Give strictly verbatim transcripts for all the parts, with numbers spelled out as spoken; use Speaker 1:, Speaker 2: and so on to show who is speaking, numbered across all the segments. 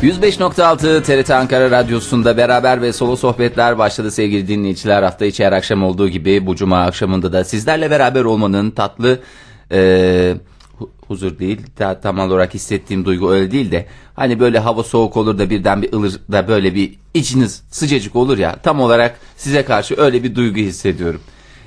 Speaker 1: yüz beş nokta altı T R T Ankara Radyosu'nda beraber ve solo sohbetler başladı sevgili dinleyiciler. Hafta içi her akşam olduğu gibi bu cuma akşamında da sizlerle beraber olmanın tatlı e, huzur değil, tam olarak hissettiğim duygu öyle değil de hani böyle hava soğuk olur da birden bir ılır da böyle bir içiniz sıcacık olur ya, tam olarak size karşı öyle bir duygu hissediyorum.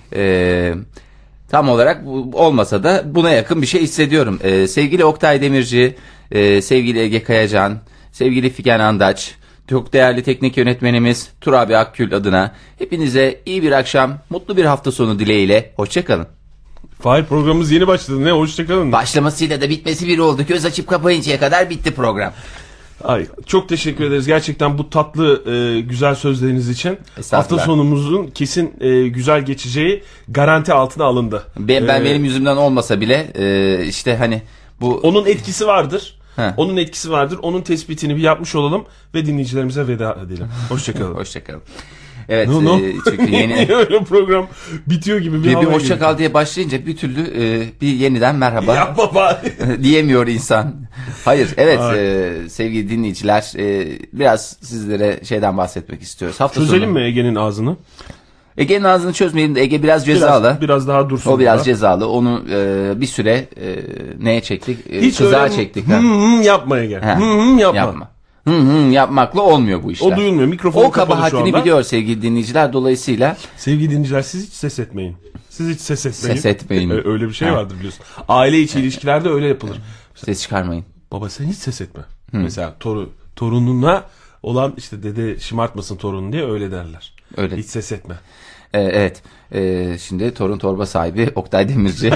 Speaker 1: E, tam olarak olmasa da buna yakın bir şey hissediyorum. E, sevgili Oktay Demirci, e, sevgili Ege Kayacan, sevgili Figen Andaç, çok değerli teknik yönetmenimiz Turabi Akgül adına hepinize iyi bir akşam, mutlu bir hafta sonu dileğiyle. Hoşçakalın.
Speaker 2: Fahir, programımız yeni başladı. Ne hoşçakalın.
Speaker 1: Başlamasıyla da bitmesi bir oldu. Göz açıp kapayıncaya kadar bitti program.
Speaker 2: Ay, çok teşekkür ederiz gerçekten bu tatlı e, güzel sözleriniz için. Hafta sonumuzun kesin e, güzel geçeceği garanti altına alındı.
Speaker 1: Ben, ben ee, benim yüzümden olmasa bile e, işte hani bu...
Speaker 2: Onun etkisi vardır. He. Onun etkisi vardır. Onun tespitini bir yapmış olalım ve dinleyicilerimize veda edelim. Hoşçakalın.
Speaker 1: Hoşçakalın. Evet,
Speaker 2: no, no.
Speaker 1: E, çünkü yeni
Speaker 2: öyle program bitiyor gibi bir,
Speaker 1: bir,
Speaker 2: hava
Speaker 1: bir hoşça kal diye başlayınca bir türlü e, bir yeniden merhaba
Speaker 2: yapma bari
Speaker 1: diyemiyor insan. Hayır, evet e, sevgili dinleyiciler, e, biraz sizlere şeyden bahsetmek istiyoruz. Hafta
Speaker 2: Çözelim
Speaker 1: sonu...
Speaker 2: mi Ege'nin ağzını?
Speaker 1: Ege'nin ağzını çözmeyelim de Ege biraz cezalı.
Speaker 2: Biraz, biraz daha dursun.
Speaker 1: O biraz
Speaker 2: da.
Speaker 1: cezalı. Onu e, bir süre e, neye çektik? E,
Speaker 2: Hiç
Speaker 1: kızağa çektik.
Speaker 2: Hım hım yapma Ege. Hım hım yapma.
Speaker 1: yapma. Hı hı yapmakla olmuyor bu işler.
Speaker 2: O duyulmuyor. Mikrofonu
Speaker 1: o kabahatini biliyor sevgili dinleyiciler, dolayısıyla.
Speaker 2: Sevgili dinleyiciler, siz hiç ses etmeyin. Siz hiç ses etmeyin.
Speaker 1: Ses etmeyin.
Speaker 2: Öyle bir şey ha. vardır biliyorsun. Aile içi ilişkilerde öyle yapılır.
Speaker 1: Ses çıkarmayın.
Speaker 2: Baba sen hiç ses etme. Hı. Mesela toru, torununa olan işte dede şımartmasın torunun diye öyle derler.
Speaker 1: Öyle.
Speaker 2: Hiç ses etme.
Speaker 1: Ee, evet. Ee, şimdi torun torba sahibi Oktay Demirci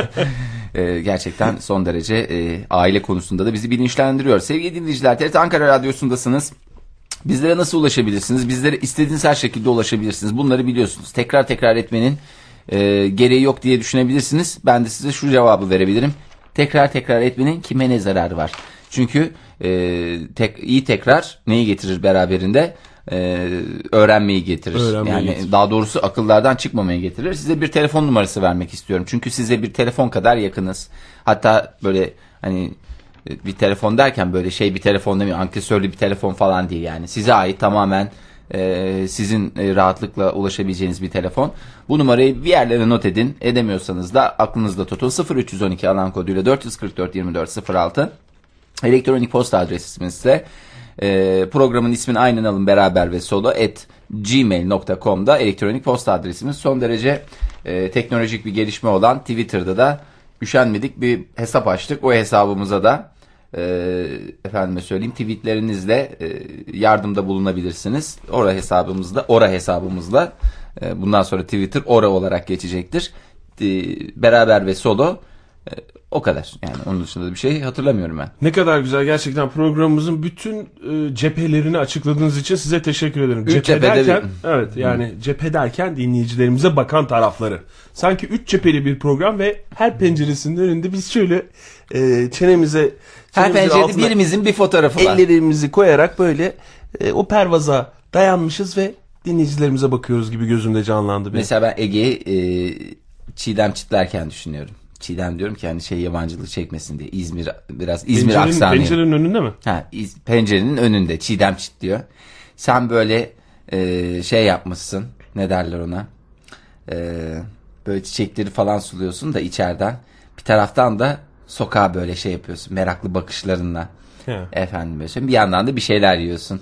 Speaker 1: ee, gerçekten son derece e, aile konusunda da bizi bilinçlendiriyor. Sevgili dinleyiciler, T R T Ankara Radyosu'ndasınız. Bizlere nasıl ulaşabilirsiniz? Bizlere istediğiniz her şekilde ulaşabilirsiniz. Bunları biliyorsunuz. Tekrar tekrar etmenin e, gereği yok diye düşünebilirsiniz. Ben de size şu cevabı verebilirim. Tekrar tekrar etmenin kime ne zararı var? Çünkü e, tek, iyi tekrar neyi getirir beraberinde? Ee, öğrenmeyi getirir.
Speaker 2: Öğrenmeyi
Speaker 1: yani
Speaker 2: getirir.
Speaker 1: Daha doğrusu akıllardan çıkmamayı getirir. Size bir telefon numarası vermek istiyorum. Çünkü size bir telefon kadar yakınız. Hatta böyle hani bir telefon derken böyle şey bir telefon demiyor. Ankesörlü bir telefon falan değil yani. Size ait tamamen e, sizin e, rahatlıkla ulaşabileceğiniz bir telefon. Bu numarayı bir yerlere not edin. Edemiyorsanız da aklınızda tutun. sıfır üç yüz on iki alan koduyla dört yüz kırk dört yirmi dört sıfır altı. Elektronik posta adresimiz ise Ee, programın ismini aynen alın, beraber ve solo at gmail nokta com'da elektronik posta adresimiz. Son derece e, teknolojik bir gelişme olan Twitter'da da üşenmedik bir hesap açtık. O hesabımıza da e, efendime söyleyeyim tweetlerinizle e, yardımda bulunabilirsiniz. Ora hesabımızda, ora hesabımızda e, bundan sonra Twitter ora olarak geçecektir. E, beraber ve solo e, o kadar. Yani onun dışında da bir şey hatırlamıyorum ben.
Speaker 2: Ne kadar güzel gerçekten, programımızın bütün e, cephelerini açıkladığınız için size teşekkür ederim.
Speaker 1: Üç
Speaker 2: cephe derken,
Speaker 1: bir...
Speaker 2: evet yani hmm. cephe derken dinleyicilerimize bakan tarafları. Sanki üç cepheli bir program ve her penceresinin önünde biz şöyle e, çenemize,
Speaker 1: her pencerede birimizin bir fotoğrafı var.
Speaker 2: Ellerimizi koyarak böyle e, o pervaza dayanmışız ve dinleyicilerimize bakıyoruz gibi gözümde canlandı benim.
Speaker 1: Mesela ben Ege'yi e, Çiğdem çitlerken düşünüyorum. Çiğdem diyorum ki hani şey yabancılık çekmesin diye. İzmir biraz İzmir
Speaker 2: pencerenin,
Speaker 1: aksanı.
Speaker 2: Pencerenin önünde mi?
Speaker 1: Ha, iz, pencerenin önünde Çiğdem çit diyor. Sen böyle e, şey yapmışsın. Ne derler ona? E, böyle çiçekleri falan suluyorsun da içeriden. Bir taraftan da sokağa böyle şey yapıyorsun. Meraklı bakışlarınla. He. Efendim böyle. Bir yandan da bir şeyler yiyorsun.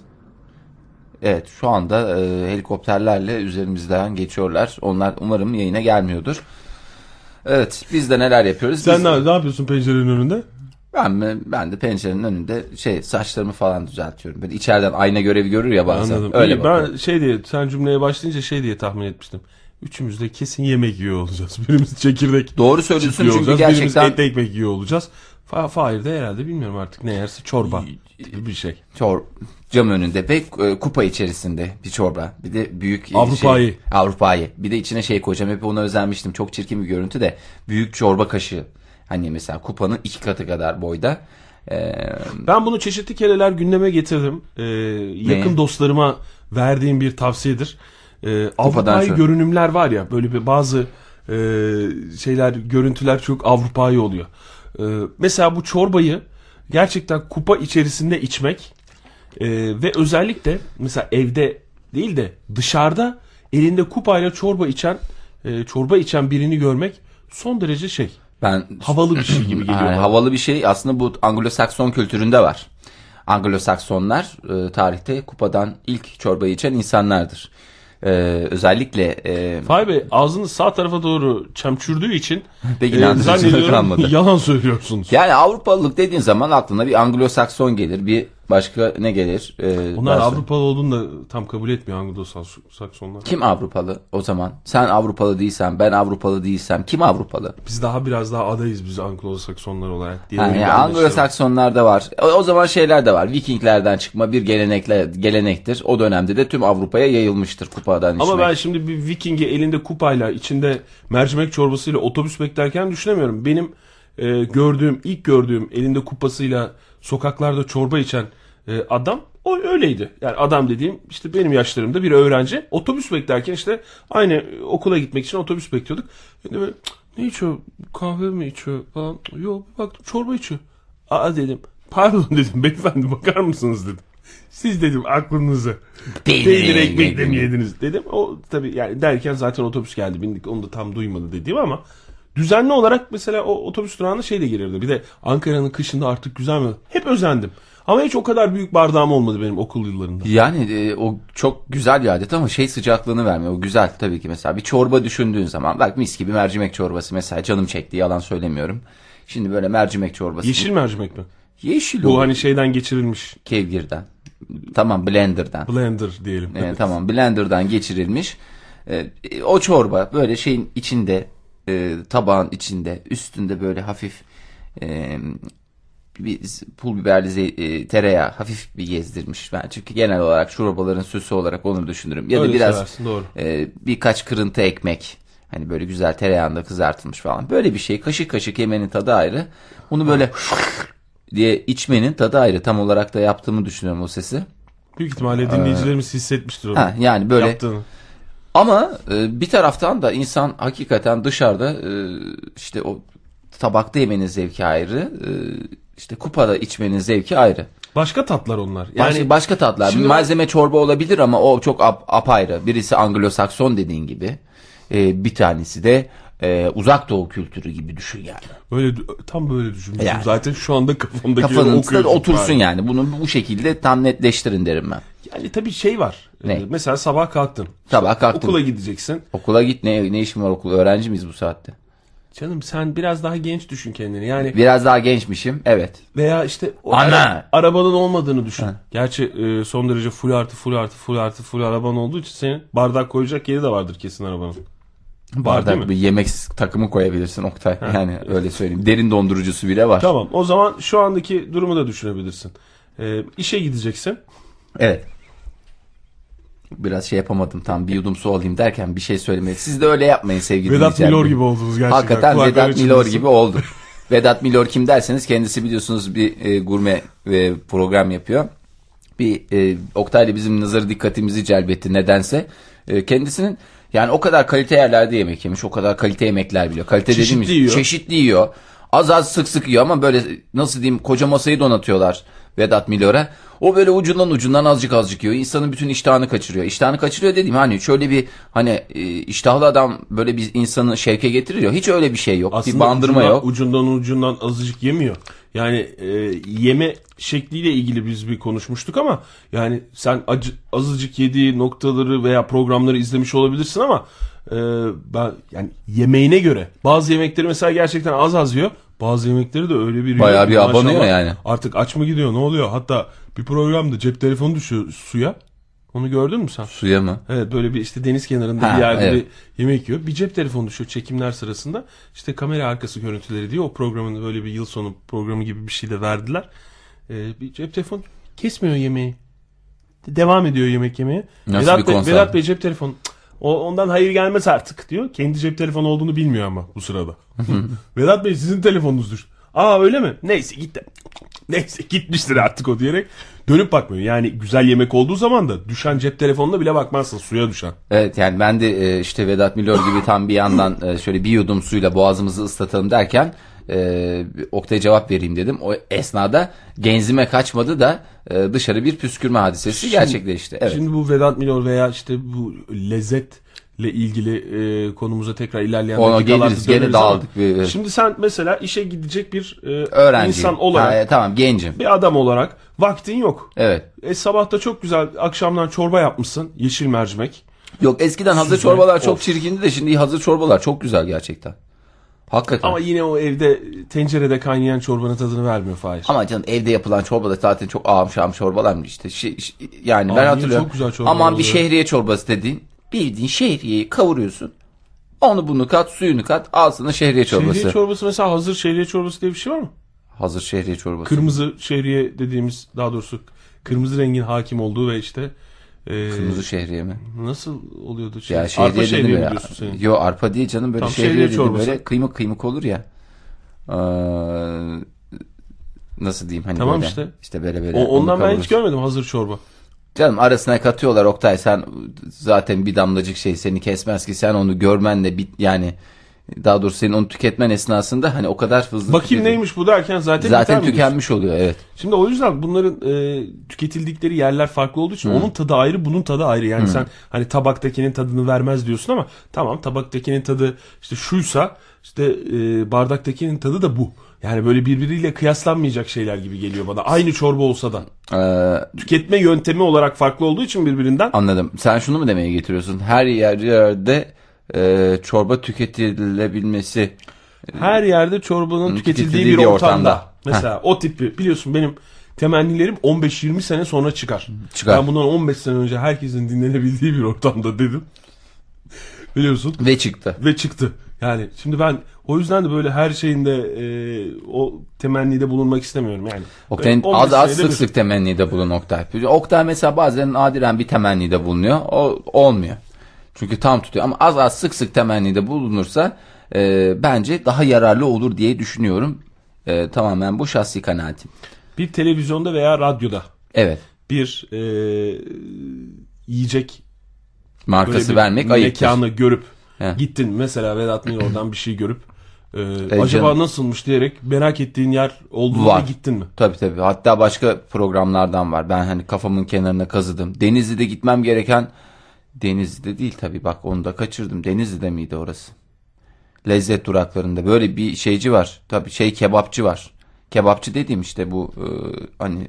Speaker 1: Evet, şu anda e, helikopterlerle üzerimizden geçiyorlar. Onlar umarım yayına gelmiyordur. Evet, biz de neler yapıyoruz?
Speaker 2: Sen
Speaker 1: biz...
Speaker 2: ne, ne yapıyorsun pencerenin önünde?
Speaker 1: Ben ben de pencerenin önünde şey saçlarımı falan düzeltiyorum. Böyle içeriden ayna görevi görür ya bazen.
Speaker 2: Anladım.
Speaker 1: Öyle
Speaker 2: İyi, ben şey diye, sen cümleye başlayınca şey diye tahmin etmiştim. Üçümüz de kesin yemek yiyor olacağız. Birimiz çekirdek.
Speaker 1: Doğru söylüyorsun çünkü
Speaker 2: olacağız.
Speaker 1: gerçekten.
Speaker 2: Birimiz et ekmek yiyor olacağız. Fa Fahir de herhalde bilmiyorum artık ne yerse çorba gibi bir şey.
Speaker 1: Çor cam önünde ve e, kupa içerisinde bir çorba. Bir de büyük
Speaker 2: Avrupa'yı.
Speaker 1: Şey, Avrupa'yı. Bir de içine şey koyacağım. Hep ona özenmiştim. Çok çirkin bir görüntü de. Büyük çorba kaşığı. Hani mesela kupanın iki katı kadar boyda. Ee,
Speaker 2: ben bunu çeşitli kereler gündeme getirdim. Ee, yakın ne? dostlarıma verdiğim bir tavsiyedir. Ee, Avrupa'yı görünümler var ya, böyle bir bazı e, şeyler, görüntüler çok Avrupa'yı oluyor. Ee, mesela bu çorbayı gerçekten kupa içerisinde içmek Ee, ve özellikle mesela evde değil de dışarıda elinde kupayla çorba içen e, çorba içen birini görmek son derece şey.
Speaker 1: Ben
Speaker 2: havalı bir şey gibi geliyor.
Speaker 1: Yani, havalı bir şey aslında bu Anglo-Sakson kültüründe var. Anglo-Saksonlar e, tarihte kupadan ilk çorbayı içen insanlardır. Ee, özellikle e,
Speaker 2: Fahri Bey ağzınız sağ tarafa doğru çemçürdüğü için
Speaker 1: pek inandırıcılık kalmadı.
Speaker 2: Yalan söylüyorsunuz.
Speaker 1: Yani Avrupalılık dediğin zaman aklına bir Anglo-Sakson gelir, bir başka ne gelir? Ee,
Speaker 2: Onlar
Speaker 1: başka...
Speaker 2: Avrupalı olduğunu da tam kabul etmiyor Anglo-Saksonlar.
Speaker 1: Kim Avrupalı o zaman? Sen Avrupalı değilsen, ben Avrupalı değilsem kim Avrupalı?
Speaker 2: Biz daha biraz daha adayız biz Anglo-Saksonlar olarak.
Speaker 1: Diye yani Anglo-Saksonlarda var. O, o zaman şeyler de var. Vikinglerden çıkma bir gelenekler gelenektir. O dönemde de tüm Avrupa'ya yayılmıştır kupadan içmek.
Speaker 2: Ama ben şimdi bir Viking'i elinde kupayla, içinde mercimek çorbasıyla otobüs beklerken düşünemiyorum. Benim e, gördüğüm, ilk gördüğüm elinde kupasıyla sokaklarda çorba içen e, adam o öyleydi. Yani adam dediğim işte benim yaşlarımda bir öğrenci. Otobüs beklerken işte aynı okula gitmek için otobüs bekliyorduk. Yani böyle, ne içiyor? Kahve mi içiyor falan. Yok, baktım çorba içiyor. Aa dedim. Pardon dedim. Beyefendi bakar mısınız dedim. Siz dedim aklınızı peynir, peynir ekmekle mi yediniz dedim. O tabii yani derken zaten otobüs geldi bindik. Onu da tam duymadı dediğim ama düzenli olarak mesela o otobüs durağına şey de gelirdi. Bir de Ankara'nın kışında artık güzel mi? Hep özendim. Ama hiç o kadar büyük bardağım olmadı benim okul yıllarında.
Speaker 1: Yani e, o çok güzel bir adet ama şey sıcaklığını vermiyor. O güzel tabii ki mesela bir çorba düşündüğün zaman bak mis gibi mercimek çorbası mesela canım çekti yalan söylemiyorum. Şimdi böyle mercimek çorbası.
Speaker 2: Yeşil mercimek mi?
Speaker 1: Yeşil
Speaker 2: Bu olur. Hani şeyden geçirilmiş.
Speaker 1: Kevgirden. Tamam blenderdan.
Speaker 2: Blender diyelim.
Speaker 1: E, tamam blenderdan geçirilmiş. E, o çorba böyle şeyin içinde e, tabağın içinde üstünde böyle hafif e, bir pul biberli e, tereyağı hafif bir gezdirmiş. Ben çünkü genel olarak çorbaların süsü olarak onu düşünürüm. Ya da
Speaker 2: öyle
Speaker 1: biraz
Speaker 2: seversin, doğru.
Speaker 1: E, birkaç kırıntı ekmek. Hani böyle güzel tereyağında kızartılmış falan. Böyle bir şey kaşık kaşık yemenin tadı ayrı. Onu böyle diye içmenin tadı ayrı. Tam olarak da yaptığımı düşünüyorum o sesi.
Speaker 2: Büyük ihtimalle dinleyicilerimiz ee, hissetmiştir onu.
Speaker 1: Ha, yani böyle
Speaker 2: yaptığını.
Speaker 1: Ama e, bir taraftan da insan hakikaten dışarıda e, işte o tabakta yemenin zevki ayrı. E, işte kupada içmenin zevki ayrı.
Speaker 2: Başka tatlar onlar.
Speaker 1: Yani başka, başka tatlar. Şimdi malzeme ben... çorba olabilir ama o çok ap, apayrı. Birisi Anglo-Sakson dediğin gibi. E, bir tanesi de e, uzak doğu kültürü gibi düşün yani.
Speaker 2: Öyle tam böyle düşünmüşüm. Yani. Zaten şu anda kafamdaki
Speaker 1: kafanızda otursun yani. yani. Bunu bu şekilde tam netleştirin derim ben.
Speaker 2: Yani tabii şey var.
Speaker 1: Ne?
Speaker 2: Ee, mesela sabah kalktın.
Speaker 1: Sabah kalktın.
Speaker 2: Okula gideceksin.
Speaker 1: Okula git. Ne ne işin var okul? Öğrenci miyiz bu saatte?
Speaker 2: Canım sen biraz daha genç düşün kendini. Yani
Speaker 1: biraz daha gençmişim. Evet.
Speaker 2: Veya işte o
Speaker 1: Ana.
Speaker 2: Ara, arabanın olmadığını düşün. Ha. Gerçi e, son derece full artı full artı full artı full araban olduğu için senin bardak koyacak yeri de vardır kesin arabanın.
Speaker 1: Bardak bir yemek takımı koyabilirsin Oktay. Ha. Yani öyle söyleyeyim. Derin dondurucusu bile var.
Speaker 2: Tamam. O zaman şu andaki durumu da düşünebilirsin. E, işe gideceksin.
Speaker 1: Evet. Biraz şey yapamadım tam bir yudum su alayım derken bir şey söylemeye. Siz de öyle yapmayın sevgili
Speaker 2: Vedat Milor gibi oldunuz gerçekten.
Speaker 1: Hakikaten Kulak Vedat Milor gibi oldu. Vedat Milor kim derseniz kendisi biliyorsunuz bir e, gurme e, program yapıyor. Bir e, Oktay'la bizim nazarı dikkatimizi celbetti nedense. E, kendisinin yani o kadar kalite yerlerde yemek yemiş. O kadar kalite yemekler biliyor. Kalite
Speaker 2: çeşitli
Speaker 1: dediğimiz
Speaker 2: yiyor.
Speaker 1: Çeşitli yiyor. Az az sık sık yiyor ama böyle nasıl diyeyim koca masayı donatıyorlar Vedat Milor'a. O böyle ucundan ucundan azıcık azıcık yiyor. İnsanın bütün iştahını kaçırıyor. İştahını kaçırıyor dediğim hani şöyle bir hani e, iştahlı adam böyle bir insanı şevke getiriyor. Hiç öyle bir şey yok.
Speaker 2: Aslında
Speaker 1: bir bandırma
Speaker 2: ucundan,
Speaker 1: yok.
Speaker 2: Ucundan ucundan azıcık yemiyor. Yani e, yeme şekliyle ilgili biz bir konuşmuştuk ama yani sen acı, azıcık yediği noktaları veya programları izlemiş olabilirsin ama e, ben yani yemeğine göre bazı yemekleri mesela gerçekten az az yiyor. Bazı yemekleri de öyle bir
Speaker 1: bayağı bir abanıyor yani.
Speaker 2: Artık aç mı gidiyor ne oluyor? Hatta bir programda cep telefonu düşüyor suya. Onu gördün mü sen?
Speaker 1: Suya mı?
Speaker 2: Evet böyle bir işte deniz kenarında ha, bir yerde evet. bir yemek yiyor. Bir cep telefonu düşüyor çekimler sırasında. İşte kamera arkası görüntüleri diye o programın böyle bir yıl sonu programı gibi bir şey de verdiler. Ee, bir cep telefonu kesmiyor yemeği. Devam ediyor yemek yemeye.
Speaker 1: Nasıl
Speaker 2: Vedat
Speaker 1: bir
Speaker 2: Bey,
Speaker 1: konser?
Speaker 2: Vedat Bey cep telefonu. O, ondan hayır gelmez artık diyor. Kendi cep telefonu olduğunu bilmiyor ama bu sırada. Vedat Bey sizin telefonunuz düştü. Aa öyle mi? Neyse gitti. Neyse gitmiştir artık o diyerek dönüp bakmıyor. Yani güzel yemek olduğu zaman da düşen cep telefonuna bile bakmazsın suya düşen.
Speaker 1: Evet yani ben de işte Vedat Milor gibi tam bir yandan şöyle bir yudum suyla boğazımızı ıslatalım derken e, Oktay'a cevap vereyim dedim. O esnada genzime kaçmadı da e, dışarı bir püskürme hadisesi şimdi, gerçekleşti. Evet.
Speaker 2: Şimdi bu Vedat Milor veya işte bu lezzetle ilgili e, konumuza tekrar ilerleyen
Speaker 1: ona geliriz. Gene dağıldık. Bir,
Speaker 2: şimdi sen mesela işe gidecek bir e, öğrenci insan olarak.
Speaker 1: Ha, tamam, gencim.
Speaker 2: Bir adam olarak vaktin yok.
Speaker 1: Evet.
Speaker 2: E, sabahta çok güzel akşamdan çorba yapmışsın. Yeşil mercimek.
Speaker 1: Yok, eskiden hazır Süzme, çorbalar çok of. çirkindi de şimdi hazır çorbalar çok güzel gerçekten. Hakikaten.
Speaker 2: Ama yine o evde tencerede kaynayan çorbanın tadını vermiyor Fahir.
Speaker 1: Ama canım, evde yapılan çorba da zaten çok ağam şam çorbalar mı işte. Şi, şi, yani Aa, ben hatırlıyorum. Aman bir şehriye çorbası dediğin, bildiğin şehriyeyi kavuruyorsun. Onu bunu kat, suyunu kat, al sana şehriye çorbası.
Speaker 2: Şehriye çorbası mesela, hazır şehriye çorbası diye bir şey var mı?
Speaker 1: Hazır şehriye çorbası.
Speaker 2: Kırmızı şehriye dediğimiz, daha doğrusu kırmızı rengin hakim olduğu ve işte
Speaker 1: Ee, kırmızı şehriye mi?
Speaker 2: Nasıl oluyordu?
Speaker 1: Şey? Ya şehriye arpa şehriye mi diyorsun senin? Yo, arpa değil canım, böyle Tam şehriye, şehriye çorbası. Böyle kıymık kıymık olur ya. Ee, nasıl diyeyim hani
Speaker 2: tamam
Speaker 1: böyle.
Speaker 2: işte.
Speaker 1: İşte böyle böyle.
Speaker 2: O, ondan ben hiç görmedim hazır çorba.
Speaker 1: Canım, arasına katıyorlar Oktay, sen zaten bir damlacık şey seni kesmez ki, sen onu görmen de bit yani. Daha doğrusu senin onu tüketmen esnasında hani o kadar hızlı
Speaker 2: bakayım tüketiyor. Neymiş bu derken zaten
Speaker 1: zaten tükenmiş oluyor, evet.
Speaker 2: Şimdi o yüzden bunların e, tüketildikleri yerler farklı olduğu için hmm. onun tadı ayrı, bunun tadı ayrı. Yani hmm. sen hani tabaktakinin tadını vermez diyorsun ama tamam, tabaktakinin tadı işte şuysa işte e, bardaktakinin tadı da bu. Yani böyle birbiriyle kıyaslanmayacak şeyler gibi geliyor bana. Aynı çorba olsa da. Ee, Tüketme yöntemi olarak farklı olduğu için birbirinden.
Speaker 1: Anladım. Sen şunu mu demeye getiriyorsun? Her yer yerde e, çorba tüketilebilmesi.
Speaker 2: Her yerde çorbanın tüketildiği, tüketildiği bir, bir ortamda. ortamda. Mesela Heh. o tipi, biliyorsun benim temennilerim on beş yirmi sene sonra çıkar. çıkar. Ben bundan on beş sene önce herkesin dinlenebildiği bir ortamda dedim. Biliyorsun.
Speaker 1: Ve çıktı.
Speaker 2: Ve çıktı. Yani şimdi ben o yüzden de böyle her şeyinde e, o temennide bulunmak istemiyorum yani.
Speaker 1: Oktay'ın az az sık bir... sık temennide bulun Oktay. Oktay mesela bazen nadiren bir temennide bulunuyor. O olmuyor. Çünkü tam tutuyor. Ama az az sık sık temennide bulunursa e, bence daha yararlı olur diye düşünüyorum. E, tamamen bu şahsi kanaatim.
Speaker 2: Bir televizyonda veya radyoda.
Speaker 1: Evet.
Speaker 2: Bir e, yiyecek
Speaker 1: markası vermek ayıptır.
Speaker 2: Mekanı görüp He. gittin mesela Vedat Milor'dan bir şey görüp e, e, acaba canım. nasılmış diyerek merak ettiğin yer olduğunda gittin mi?
Speaker 1: Tabii tabii. Hatta başka programlardan var. Ben hani kafamın kenarına kazıdım. Denizli'de gitmem gereken, Denizli'de değil tabii, bak onu da kaçırdım. Denizli'de miydi orası? Lezzet duraklarında böyle bir şeyci var. Tabii şey kebapçı var. Kebapçı dediğim işte bu e, hani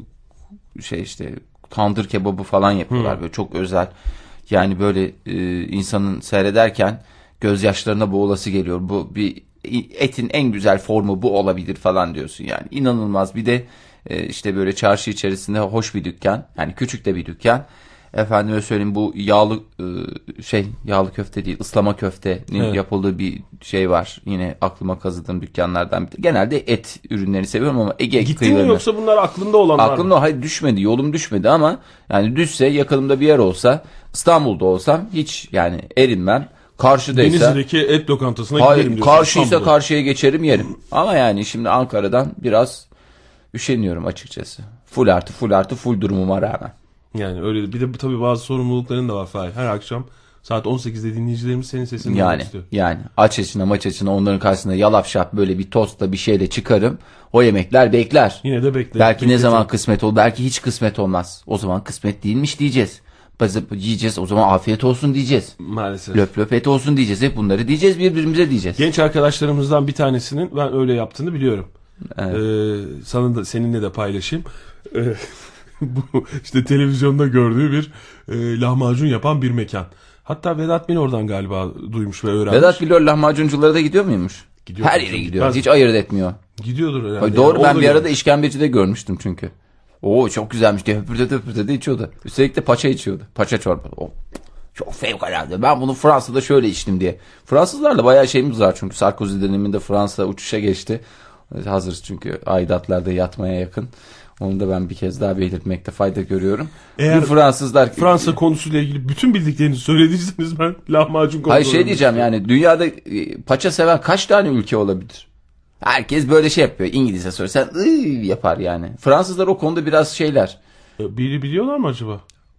Speaker 1: şey işte tandır kebabı falan yapıyorlar. Hmm. Böyle çok özel. Yani böyle e, insanın seyrederken gözyaşlarına boğulası geliyor. Bu bir etin en güzel formu bu olabilir falan diyorsun yani. İnanılmaz. Bir de e, işte böyle çarşı içerisinde hoş bir dükkan. Yani küçük de bir dükkan. Efendime söyleyeyim, bu yağlı e, şey yağlı köfte değil, ıslama köftenin evet. yapıldığı bir şey var. Yine aklıma kazıdığım dükkanlardan bir. Genelde et ürünlerini seviyorum ama Ege
Speaker 2: Gittin kıyılarına. Mi yoksa bunlar aklında olanlar mı?
Speaker 1: Aklımda, hayır düşmedi, yolum düşmedi ama yani düşse, yakınımda bir yer olsa, İstanbul'da olsam hiç yani erinmem. Karşıdaysa
Speaker 2: Denizli'deki et lokantasına
Speaker 1: hayır,
Speaker 2: giderim diyorsun.
Speaker 1: Karşıysa İstanbul'da. Karşıya geçerim, yerim. Ama yani şimdi Ankara'dan biraz üşeniyorum açıkçası. Full artı full artı full durumuma rağmen.
Speaker 2: Yani öyle. Bir de tabii bazı sorumlulukların da var Fahir. Her akşam saat on sekizde dinleyicilerimiz senin sesini
Speaker 1: yani,
Speaker 2: duymak istiyor.
Speaker 1: Yani aç açına maç açına onların karşısında yalap şap böyle bir tostla bir şeyle çıkarım. O yemekler bekler.
Speaker 2: Yine de bekler.
Speaker 1: Belki bekletin. Ne zaman kısmet olur, belki hiç kısmet olmaz. O zaman kısmet değilmiş diyeceğiz. Bazı yiyeceğiz, o zaman afiyet olsun diyeceğiz.
Speaker 2: Maalesef.
Speaker 1: Löp löp et olsun diyeceğiz. Hep bunları diyeceğiz, birbirimize diyeceğiz.
Speaker 2: Genç arkadaşlarımızdan bir tanesinin ben öyle yaptığını biliyorum. Evet. Ee, sana da, seninle de paylaşayım. Ee, bu işte televizyonda gördüğü bir e, lahmacun yapan bir mekan. Hatta Vedat Milor'dan galiba duymuş ve öğrenmiş.
Speaker 1: Vedat Milor lahmacunculara da gidiyor muymuş?
Speaker 2: Gidiyor.
Speaker 1: Her yere gidiyor. Ben... Hiç ayırt etmiyor.
Speaker 2: Gidiyordur herhalde.
Speaker 1: Hayır, doğru, yani ben bir arada yani. İşkembecide görmüştüm çünkü. Oo çok güzelmiş diye höpürdede höpürdede içiyordu. Üstelik de paça içiyordu. Paça çorba. O çok fevkalade. Ben bunu Fransa'da şöyle içtim diye. Fransızlarla bayağı şeyimiz var çünkü Sarkozy döneminde Fransa uçuşa geçti. Hazır çünkü aidatlarda yatmaya yakın. Onu da ben bir kez daha belirtmekte fayda görüyorum.
Speaker 2: Eğer
Speaker 1: Fransızlar
Speaker 2: Fransa konusuyla ilgili bütün bildiklerinizi söylediyseniz ben lahmacun konusunda...
Speaker 1: Hayır şey diyeceğim yani dünyada paça seven kaç tane ülke olabilir? Herkes böyle şey yapıyor. İngilizce söylesen ıı yapar yani. Fransızlar o konuda biraz şeyler.
Speaker 2: Biri biliyorlar mı acaba?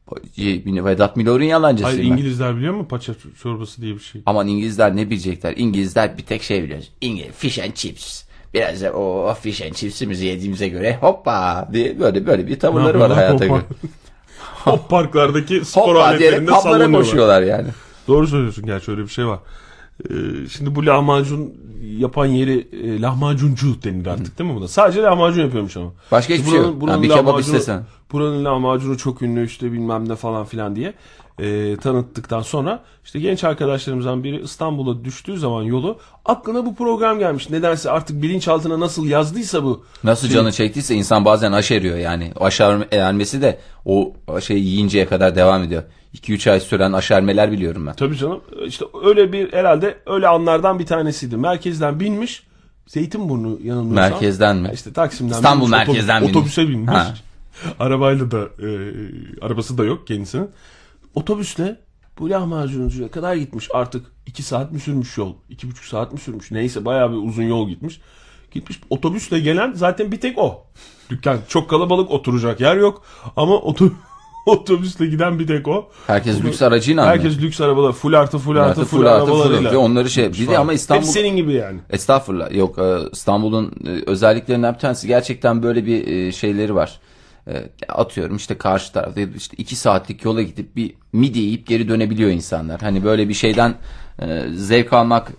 Speaker 1: Vedat Milor'un yalancısıyım.
Speaker 2: Hayır, İngilizler biliyor mu paça çorbası diye bir şey?
Speaker 1: Aman İngilizler ne bilecekler? İngilizler bir tek şey biliyor. İngiliz fish and chips. Biraz da o fish and chips'imizi yediğimize göre hoppa diye böyle böyle bir tavırları var hayata göre.
Speaker 2: Hop parklardaki spor aletlerinde sallanıyorlar.
Speaker 1: Koşuyorlar yani.
Speaker 2: Doğru söylüyorsun, gerçi öyle bir şey var. Ee, şimdi bu lahmacun yapan yeri e, lahmacuncu denir artık, değil mi buna? Sadece lahmacun yapıyormuş ama.
Speaker 1: Başka hiçbir
Speaker 2: buranın,
Speaker 1: şey yok.
Speaker 2: Buranın
Speaker 1: Ha, bir kebap istesen.
Speaker 2: Buranın lahmacunu çok ünlü işte bilmem ne falan filan diye e, tanıttıktan sonra işte genç arkadaşlarımızdan biri İstanbul'a düştüğü zaman yolu aklına bu program gelmiş. Nedense artık bilinçaltına nasıl yazdıysa bu.
Speaker 1: Nasıl şey, canı çektiyse insan bazen aşeriyor yani. O aşermesi de o şeyi yiyinceye kadar devam ediyor. iki üç ay süren aşermeler biliyorum ben.
Speaker 2: Tabii canım. İşte öyle bir herhalde öyle anlardan bir tanesiydi. Merkezden binmiş. Zeytinburnu yanılmıyorsam.
Speaker 1: Merkezden mi?
Speaker 2: İşte Taksim'den
Speaker 1: İstanbul
Speaker 2: binmiş,
Speaker 1: merkezden
Speaker 2: otobüs,
Speaker 1: binmiş.
Speaker 2: Otobüse binmiş. Ha. Arabayla da e, arabası da yok kendisinin. Otobüsle bu lahmacuncuya kadar gitmiş. Artık iki saat mi sürmüş yol? iki buçuk saat mi sürmüş? Neyse bayağı bir uzun yol gitmiş. Gitmiş otobüsle gelen zaten bir tek o. Dükkan çok kalabalık, oturacak yer yok. Ama otobüs otobüsle giden bir tek o.
Speaker 1: Herkes Onu, lüks aracıyla
Speaker 2: Herkes mı? Lüks arabalar. Full artı full, full artı full, full arabalarıyla.
Speaker 1: Full. Ve onları şey. Bir de ama İstanbul.
Speaker 2: Hep senin gibi yani.
Speaker 1: Estağfurullah. Yok, İstanbul'un özelliklerinden bir tanesi gerçekten böyle bir şeyleri var. Atıyorum işte karşı tarafta işte iki saatlik yola gidip bir midye yiyip geri dönebiliyor insanlar. Hani böyle bir şeyden zevk almak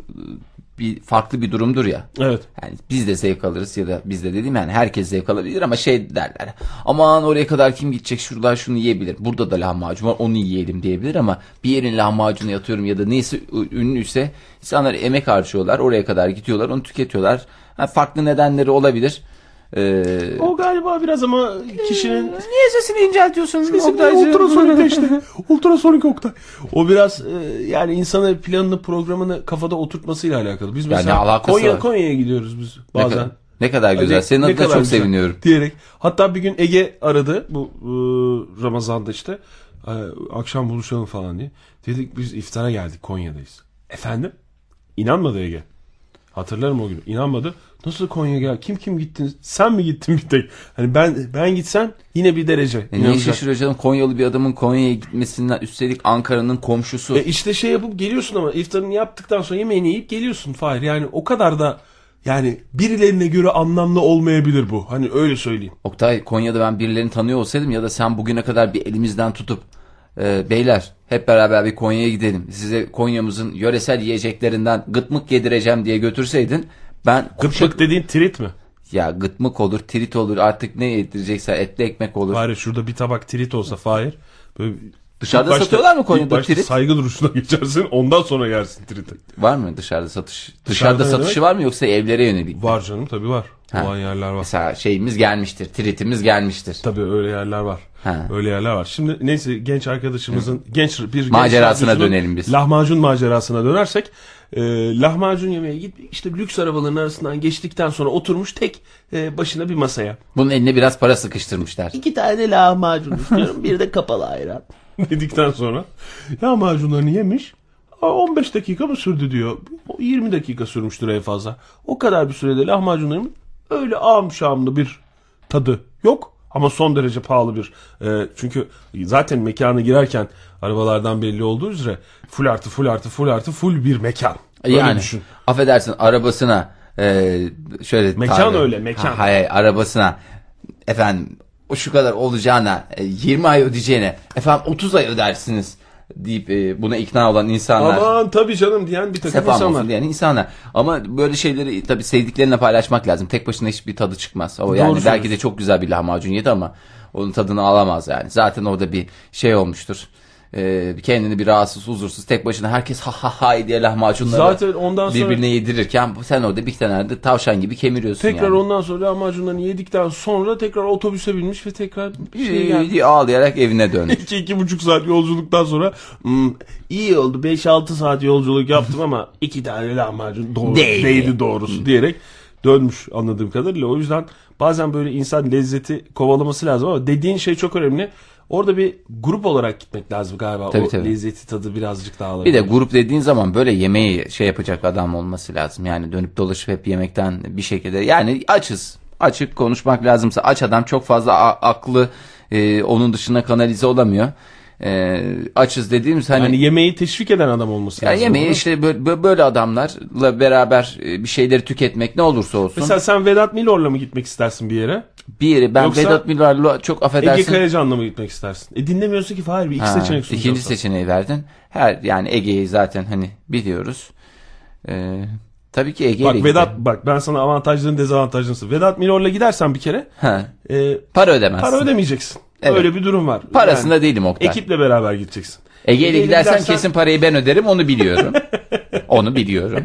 Speaker 1: bir farklı bir durumdur ya.
Speaker 2: Evet.
Speaker 1: Yani biz de zevk alırız ya da biz de dediğim yani herkes zevk alabilir ama şey derler. Aman oraya kadar kim gidecek, şuradan şunu yiyebilir. Burada da lahmacun var, onu yiyelim diyebilir ama bir yerin lahmacunu yatıyorum ya da neyse ünlüyse insanlar emek harcıyorlar. Oraya kadar gidiyorlar, onu tüketiyorlar. Yani farklı nedenleri olabilir.
Speaker 2: Ee, o galiba biraz ama kişinin...
Speaker 1: Niye sesini inceltiyorsun?
Speaker 2: Ultrasonik işte. Ultrasonik Oktay. O biraz e, yani insanı planını programını kafada oturtmasıyla alakalı. Biz mesela yani Konya, Konya'ya gidiyoruz biz bazen.
Speaker 1: Ne kadar, ne kadar güzel. Senin adına çok güzel seviniyorum.
Speaker 2: Diyerek. Hatta bir gün Ege aradı bu e, Ramazan'da işte. E, akşam buluşalım falan diye. Dedik biz iftara geldik, Konya'dayız. Efendim? İnanmadı Ege. Hatırlarım o günü. İnanmadı. Nasıl Konya gel? Kim kim gittin? Sen mi gittin bir tek? Hani ben ben gitsem yine bir derece.
Speaker 1: E niye şaşırıyor canım? Konyalı bir adamın Konya'ya gitmesinden, üstelik Ankara'nın komşusu.
Speaker 2: E işte şey yapıp geliyorsun ama iftarını yaptıktan sonra yemeğini yiyip geliyorsun Fahir. Yani o kadar da yani birilerine göre anlamlı olmayabilir bu. Hani öyle söyleyeyim.
Speaker 1: Oktay, Konya'da ben birilerini tanıyor olsaydım ya da sen bugüne kadar bir elimizden tutup e, beyler hep beraber bir Konya'ya gidelim. Size Konya'mızın yöresel yiyeceklerinden gıtmık yedireceğim diye götürseydin ben...
Speaker 2: Gıtmık kuşak... dediğin trit mi?
Speaker 1: Ya gıtmık olur, trit olur, artık ne yedireceksen, etli ekmek olur.
Speaker 2: Fahir şurada bir tabak trit olsa Fahir. Böyle
Speaker 1: dışarıda başta, satıyorlar mı Konya'da
Speaker 2: başta
Speaker 1: trit?
Speaker 2: Saygı duruşuna geçersin, ondan sonra yersin triti.
Speaker 1: Var mı dışarıda satış? Dışarıda, dışarıda satışı var mı yoksa evlere yönelik?
Speaker 2: Var canım, tabii var. Ha. Olan yerler var.
Speaker 1: Mesela şeyimiz gelmiştir, tritimiz gelmiştir.
Speaker 2: Tabii öyle yerler var. Ha. Öyle yerler var. Şimdi neyse genç arkadaşımızın Hı. genç bir
Speaker 1: macerasına
Speaker 2: genç
Speaker 1: dönelim biz.
Speaker 2: Lahmacun macerasına dönersek, e, lahmacun yemeye git işte lüks arabaların arasından geçtikten sonra oturmuş tek e, başına bir masaya.
Speaker 1: Bunun eline biraz para sıkıştırmışlar.
Speaker 2: İki tane lahmacun istiyorum, bir de kapalı ayran. Dedikten sonra lahmacunlarını yemiş. on beş dakika mı sürdü diyor. yirmi dakika sürmüştür en fazla. O kadar bir sürede lahmacunların öyle ağım şağımlı bir tadı yok. Ama son derece pahalı bir. E, çünkü zaten mekana girerken arabalardan belli olduğu üzere full artı full artı full artı full bir mekan.
Speaker 1: Öyle yani düşün. Affedersin, arabasına e, şöyle
Speaker 2: mekan tabi, öyle mekan.
Speaker 1: Ha, hayır, arabasına efendim o şu kadar olacağına e, yirmi ay ödeyeceğine efendim otuz ay ödersiniz deyip e, buna ikna olan insanlar.
Speaker 2: Aman tabii canım diyen bir takım insanlar.
Speaker 1: diyen insanlar. Ama böyle şeyleri tabii sevdiklerine paylaşmak lazım. Tek başına hiçbir tadı çıkmaz. O yani Doğru belki de çok güzel bir lahmacun yedi ama onun tadını alamaz yani. Zaten orada bir şey olmuştur. Ee, kendini bir rahatsız, huzursuz, tek başına herkes ha ha ha diye lahmacunları
Speaker 2: Zaten ondan sonra
Speaker 1: birbirine yedirirken sen orada bir tane de tavşan gibi kemiriyorsun
Speaker 2: tekrar
Speaker 1: yani.
Speaker 2: Ondan sonra lahmacunlarını yedikten sonra tekrar otobüse binmiş ve tekrar şey
Speaker 1: geldi. Ağlayarak evine dönmüş.
Speaker 2: iki iki buçuk saat yolculuktan sonra hmm, iyi oldu beş altı saat yolculuk yaptım ama iki tane lahmacun doğru, değdi doğrusu diyerek dönmüş anladığım kadarıyla. O yüzden bazen böyle insan lezzeti kovalaması lazım ama dediğin şey çok önemli. Orada bir grup olarak gitmek lazım galiba. Tabii, o tabii. Lezzeti tadı birazcık daha alabilir.
Speaker 1: Bir de grup dediğin zaman böyle yemeği şey yapacak adam olması lazım. Yani dönüp dolaşıp hep yemekten bir şekilde. Yani açız. Açık konuşmak lazımsa aç adam çok fazla a- aklı e, onun dışına kanalize olamıyor. E, açız dediğimiz hani.
Speaker 2: Yani yemeği teşvik eden adam olması
Speaker 1: yani
Speaker 2: lazım.
Speaker 1: Yemeği işte böyle, böyle adamlarla beraber bir şeyleri tüketmek ne olursa olsun.
Speaker 2: Mesela sen Vedat Milor'la mı gitmek istersin bir yere?
Speaker 1: Bir yere ben
Speaker 2: Yoksa
Speaker 1: Vedat Milor'la çok affedersin.
Speaker 2: Ege Kayacan'la mı gitmek istersin? E dinlemiyorsun ki Fahir, bir iki ha, seçenek sunacaksın.
Speaker 1: İkinci seçeneği verdin. Her yani Ege'yi zaten hani biliyoruz. Ee, tabii ki Ege'yle
Speaker 2: Bak Vedat gidelim. Bak ben sana avantajlarını dezavantajlarını. Vedat Milor'la gidersen bir kere
Speaker 1: e, para ödemezsin.
Speaker 2: Para ödemeyeceksin. Evet. Öyle bir durum var.
Speaker 1: Parasında yani, değilim Oktay.
Speaker 2: Ekiple beraber gideceksin.
Speaker 1: Ege ile gidersen gidersen kesin parayı ben öderim, onu biliyorum. Onu biliyorum.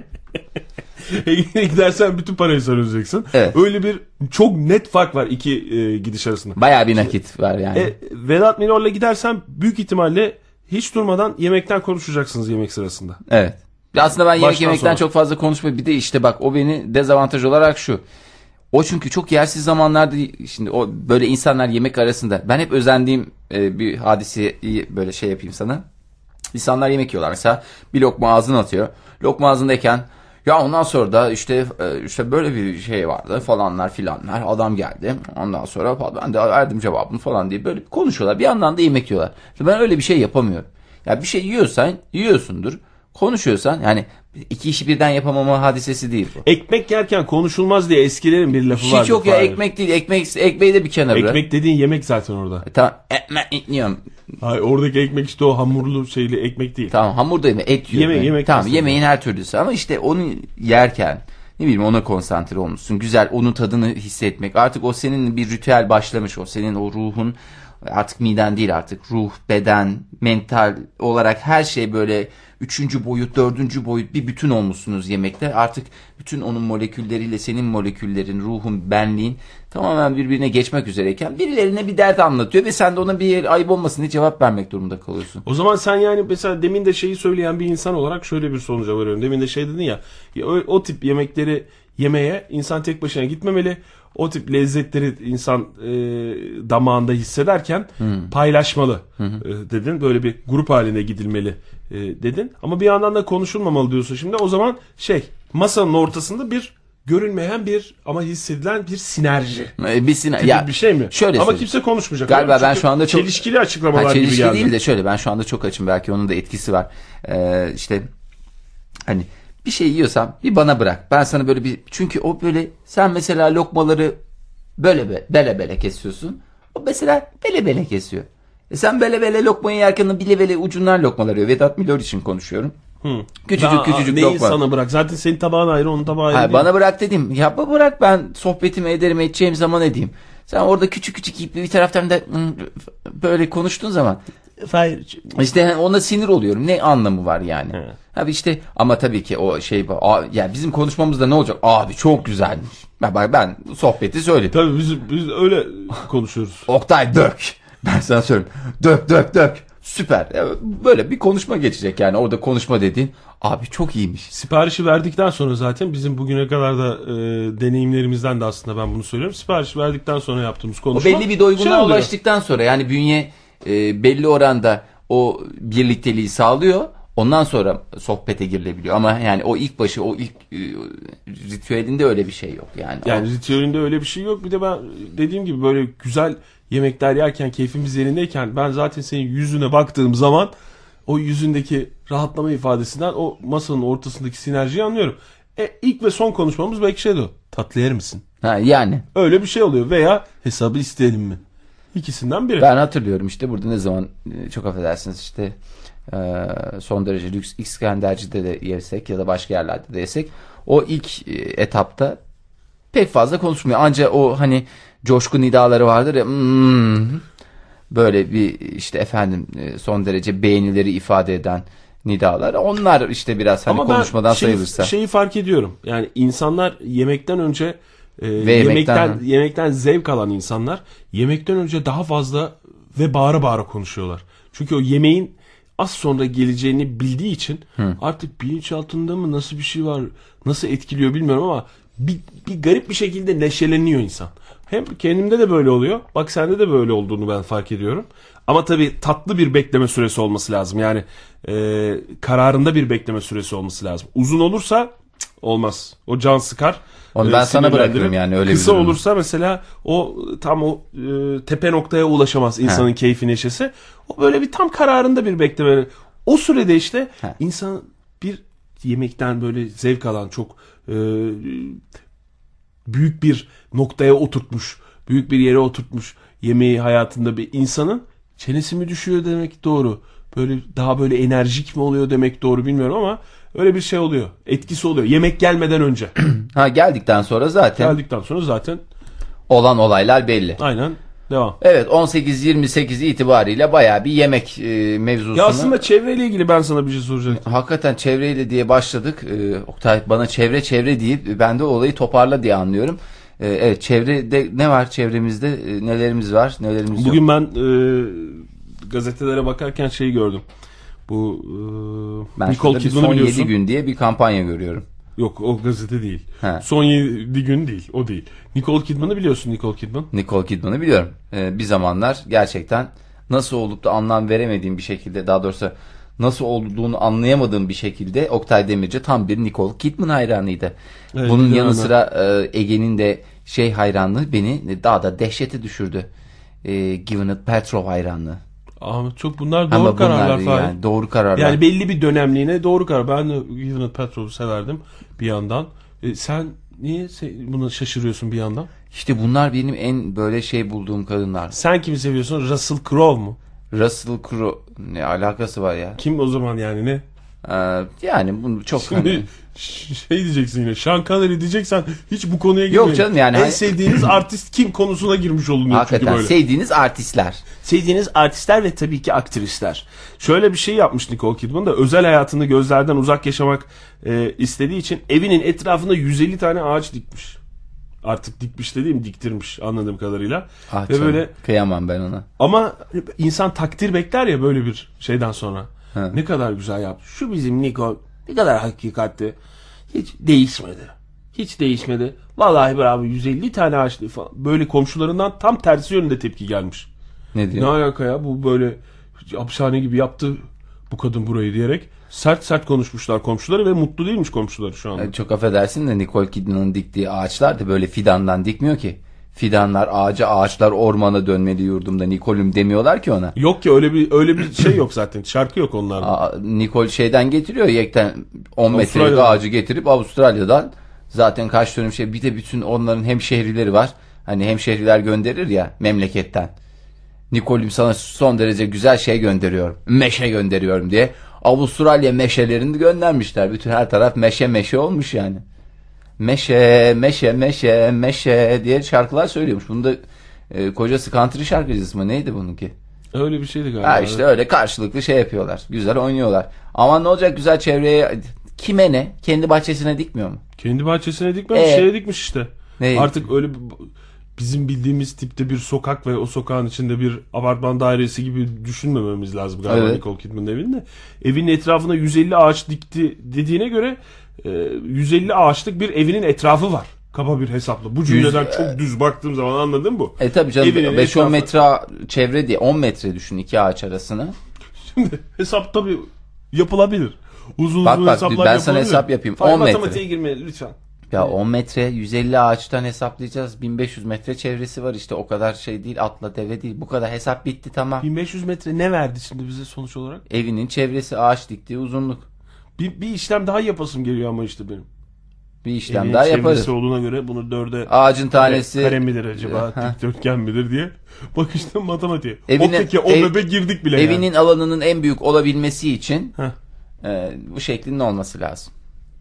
Speaker 2: Ege'ye gidersen bütün parayı sen ödeyeceksin. Evet. Öyle bir çok net fark var iki e, gidiş arasında.
Speaker 1: Bayağı bir nakit var yani.
Speaker 2: E, Vedat Milor'la gidersen büyük ihtimalle hiç durmadan yemekten konuşacaksınız yemek sırasında.
Speaker 1: Evet. Aslında ben yemek
Speaker 2: Baştan
Speaker 1: yemekten
Speaker 2: sonra.
Speaker 1: çok fazla konuşmuyorum. Bir de işte bak o beni dezavantaj olarak şu. O çünkü çok yersiz zamanlarda şimdi o böyle insanlar yemek arasında. Ben hep özendiğim e, bir hadiseyi böyle şey yapayım sana. İnsanlar yemek yiyorlar mesela, bir lokma ağzına atıyor. Lokma ağzındayken ya ondan sonra da işte işte böyle bir şey vardı falanlar filanlar, adam geldi. Ondan sonra ben de verdim cevabını falan diye böyle konuşuyorlar. Bir yandan da yemek yiyorlar. Ben öyle bir şey yapamıyorum. Ya bir şey yiyorsan yiyorsundur. Konuşuyorsan yani iki işi birden yapamama hadisesi değil bu.
Speaker 2: Ekmek yerken konuşulmaz diye eskilerin bir lafı var.
Speaker 1: Hiç yok ya, ekmek değil. Ekmek, ekmeği de bir kenara.
Speaker 2: Ekmek dediğin yemek zaten orada.
Speaker 1: E, tamam. Ekmek yiyorum.
Speaker 2: Hayır, oradaki ekmek işte o hamurlu şeyli ekmek değil.
Speaker 1: Tamam, hamur değil mi? Et yiyorum.
Speaker 2: Yemek, yemek
Speaker 1: tamam, yemeğin her türlüsü ama işte onu yerken ne bileyim ona konsantre olmuşsun. Güzel, onun tadını hissetmek. Artık o senin bir ritüel başlamış. O senin o ruhun, artık miden değil, artık ruh, beden, mental olarak her şey böyle üçüncü boyut, dördüncü boyut bir bütün olmuşsunuz yemekte. Artık bütün onun molekülleriyle senin moleküllerin, ruhun, benliğin tamamen birbirine geçmek üzereyken birilerine bir dert anlatıyor ve sen de ona bir ayıp olmasın diye cevap vermek durumunda kalıyorsun.
Speaker 2: O zaman sen yani mesela demin de şeyi söyleyen bir insan olarak şöyle bir sonuca varıyorum. Demin de şey dedin ya, ya o, o tip yemekleri yemeye insan tek başına gitmemeli. O tip lezzetleri insan e, damağında hissederken hmm. paylaşmalı hmm. e, dedin. Böyle bir grup halinde gidilmeli e, dedin. Ama bir yandan da konuşulmamalı diyorsun şimdi. O zaman şey, masanın ortasında bir görünmeyen bir ama hissedilen bir sinerji.
Speaker 1: E, bir sinerji. Ya,
Speaker 2: bir şey mi?
Speaker 1: Şöyle
Speaker 2: ama
Speaker 1: söyleyeyim.
Speaker 2: kimse konuşmayacak.
Speaker 1: Galiba ben şu anda çok
Speaker 2: çelişkili açıklamalar
Speaker 1: ha, çelişkili
Speaker 2: gibi geldi.
Speaker 1: Çelişkili değil de şöyle, ben şu anda çok açım, belki onun da etkisi var. Ee, işte hani bir şey yiyorsam bir bana bırak. Ben sana böyle bir, çünkü o böyle, sen mesela lokmaları böyle be, bele bele kesiyorsun. O mesela bele bele kesiyor. E sen bele bele lokmayı yerken bile bele ucundan lokmalar yiyor. Vedat Milor için konuşuyorum.
Speaker 2: Hı.
Speaker 1: Küçücük
Speaker 2: Daha,
Speaker 1: küçücük
Speaker 2: neyi
Speaker 1: lokma.
Speaker 2: Sana bırak. Zaten senin tabağın ayrı, onun tabağı ayrı.
Speaker 1: Hayır, bana bırak dedim. Yapma, bırak, ben sohbetimi ederim, edeceğim zaman edeyim. Sen orada küçük küçük yiyip bir taraftan da böyle konuştuğun zaman
Speaker 2: hayır,
Speaker 1: işte ona sinir oluyorum. Ne anlamı var yani? Evet. Abi işte ama tabii ki o şey, yani bizim konuşmamızda ne olacak? Abi çok güzelmiş. Ben, ben sohbeti söyledim.
Speaker 2: Tabii biz, biz öyle konuşuyoruz.
Speaker 1: Oktay dök. Ben sana söyleyeyim. Dök dök dök. Süper. Böyle bir konuşma geçecek yani. Orada konuşma dediğin abi çok iyiymiş.
Speaker 2: Siparişi verdikten sonra zaten bizim bugüne kadar da e, deneyimlerimizden de aslında ben bunu söylüyorum. Siparişi verdikten sonra yaptığımız konuşma.
Speaker 1: O belli bir doygunluğa şey ulaştıktan sonra yani bünye e, belli oranda o birlikteliği sağlıyor. Ondan sonra sohbete girilebiliyor. Ama yani o ilk başı, o ilk e, ritüelinde öyle bir şey yok yani.
Speaker 2: Yani
Speaker 1: o...
Speaker 2: ritüelinde öyle bir şey yok. Bir de ben dediğim gibi böyle güzel yemekler yerken, keyfimiz yerindeyken ben zaten senin yüzüne baktığım zaman o yüzündeki rahatlama ifadesinden o masanın ortasındaki sinerjiyi anlıyorum. E, ilk ve son konuşmamız belki şeydi o. Tatlı yer misin?
Speaker 1: Ha yani.
Speaker 2: Öyle bir şey oluyor veya hesabı isteyelim mi? İkisinden biri.
Speaker 1: Ben hatırlıyorum işte burada ne zaman, çok affedersiniz işte son derece lüks İskenderci'de de yesek ya da başka yerlerde de yesek, o ilk etapta pek fazla konuşmuyor. Ancak o hani coşku nidaları vardır ya, hmm, böyle bir işte efendim son derece beğenileri ifade eden nidalar. Onlar işte biraz hani
Speaker 2: ama
Speaker 1: konuşmadan
Speaker 2: şey,
Speaker 1: sayılırsa.
Speaker 2: Şeyi fark ediyorum. Yani insanlar yemekten önce e, ve yemekten yemekten, yemekten zevk alan insanlar yemekten önce daha fazla ve bağıra bağıra konuşuyorlar. Çünkü o yemeğin az sonra geleceğini bildiği için Hı. artık bilinçaltında mı nasıl bir şey var, nasıl etkiliyor bilmiyorum ama bir, bir garip bir şekilde neşeleniyor insan. Hem kendimde de böyle oluyor. Bak sende de böyle olduğunu ben fark ediyorum. Ama tabii tatlı bir bekleme süresi olması lazım. Yani e, kararında bir bekleme süresi olması lazım. Uzun olursa olmaz. O can sıkar.
Speaker 1: Onu ben sana bırakırım yani öyle
Speaker 2: Kısa
Speaker 1: bir durum.
Speaker 2: olursa mesela o tam o e, tepe noktaya ulaşamaz insanın He. keyfi neşesi. O böyle bir tam kararında bir bekleme. O sürede işte He. insan bir yemekten böyle zevk alan çok e, büyük bir noktaya oturtmuş, büyük bir yere oturtmuş yemeği hayatında bir insanın çenesi mi düşüyor demek doğru. Böyle daha böyle enerjik mi oluyor demek doğru bilmiyorum ama öyle bir şey oluyor. Etkisi oluyor. Yemek gelmeden önce.
Speaker 1: Ha geldikten sonra zaten.
Speaker 2: Geldikten sonra zaten.
Speaker 1: Olan olaylar belli.
Speaker 2: Aynen. Devam.
Speaker 1: Evet on sekiz yirmi sekiz itibariyle bayağı bir yemek e, mevzusunu.
Speaker 2: Ya aslında çevreyle ilgili ben sana bir şey soracaktım.
Speaker 1: Hakikaten çevreyle diye başladık. E, Oktay bana çevre çevre deyip ben de olayı toparla diye anlıyorum. E, evet çevrede ne var çevremizde e, nelerimiz var nelerimiz
Speaker 2: Bugün
Speaker 1: yok.
Speaker 2: ben e, gazetelere bakarken şeyi gördüm. Bu e,
Speaker 1: ben
Speaker 2: Nicole Kidman'ı biliyorsun.
Speaker 1: Son yedi gün diye bir kampanya görüyorum.
Speaker 2: Yok o gazete değil. He. Son yedi gün değil. O değil. Nicole Kidman'ı biliyorsun Nicole Kidman.
Speaker 1: Nicole Kidman'ı biliyorum. Ee, bir zamanlar gerçekten nasıl olup da anlam veremediğim bir şekilde daha doğrusu nasıl olduğunu anlayamadığım bir şekilde Oktay Demirci tam bir Nicole Kidman hayranıydı. Evet, bunun yanı sıra e, Ege'nin de şey hayranlığı beni daha da dehşete düşürdü. E, Gwyneth Paltrow hayranlığı.
Speaker 2: Ama çok bunlar doğru Ama kararlar
Speaker 1: bunlar yani, doğru kararlar.
Speaker 2: Yani belli bir dönemliğine doğru karar. Ben de Gwyneth Paltrow'u severdim bir yandan. E, sen niye buna şaşırıyorsun bir yandan?
Speaker 1: İşte bunlar benim en böyle şey bulduğum kadınlar.
Speaker 2: Sen kimi seviyorsun? Russell Crowe mu?
Speaker 1: Russell Crowe ne alakası var ya?
Speaker 2: Kim o zaman yani ne?
Speaker 1: Ee, yani bunu çok
Speaker 2: Şimdi
Speaker 1: hani...
Speaker 2: şey diyeceksin yine Sean Connery diyeceksen hiç bu konuya girmeyin.
Speaker 1: Yok canım yani.
Speaker 2: En
Speaker 1: hani...
Speaker 2: sevdiğiniz artist kim konusuna girmiş olunuyor.
Speaker 1: Hakikaten
Speaker 2: böyle.
Speaker 1: sevdiğiniz artistler.
Speaker 2: Sevdiğiniz artistler ve tabii ki aktrisler. Şöyle bir şey yapmış Nicole Kidman da özel hayatını gözlerden uzak yaşamak e, istediği için evinin etrafında yüz elli tane ağaç dikmiş. Artık dikmiş dediğim diktirmiş anladığım kadarıyla.
Speaker 1: Ah ve canım, böyle kıyamam ben ona.
Speaker 2: Ama insan takdir bekler ya böyle bir şeyden sonra. Ha. Ne kadar güzel yaptı. Şu bizim Nicole ne kadar hakikatli. Hiç değişmedi. Hiç değişmedi. Vallahi bravo yüz elli tane ağaç falan. Böyle komşularından tam tersi yönde tepki gelmiş.
Speaker 1: Ne diyor?
Speaker 2: Ne alaka ya bu böyle hapishane gibi yaptı bu kadın burayı diyerek sert sert konuşmuşlar komşuları ve mutlu değilmiş komşuları şu anda.
Speaker 1: Yani çok affedersin de Nicole Kidman'ın diktiği ağaçlar da böyle fidandan dikmiyor ki. Fidanlar ağaca, ağaçlar ormana dönmeli yurdumda Nicole'üm demiyorlar ki ona.
Speaker 2: Yok ki öyle bir öyle bir şey yok zaten. Şarkı yok onlarda.
Speaker 1: Aa, Nicole şeyden getiriyor yekten on metrelik ağacı getirip Avustralya'dan zaten kaç dönüm şey bir de bütün onların hemşehrileri var. Hani hemşehriler gönderir ya memleketten. Nicole'üm sana son derece güzel şey gönderiyorum. Meşe gönderiyorum diye. Avustralya meşelerini göndermişler. Bütün her taraf meşe meşe olmuş yani. Meşe, meşe, meşe, meşe diye şarkılar söylüyormuş. Bunu da e, kocası country şarkıcısı mı? Neydi bununki?
Speaker 2: Öyle bir şeydi galiba.
Speaker 1: Ha işte öyle karşılıklı şey yapıyorlar. Güzel oynuyorlar. Ama ne olacak güzel çevreye kime ne? Kendi bahçesine dikmiyor mu?
Speaker 2: Kendi bahçesine dikmiyor. Ee, şeye dikmiş işte.
Speaker 1: Ne?
Speaker 2: Artık öyle bizim bildiğimiz tipte bir sokak ve o sokağın içinde bir apartman dairesi gibi düşünmememiz lazım galiba evet. Nicole Kidman'ın evinde. Evinin etrafına yüz elli ağaç dikti dediğine göre yüz elli ağaçlık bir evinin etrafı var. Kaba bir hesapla. Bu cümleden yüz, çok düz baktığım zaman anladın mı?
Speaker 1: E tabii canım beş on metre çevre diye on metre düşün iki ağaç arasını.
Speaker 2: Şimdi hesap tabii yapılabilir. Uzun
Speaker 1: bak,
Speaker 2: uzun
Speaker 1: bak,
Speaker 2: hesaplar
Speaker 1: ben
Speaker 2: yapılabilir.
Speaker 1: sana hesap yapayım.
Speaker 2: Fay,
Speaker 1: on metre.
Speaker 2: Matematiğe girme lütfen.
Speaker 1: Ya on metre yüz elli ağaçtan hesaplayacağız. bin beş yüz metre çevresi var işte o kadar şey değil atla deve değil. Bu kadar hesap bitti tamam.
Speaker 2: bin beş yüz metre ne verdi şimdi bize sonuç olarak?
Speaker 1: Evinin çevresi ağaç diktiği uzunluk.
Speaker 2: Bir, bir işlem daha yapasım geliyor ama işte benim.
Speaker 1: Bir işlem Evinin daha yaparız.
Speaker 2: Çevresi olduğuna göre bunu dörde
Speaker 1: ağacın tanesi
Speaker 2: kare, kare midir acaba dikdörtgen midir diye bakıştım matematiğe.
Speaker 1: Evine,
Speaker 2: o peki o ev, bebe girdik bile
Speaker 1: evinin
Speaker 2: yani.
Speaker 1: alanının en büyük olabilmesi için e, bu şeklinin olması lazım.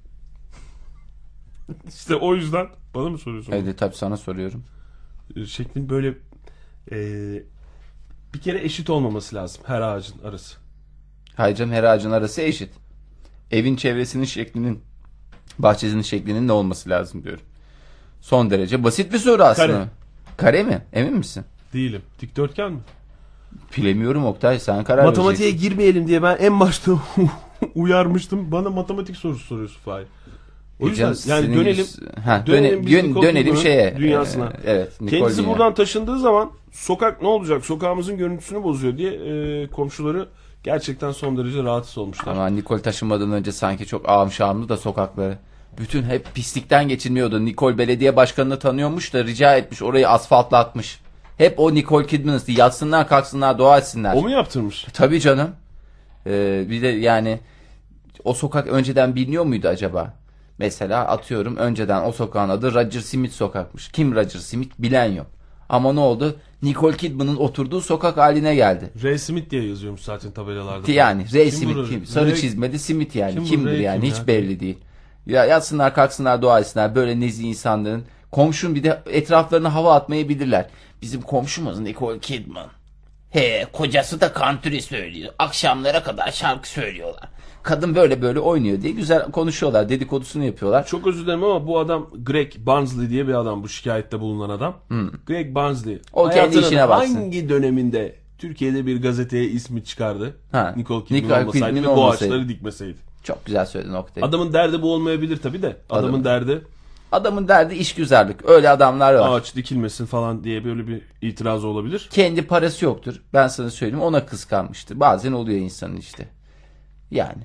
Speaker 2: İşte o yüzden bana mı soruyorsun?
Speaker 1: Evet tabii sana soruyorum.
Speaker 2: Şeklin böyle e, bir kere eşit olmaması lazım her ağacın arası.
Speaker 1: Hayır canım her ağacın arası eşit. Evin çevresinin şeklinin bahçesinin şeklinin ne olması lazım diyorum. Son derece basit bir soru aslında. Kare. Kare mi? Emin misin?
Speaker 2: Değilim. Dikdörtgen mi?
Speaker 1: Bilemiyorum Oktay sen karar vereceksin.
Speaker 2: Matematiğe girmeyelim diye ben en başta uyarmıştım. Bana matematik sorusu soruyorsun Fahir. O yüzden yani dönelim
Speaker 1: ha, dönelim, dönelim, dönelim şeye
Speaker 2: dünyasına.
Speaker 1: E, evet.
Speaker 2: Kendisi
Speaker 1: dünya.
Speaker 2: buradan taşındığı zaman sokak ne olacak? Sokağımızın görüntüsünü bozuyor diye e, komşuları gerçekten son derece rahatsız olmuşlar.
Speaker 1: Ama Nicole taşınmadan önce sanki çok ağım şağımlı da sokakları. Bütün hep pislikten geçilmiyordu. Nicole belediye başkanını tanıyormuş da rica etmiş, orayı asfaltlatmış. Hep o Nicole Kidman'ı, yatsınlar kalksınlar dua etsinler.
Speaker 2: O mu yaptırmış?
Speaker 1: Tabii canım. Ee, bir de yani o sokak önceden biliniyor muydu acaba? Mesela atıyorum, önceden o sokağın adı Roger Smith sokakmış. Kim Roger Smith bilen yok. Ama ne oldu? Nicole Kidman'ın oturduğu sokak haline geldi.
Speaker 2: Ray Smith diye yazıyormuş zaten tabelalarda.
Speaker 1: Yani Ray Smith kim? kim? Sarı Ray... çizmeli Smith yani. Kim Kimdir Ray yani? Kim hiç ya? Belli değil. Ya yatsınlar kalksınlar dua etsinler. Böyle nezih insanların. Komşun bir de etraflarına hava atmayı bilirler. Bizim komşumuz Nicole Kidman. He, kocası da country söylüyor. Akşamlara kadar şarkı söylüyorlar. Kadın böyle böyle oynuyor diye güzel konuşuyorlar. Dedikodusunu yapıyorlar.
Speaker 2: Çok özür dilerim ama bu adam Greg Barnsley diye bir adam, bu şikayette bulunan adam. Hmm. Greg Barnsley. O kendi işine baksın. Hangi döneminde Türkiye'de bir gazeteye ismi çıkardı? Ha. Nicole Kidman Nicole olmasaydı Kidman ve bu ağaçları dikmeseydi.
Speaker 1: Çok güzel söyledin Oktay.
Speaker 2: Adamın derdi bu olmayabilir tabii de. Adamın, Adamın derdi...
Speaker 1: Adamın derdi işgüzarlık. Öyle adamlar var.
Speaker 2: Ağaç dikilmesin falan diye böyle bir itirazı olabilir.
Speaker 1: Kendi parası yoktur. Ben sana söyleyeyim, ona kıskanmıştır. Bazen oluyor insanın işte. Yani.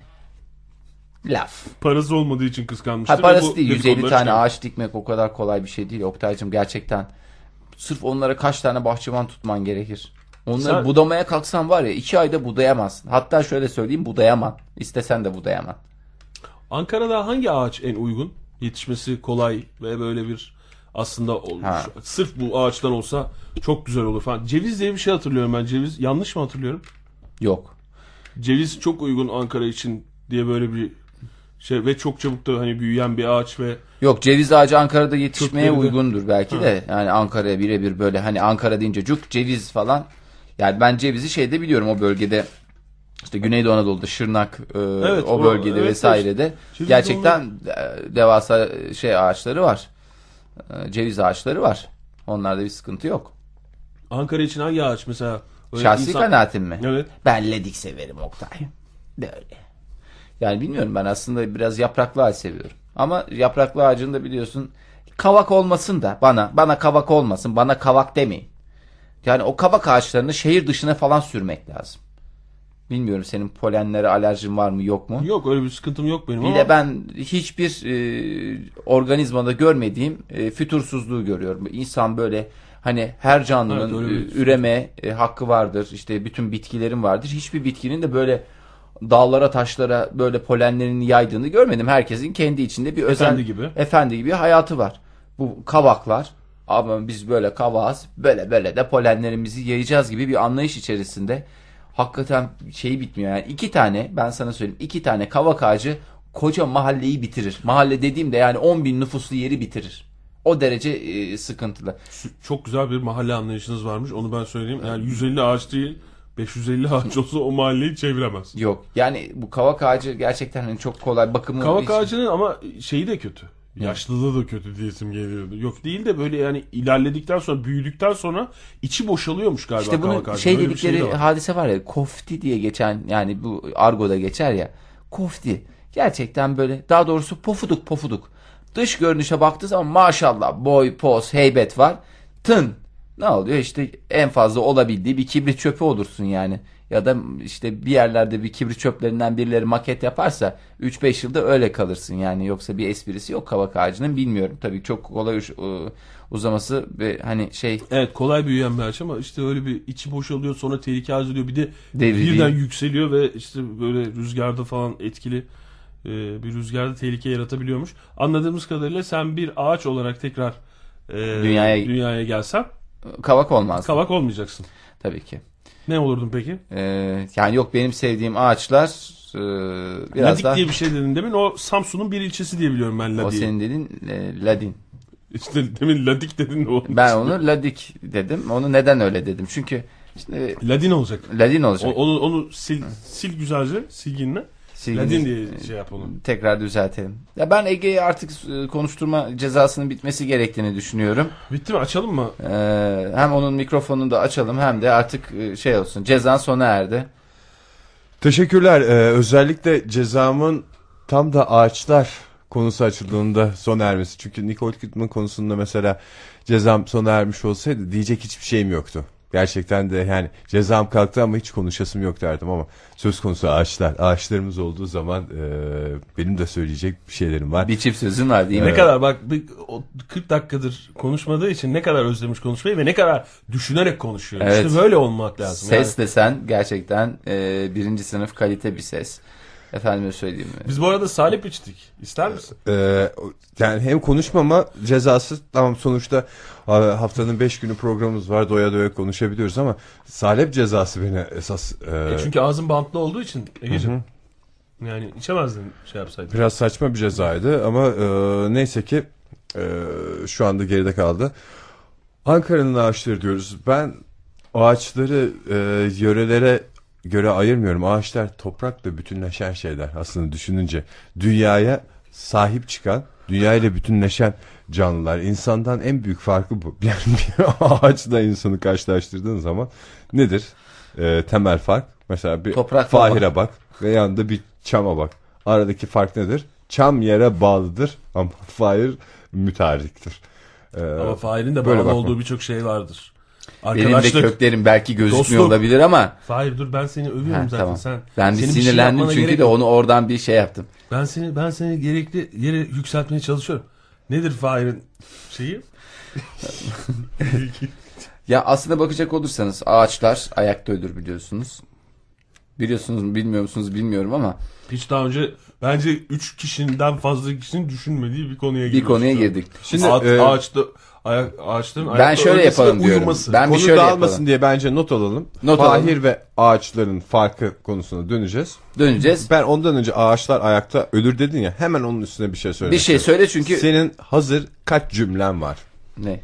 Speaker 1: Laf.
Speaker 2: Parası olmadığı için kıskanmıştır.
Speaker 1: Ha, parası değil. yüz elli tane çıkar. Ağaç dikmek o kadar kolay bir şey değil Oktay'cığım. Gerçekten. Sırf onlara kaç tane bahçıvan tutman gerekir. Onları Sen... budamaya kalksan var ya, iki ayda budayamazsın. Hatta şöyle söyleyeyim, budayamam. İstesen de budayamam.
Speaker 2: Ankara'da hangi ağaç en uygun? Yetişmesi kolay ve böyle bir aslında ha. sırf bu ağaçtan olsa çok güzel olur falan. Ceviz diye bir şey hatırlıyorum ben. Ceviz yanlış mı hatırlıyorum?
Speaker 1: Yok.
Speaker 2: Ceviz çok uygun Ankara için diye böyle bir şey ve çok çabuk da hani büyüyen bir ağaç ve
Speaker 1: yok, ceviz ağacı Ankara'da yetişmeye Türkleri uygundur belki ha. de. Yani Ankara'ya birebir böyle hani Ankara deyince cuk ceviz falan. Yani ben cevizi şeyde biliyorum, o bölgede. İşte Güneydoğu Anadolu'da Şırnak e, evet, o bölgede o, evet, vesairede evet. Gerçekten onlar... devasa şey ağaçları var. E, ceviz ağaçları var. Onlarda bir sıkıntı yok.
Speaker 2: Ankara için hangi ağaç mesela?
Speaker 1: Şahsi insan... kanaatim mi?
Speaker 2: Evet.
Speaker 1: Ben ledik severim Oktay. Böyle. Yani bilmiyorum, ben aslında biraz yapraklı ağaç seviyorum. Ama yapraklı ağacın da biliyorsun kavak olmasın da bana bana kavak olmasın. Bana kavak demeyin. Yani o kavak ağaçlarını şehir dışına falan sürmek lazım. Bilmiyorum, senin polenlere alerjin var mı yok mu?
Speaker 2: Yok, öyle bir sıkıntım yok benim.
Speaker 1: Bir
Speaker 2: ama...
Speaker 1: de ben hiçbir e, organizmada görmediğim e, fütursuzluğu görüyorum. İnsan böyle hani her canlının evet, e, üreme e, hakkı vardır. İşte bütün bitkilerin vardır. Hiçbir bitkinin de böyle dağlara taşlara böyle polenlerini yaydığını görmedim. Herkesin kendi içinde bir özel
Speaker 2: efendi gibi,
Speaker 1: efendi gibi hayatı var. Bu kavaklar, ama biz böyle kavağız, böyle böyle de polenlerimizi yayacağız gibi bir anlayış içerisinde. Hakikaten şeyi bitmiyor yani. İki tane, ben sana söyleyeyim, iki tane kavak ağacı koca mahalleyi bitirir. Mahalle dediğimde yani on bin nüfuslu yeri bitirir. O derece e, sıkıntılı.
Speaker 2: Çok güzel bir mahalle anlayışınız varmış, onu ben söyleyeyim. Yani yüz elli ağaç değil, beş yüz elli ağaç olsa o mahalleyi çeviremez.
Speaker 1: Yok yani bu kavak ağacı gerçekten hani çok kolay bakımı.
Speaker 2: Kavak ağacının ama şeyi de kötü. Yaşlılığı da kötü diyesim geliyordu. Yok değil de böyle yani ilerledikten sonra, büyüdükten sonra içi boşalıyormuş galiba.
Speaker 1: İşte bunun şey dedikleri şey var. Hadise var ya, kofti diye geçen, yani bu argoda geçer ya, kofti. Gerçekten böyle, daha doğrusu pofuduk pofuduk. Dış görünüşe baktığı zaman maşallah boy, poz, heybet var. Tın. Ne oluyor? İşte en fazla olabildiği bir kibrit çöpü olursun yani. Ya da işte bir yerlerde bir kibrit çöplerinden birileri maket yaparsa üç beş yılda öyle kalırsın yani. Yoksa bir esprisi yok kavak ağacının, bilmiyorum. Tabii çok kolay uzaması ve hani şey.
Speaker 2: Evet, kolay büyüyen bir ağaç ama işte öyle bir içi boşalıyor, sonra tehlike arz ediyor. Bir de Devri birden değil. Yükseliyor ve işte böyle rüzgarda falan etkili bir rüzgarda tehlike yaratabiliyormuş. Anladığımız kadarıyla sen bir ağaç olarak tekrar e, dünyaya, dünyaya gelsen
Speaker 1: kavak olmaz.
Speaker 2: Kavak olmayacaksın.
Speaker 1: Tabii ki.
Speaker 2: Ne olurdun peki?
Speaker 1: Ee, yani yok, benim sevdiğim ağaçlar e, biraz
Speaker 2: Ladik
Speaker 1: daha...
Speaker 2: diye bir şey dedin demin. O Samsun'un bir ilçesi diye biliyorum ben Ladik'i.
Speaker 1: O senin dedin e, Ladin.
Speaker 2: İşte demin Ladik dedin. O
Speaker 1: ben onu Ladik dedim. Onu neden öyle dedim? Çünkü işte,
Speaker 2: Ladin olacak.
Speaker 1: Ladin olacak.
Speaker 2: O, onu onu sil, sil güzelce silginle. Silgin, Ladin diye şey yap onu.
Speaker 1: Tekrar düzeltelim. Ya ben Ege'ye artık konuşturma cezasının bitmesi gerektiğini düşünüyorum.
Speaker 2: Bitti mi? Açalım mı?
Speaker 1: Ee, hem onun mikrofonunu da açalım, hem de artık şey olsun. Cezan sona erdi.
Speaker 3: Teşekkürler. Ee, özellikle cezamın tam da ağaçlar konusu açıldığında sona ermesi. Çünkü Nicole Kidman konusunda mesela cezam sona ermiş olsaydı diyecek hiçbir şeyim yoktu. Gerçekten de yani cezam kalktı ama hiç konuşasım yok derdim ama söz konusu ağaçlar. Ağaçlarımız olduğu zaman e, benim de söyleyecek bir şeylerim var.
Speaker 1: Bir çift sözün var değil mi?
Speaker 2: Ne kadar bak kırk dakikadır konuşmadığı için ne kadar özlemiş konuşmayı ve ne kadar düşünerek konuşuyor. Evet. İşte böyle olmak lazım.
Speaker 1: Ses
Speaker 2: yani.
Speaker 1: desen gerçekten e, birinci sınıf kalite bir ses. Efendime söyleyeyim mi?
Speaker 2: Biz bu arada salep içtik. İster misin?
Speaker 3: Ee, yani hem konuşmama cezası tamam sonuçta haftanın beş günü programımız var. Doya doya konuşabiliyoruz ama salep cezası beni esas... E...
Speaker 2: E çünkü ağzın bantlı olduğu için Ege'ciğim. Yani içemezdin şey yapsaydın.
Speaker 3: Biraz saçma bir cezaydı ama e, neyse ki e, şu anda geride kaldı. Ankara'nın ağaçları diyoruz. Ben ağaçları e, yörelere göre ayırmıyorum. Ağaçlar toprakla bütünleşen şeyler aslında düşününce. Dünyaya sahip çıkan, dünyayla bütünleşen canlılar. İnsandan en büyük farkı bu. Yani bir ağaçla insanı karşılaştırdığın zaman nedir? E, temel fark. Mesela bir
Speaker 1: toprak
Speaker 3: Fahir'e bak ve yanında bir çama bak. Aradaki fark nedir? Çam yere bağlıdır ama Fahir mütariktir.
Speaker 2: Ee, ama Fahir'in de bağlı olduğu birçok şey vardır.
Speaker 1: Benim de köklerim belki gözükmüyor dostluk. Olabilir ama.
Speaker 2: Fahir dur ben seni övüyorum ha, zaten tamam. Sen.
Speaker 1: Ben bir sinirlendim bir şey çünkü de onu oradan bir şey yaptım.
Speaker 2: Ben seni ben seni gerekli yere yükseltmeye çalışıyorum. Nedir Fahir'in şeyi?
Speaker 1: Ya aslında bakacak olursanız ağaçlar ayakta ölür biliyorsunuz. Biliyorsunuz mu bilmiyor musunuz bilmiyorum ama.
Speaker 2: Hiç daha önce bence üç kişiden fazla kişinin düşünmediği bir konuya girdik.
Speaker 1: Bir konuya girdik.
Speaker 2: Şimdi Ağaç, e, ağaçta ayak, ağaçların
Speaker 1: ben şöyle yapalım diyorum. Uyuması. Ben
Speaker 3: Konu
Speaker 1: bir şöyle
Speaker 3: dağılmasın
Speaker 1: yapalım.
Speaker 3: diye bence not alalım.
Speaker 1: Not
Speaker 3: Fahir
Speaker 1: alalım.
Speaker 3: ve ağaçların farkı konusuna döneceğiz.
Speaker 1: Döneceğiz.
Speaker 3: Ben ondan önce ağaçlar ayakta ölür dedin ya hemen onun üstüne bir şey söyle.
Speaker 1: Bir şey söyle çünkü.
Speaker 3: Senin hazır kaç cümlen var?
Speaker 1: Ne?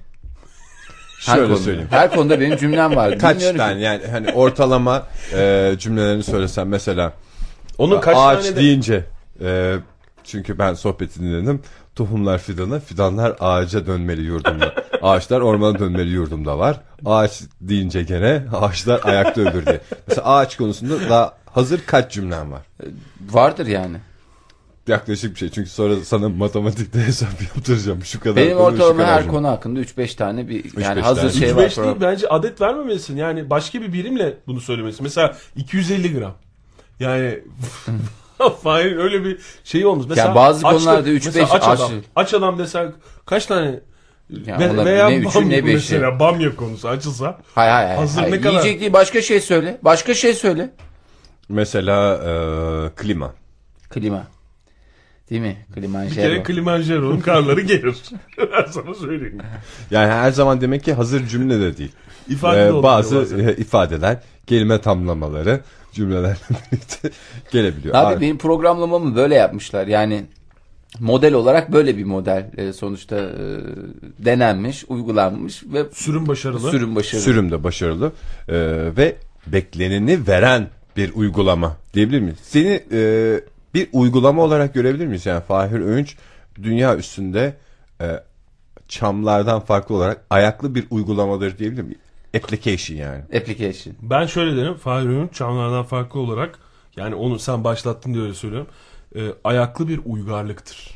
Speaker 3: Şöyle
Speaker 1: konuda.
Speaker 3: söyleyeyim.
Speaker 1: Her konuda benim cümlem var.
Speaker 3: Kaç tane ki. Yani hani ortalama e, cümlelerini söylesen mesela.
Speaker 2: Onun kaç
Speaker 3: ağaç
Speaker 2: tane de...
Speaker 3: deyince e, çünkü ben sohbetini dinledim. Tohumlar fidana, fidanlar ağaca dönmeli yurdumda. Ağaçlar ormana dönmeli yurdumda var. Ağaç deyince gene ağaçlar ayakta ölür diye. Mesela ağaç konusunda daha hazır kaç cümlen var?
Speaker 1: Vardır yani.
Speaker 3: Yaklaşık bir şey. Çünkü sonra sana matematikte hesap yaptıracağım. Şu kadar.
Speaker 1: Benim ortalama her konu hakkında üç beş tane bir üç yani hazır tane. şey var.
Speaker 2: üç beş değil bence adet vermemelisin. Yani başka bir birimle bunu söylemelisin. Mesela iki yüz elli gram. Yani Fahir öyle bir şey olmuş. Mesela
Speaker 1: yani bazı açlı, konularda üç beş
Speaker 2: aç adam. Aç adam desen kaç tane
Speaker 1: yani
Speaker 2: ve, veya
Speaker 1: ne üçü ne beşi.
Speaker 2: Mesela bamya konusu açılsa.
Speaker 1: Hayır hayır.
Speaker 2: Hazır
Speaker 1: hayır.
Speaker 2: ne kadar?
Speaker 1: Yiyecek değil başka şey söyle. Başka şey söyle.
Speaker 3: Mesela e, klima.
Speaker 1: Klima. Değil mi? Kilimanjaro.
Speaker 2: Bir kere Kilimanjaro'nun karları gelir. Ben sana söyleyeyim.
Speaker 3: Yani her zaman demek ki hazır cümle de değil.
Speaker 2: İfade
Speaker 3: ee, bazı e, ifadeler, kelime tamlamaları cümlelerle birlikte gelebiliyor.
Speaker 1: Abi, Abi benim programlamamı böyle yapmışlar. Yani model olarak böyle bir model e, sonuçta e, denenmiş, uygulanmış ve
Speaker 2: sürüm başarılı.
Speaker 1: Sürüm başarılı.
Speaker 3: Sürüm de başarılı ee, ve bekleneni veren bir uygulama diyebilir miyiz? Seni e, bir uygulama olarak görebilir miyiz? Yani Fahir Öğünç dünya üstünde e, çamlardan farklı olarak ayaklı bir uygulamadır diyebilir miyim? Application yani.
Speaker 1: Application.
Speaker 2: Ben şöyle derim. Fahir Öğünç çamlardan farklı olarak yani onu sen başlattın diye öyle söylüyorum. E, ayaklı bir uygarlıktır.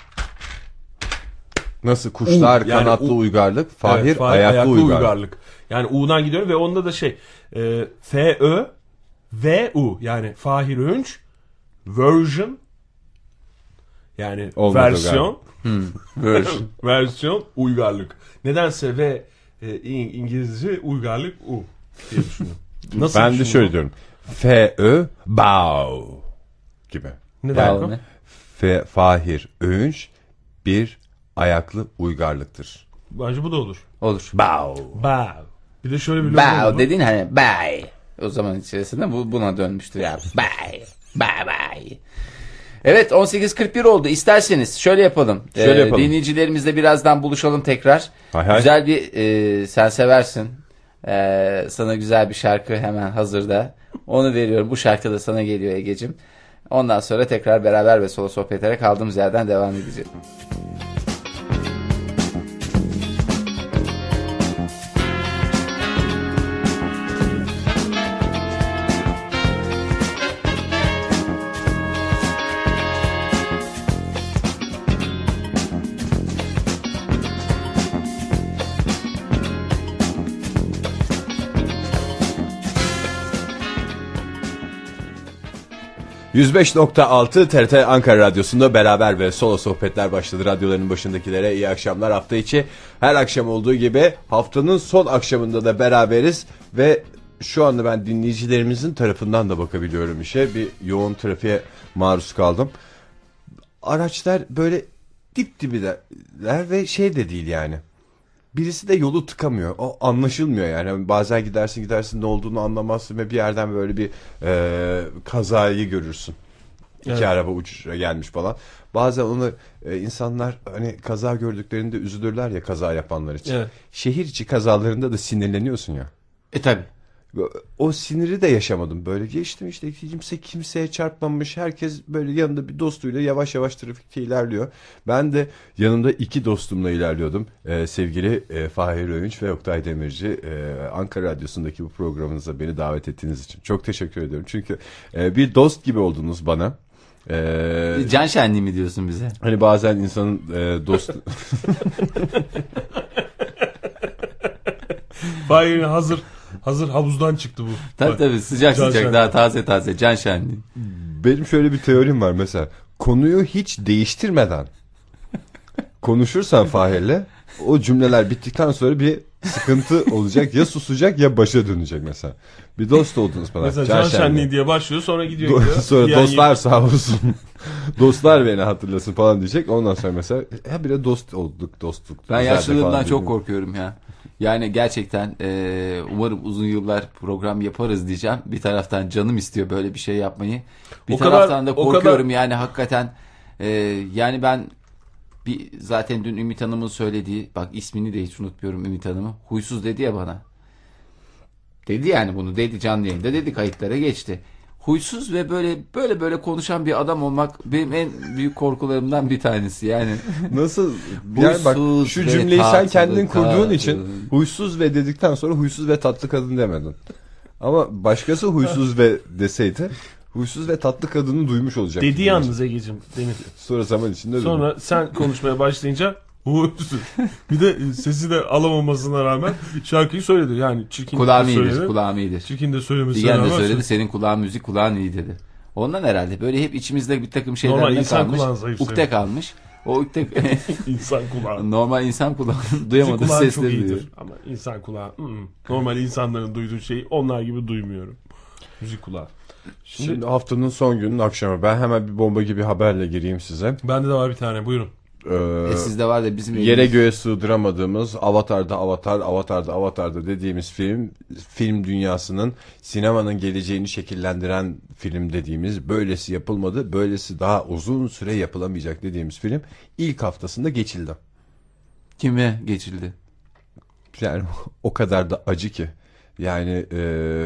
Speaker 3: Nasıl kuşlar U, yani kanatlı U, uygarlık, Fahir, evet, Fahir ayaklı, ayaklı uygarlık. uygarlık.
Speaker 2: Yani U'dan gidiyorum ve onda da şey e, F Ö V U yani Fahir Öğünç version yani olmadı versiyon
Speaker 1: hmm, version.
Speaker 2: versiyon uygarlık. Nedense ve e, İngilizce uygarlık U diye düşünüyorum.
Speaker 3: Nasıl ben de şöyle diyorum. F Ö bow gibi.
Speaker 2: Ne yani,
Speaker 3: F Fahir Öğünç bir ayaklı uygarlıktır.
Speaker 2: Bence bu da olur.
Speaker 1: Olur.
Speaker 2: Bow. Bow. Bir de şöyle bir
Speaker 1: bow dediğin hani bye. O zaman içerisinde bu buna dönmüştür ya. Bye. Bye bye. Evet on sekiz kırk bir oldu. İsterseniz şöyle yapalım.
Speaker 3: Şöyle
Speaker 1: ee,
Speaker 3: yapalım.
Speaker 1: Dinleyicilerimizle birazdan buluşalım tekrar.
Speaker 3: Hay hay.
Speaker 1: Güzel bir e, sen seversin. Ee, sana güzel bir şarkı hemen hazırda. Onu veriyorum. Bu şarkı da sana geliyor Egeciğim. Ondan sonra tekrar beraber ve solo sohbetlere kaldığımız yerden devam edeceğiz.
Speaker 3: yüz beş nokta altı T R T Ankara Radyosu'nda beraber ve solo sohbetler başladı. Radyoların başındakilere iyi akşamlar. Hafta içi her akşam olduğu gibi haftanın son akşamında da beraberiz ve şu anda ben dinleyicilerimizin tarafından da bakabiliyorum işe. Bir yoğun trafiğe maruz kaldım. Araçlar böyle dip dibiler ve şey de değil yani. Birisi de yolu tıkamıyor. O anlaşılmıyor yani. Bazen gidersin gidersin ne olduğunu anlamazsın ve bir yerden böyle bir e, kazayı görürsün. İki evet. araba uçuşa gelmiş falan. Bazen onu e, insanlar hani kaza gördüklerinde üzülürler ya kaza yapanlar için. Evet. Şehir içi kazalarında da sinirleniyorsun ya.
Speaker 1: E tabi.
Speaker 3: O siniri de yaşamadım. Böyle geçtim işte kimse kimseye çarpmamış. Herkes böyle yanında bir dostuyla yavaş yavaş trafikte ilerliyor. Ben de yanımda iki dostumla ilerliyordum. Ee, sevgili e, Fahir Öğünç ve Oktay Demirci. E, Ankara Radyosu'ndaki bu programınıza beni davet ettiğiniz için çok teşekkür ediyorum. Çünkü e, bir dost gibi oldunuz bana.
Speaker 1: Ee, Can şenliği mi diyorsun bize?
Speaker 3: Hani bazen insanın e, dost...
Speaker 2: Fahir'in hazır... Hazır havuzdan çıktı bu.
Speaker 1: Tabii tabii sıcak can sıcak şenliği. Daha taze taze can şenliği.
Speaker 3: Benim şöyle bir teorim var mesela. Konuyu hiç değiştirmeden konuşursan Fahir'le o cümleler bittikten sonra bir sıkıntı olacak. Ya susacak ya başa dönecek mesela. Bir dost oldunuz bana.
Speaker 2: Mesela can, can şenliği. şenliği diye başlıyor sonra gidiyor. gidiyor.
Speaker 3: Sonra yani dostlar sağ olsun. Dostlar beni hatırlasın falan diyecek. Ondan sonra mesela ha bir de dost olduk dostluk.
Speaker 1: Ben yaşlılığımdan çok korkuyorum ya. Yani gerçekten e, umarım uzun yıllar program yaparız diyeceğim. Bir taraftan canım istiyor böyle bir şey yapmayı. Bir o taraftan kadar, da korkuyorum kadar... yani hakikaten. E, yani ben bir zaten dün Ümit Hanım'ın söylediği, bak ismini de hiç unutmuyorum Ümit Hanım'ı. Huysuz dedi ya bana. Dedi yani bunu dedi canlı yayında dedi kayıtlara geçti. Huysuz ve böyle böyle böyle konuşan bir adam olmak benim en büyük korkularımdan bir tanesi yani.
Speaker 3: Nasıl? Yani bak şu cümleyi sen kendin kurduğun tatlı. için huysuz ve dedikten sonra huysuz ve tatlı kadın demedin. Ama başkası huysuz ve deseydi huysuz ve tatlı kadını duymuş olacak.
Speaker 2: Dedi yalnız Ege'cim.
Speaker 3: Sonra zaman içinde
Speaker 2: sonra dedim. Sen konuşmaya başlayınca huysuz. Bir de sesi de alamamasına rağmen şarkıyı söyledi. Yani çirkin
Speaker 1: kulağım de söyledi. Kulağım iyidir.
Speaker 2: Çirkin de söylemesine rağmen.
Speaker 1: Diyen de söyledi. Senin kulağın müzik kulağın iyi dedi. Ondan herhalde böyle hep içimizde bir takım şeyler ne kalmış. Ukde kalmış. O ukde
Speaker 2: insan kulağı.
Speaker 1: Normal insan kulağı duyamadığı sesleri duyuyor.
Speaker 2: Ama insan kulağı ı-ı. normal insanların duyduğu şeyi onlar gibi duymuyorum. Müzik kulağı.
Speaker 3: Şimdi, Şimdi haftanın son günün akşamı. Ben hemen bir bomba gibi haberle gireyim size.
Speaker 2: Bende de var bir tane. Buyurun.
Speaker 1: Ee, e sizde var da bizim
Speaker 3: yere göğe sığdıramadığımız Avatar'da Avatar, Avatar'da Avatar'da dediğimiz film, film dünyasının sinemanın geleceğini şekillendiren film dediğimiz, böylesi yapılmadı, böylesi daha uzun süre yapılamayacak dediğimiz film ilk haftasında geçildi.
Speaker 1: Kime geçildi?
Speaker 3: Yani o kadar da acı ki. Yani e,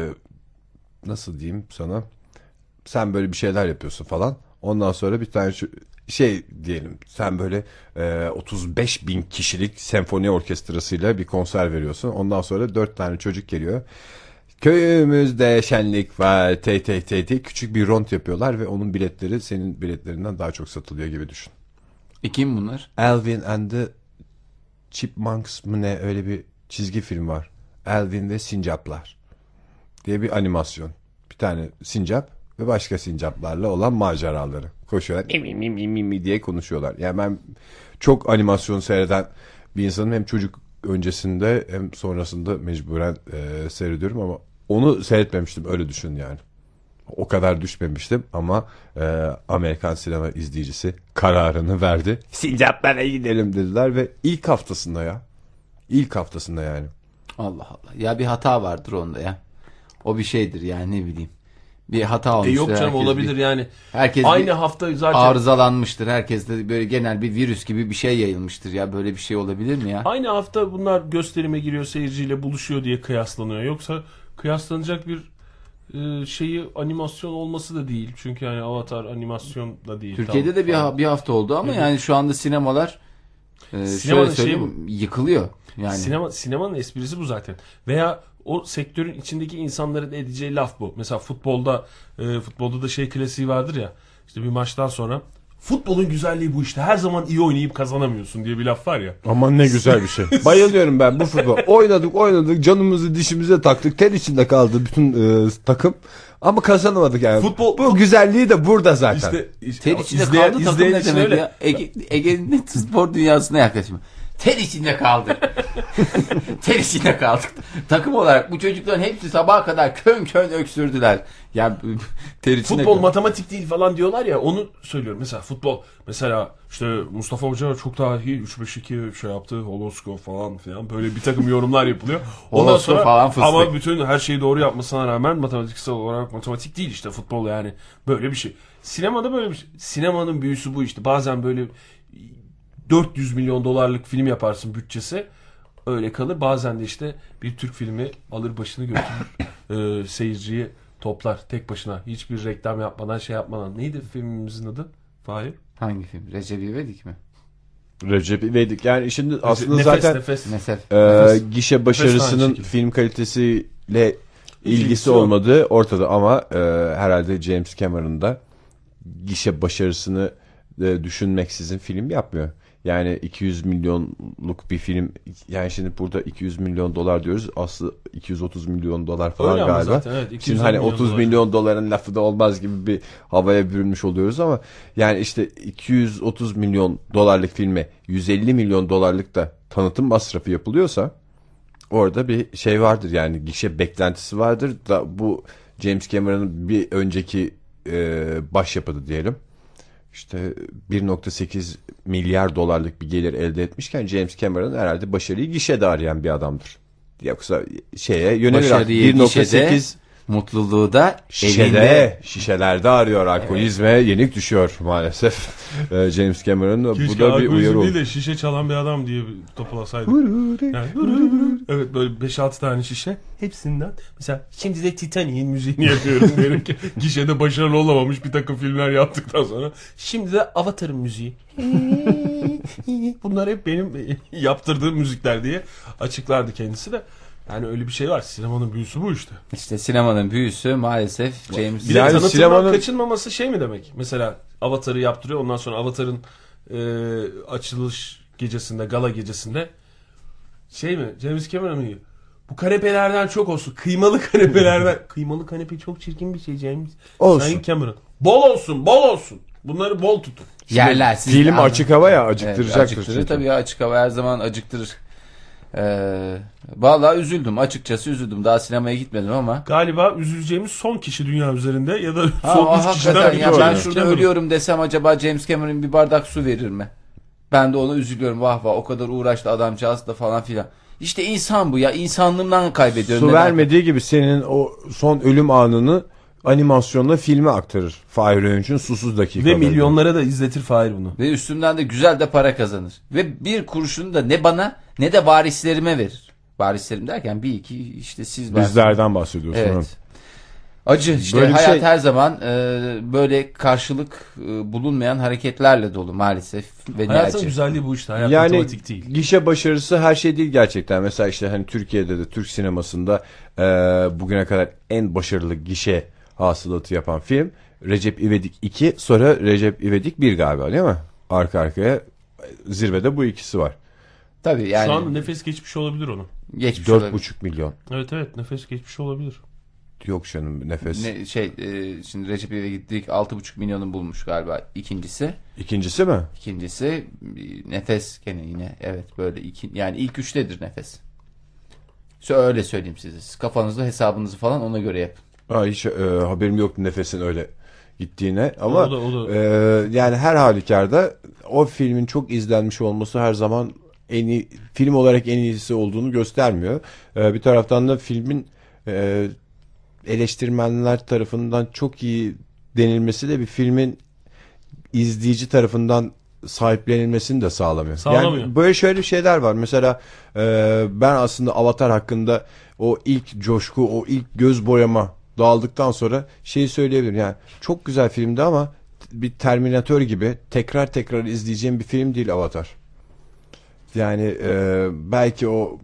Speaker 3: nasıl diyeyim sana? Sen böyle bir şeyler yapıyorsun falan. Ondan sonra bir tane şu şey diyelim sen böyle e, otuz beş bin kişilik senfoni orkestrasıyla bir konser veriyorsun. Ondan sonra dört tane çocuk geliyor. Köyümüzde şenlik var. Tey tey tey tey küçük bir ront yapıyorlar ve onun biletleri senin biletlerinden daha çok satılıyor gibi düşün.
Speaker 1: E kim bunlar?
Speaker 3: Alvin and the Chipmunks mı ne öyle bir çizgi film var. Alvin ve Sincaplar diye bir animasyon. Bir tane sincap ve başka sincaplarla olan maceraları. Koşuyorlar mi mi mi mi mi diye konuşuyorlar. Yani ben çok animasyon seyreden bir insanım. Hem çocuk öncesinde hem sonrasında mecburen e, seyrediyorum ama onu seyretmemiştim. Öyle düşün yani. O kadar düşmemiştim ama e, Amerikan sinema izleyicisi kararını verdi. Sincaplara gidelim dediler ve ilk haftasında ya. İlk haftasında yani.
Speaker 1: Allah Allah. Ya bir hata vardır onda ya. O bir şeydir yani ne bileyim. Bir hata olmuştur.
Speaker 2: E yok canım olabilir bir, yani.
Speaker 1: Herkes
Speaker 2: aynı hafta zaten
Speaker 1: arızalanmıştır. Herkes de böyle genel bir virüs gibi bir şey yayılmıştır ya. Böyle bir şey olabilir mi ya?
Speaker 2: Aynı hafta bunlar gösterime giriyor, seyirciyle buluşuyor diye kıyaslanıyor. Yoksa kıyaslanacak bir e, şeyi animasyon olması da değil. Çünkü yani Avatar animasyon da değil.
Speaker 1: Türkiye'de tamam, de bir, ha, bir hafta oldu ama evet. Yani şu anda sinemalar e, şöyle söyleyeyim şey yıkılıyor. Yani
Speaker 2: sinema sinemanın esprisi bu zaten. Veya o sektörün içindeki insanların edeceği laf bu. Mesela futbolda e, futbolda da şey klasiği vardır ya. İşte bir maçtan sonra Futbolun güzelliği bu işte. Her zaman iyi oynayıp kazanamıyorsun diye bir laf var ya.
Speaker 3: Aman ne güzel bir şey. Bayılıyorum ben bu futbol. Oynadık oynadık canımızı dişimize taktık. Ter içinde kaldı bütün e, takım. Ama kazanamadık yani. Futbol, bu güzelliği de burada zaten.
Speaker 1: İşte, işte ter içinde izleyen, kaldı takım ne demek öyle. Ya? Ege, Ege'nin spor dünyasına yaklaşımı. Ter içinde kaldı. Ter içinde kaldık. Takım olarak bu çocukların hepsi sabaha kadar kön kön öksürdüler. Yani ter içinde
Speaker 2: futbol kaldı. Matematik değil falan diyorlar ya, onu söylüyorum. Mesela futbol, mesela işte Mustafa Hoca çok daha iyi üç beş iki şey yaptı. Holoskop falan filan böyle bir takım yorumlar yapılıyor. Ondan sonra falan ama bütün her şeyi doğru yapmasına rağmen matematiksel olarak matematik değil işte futbol, yani böyle bir şey. Sinemada böyle bir şey. Sinemanın büyüsü bu işte. Bazen böyle dört yüz milyon dolarlık film yaparsın bütçesi, öyle kalır. Bazen de işte bir Türk filmi alır başını götürür e, seyirciyi toplar tek başına, hiçbir reklam yapmadan şey yapmadan. Neydi filmimizin adı? Fahir?
Speaker 1: Hangi film? Recep İvedik mi?
Speaker 3: Recep İvedik. Yani şimdi aslında
Speaker 2: nefes,
Speaker 3: zaten
Speaker 2: nefes.
Speaker 1: Nefes.
Speaker 3: E,
Speaker 1: nefes.
Speaker 3: gişe başarısının film kalitesiyle ilgisi olmadığı ortada ama e, herhalde James Cameron da gişe başarısını e, düşünmeksizin film yapmıyor. Yani iki yüz milyonluk bir film, yani şimdi burada iki yüz milyon dolar diyoruz, aslında iki yüz otuz milyon dolar falan öyle galiba. Zaten, evet, şimdi hani milyon otuz dolar. Milyon doların lafı da olmaz gibi bir havaya bürünmüş oluyoruz ama yani işte iki yüz otuz milyon dolarlık filme yüz elli milyon dolarlık da tanıtım masrafı yapılıyorsa orada bir şey vardır, yani gişe beklentisi vardır da bu James Cameron'ın bir önceki e, başyapıtı diyelim. İşte bir virgül sekiz milyar dolarlık bir gelir elde etmişken James Cameron herhalde başarıyı gişede arayan bir adamdır. Yoksa şeye yönelir. bir virgül sekiz
Speaker 1: mutluluğu da
Speaker 3: şişede, elinde. Şişelerde arıyor. Alkolizme evet. Yenik düşüyor maalesef. James Cameron.
Speaker 2: Keşke bu da bir uyarı değil de şişe çalan bir adam diye topulasaydı. Yani, evet, böyle beş altı tane şişe. Hepsinden. Mesela şimdi de Titanic'in müziğini yapıyorum. Diyelim ki gişede başarılı olamamış bir takım filmler yaptıktan sonra. Şimdi de Avatar'ın müziği. Bunlar hep benim yaptırdığım müzikler diye açıklardı kendisi de. Yani öyle bir şey var. Sinemanın büyüsü bu işte.
Speaker 1: İşte sinemanın büyüsü maalesef James.
Speaker 2: Bir de yani tanıtımdan sinemanın kaçınmaması şey mi demek? Mesela Avatar'ı yaptırıyor. Ondan sonra Avatar'ın e, açılış gecesinde, gala gecesinde şey mi? James Cameron mı? Bu kanepelerden çok olsun. Kıymalı kanepelerden. Kıymalı kanepe çok çirkin bir şey James.
Speaker 3: Olsun.
Speaker 2: Sayın Cameron. Bol olsun, bol olsun. Bunları bol tutun.
Speaker 1: Yerler.
Speaker 3: Film açık hava ya, acıktıracaktır. Evet,
Speaker 1: acıktırır tabii ya, açık hava her zaman acıktırır. Ee, vallahi üzüldüm, açıkçası üzüldüm. Daha sinemaya gitmedim ama.
Speaker 2: Galiba üzüleceğimiz son kişi dünya üzerinde ya da ha, son üç kişiden biri.
Speaker 1: Ya ben şurada ölüyorum desem acaba James Cameron bir bardak su verir mi? Ben de ona üzülüyorum, vah vah o kadar uğraştı adamcağız da falan filan. İşte insan bu ya, insanlığından kaybediyorum.
Speaker 3: Su vermediği gibi senin o son ölüm anını animasyonla filme aktarır. Fahir Öğünç'ün Susuz Dakikaları.
Speaker 2: Ve milyonlara da izletir Fahir bunu.
Speaker 1: Ve üstünden de güzel de para kazanır. Ve bir kuruşunu da ne bana ne de varislerime verir. Varislerim derken bir iki işte siz varsınız.
Speaker 3: Bizlerden bahsediyorsun.
Speaker 1: Evet. Acı işte, böyle hayat şey... her zaman e, böyle karşılık e, bulunmayan hareketlerle dolu maalesef. Ve
Speaker 2: hayatın güzelliği bu işte. Hayat yani matematik değil.
Speaker 3: Gişe başarısı her şey değil gerçekten. Mesela işte hani Türkiye'de de Türk sinemasında e, bugüne kadar en başarılı gişe hasılatı yapan film Recep İvedik iki, sonra Recep İvedik bir galiba, değil mi? Arka arkaya zirvede bu ikisi var.
Speaker 1: Tabii yani.
Speaker 2: Şu an nefes geçmiş olabilir onu.
Speaker 1: Geçmiş
Speaker 3: dört buçuk milyon.
Speaker 2: Evet evet, nefes geçmiş olabilir.
Speaker 3: Yok canım, nefes.
Speaker 1: Ne, şey e, şimdi Recep İvedik altı buçuk milyonu bulmuş galiba ikincisi.
Speaker 3: İkincisi mi?
Speaker 1: İkincisi nefes gene yine evet böyle iki, yani ilk üçtedir nefes. Öyle söyleyeyim size. Siz kafanızda hesabınızı falan ona göre yapın.
Speaker 3: Ha, hiç e, haberim yoktu nefesin öyle gittiğine ama
Speaker 2: o da, o da.
Speaker 3: E, yani her halükarda o filmin çok izlenmiş olması her zaman en iyi film olarak en iyisi olduğunu göstermiyor. E, bir taraftan da filmin e, eleştirmenler tarafından çok iyi denilmesi de bir filmin izleyici tarafından sahiplenilmesini de sağlamıyor.
Speaker 2: Sağlamıyor.
Speaker 3: Yani böyle şöyle şeyler var. Mesela e, ben aslında Avatar hakkında o ilk coşku, o ilk göz boyama dağıldıktan sonra şeyi söyleyebilirim. Yani çok güzel filmdi ama bir Terminator gibi tekrar tekrar izleyeceğim bir film değil Avatar. Yani e, belki o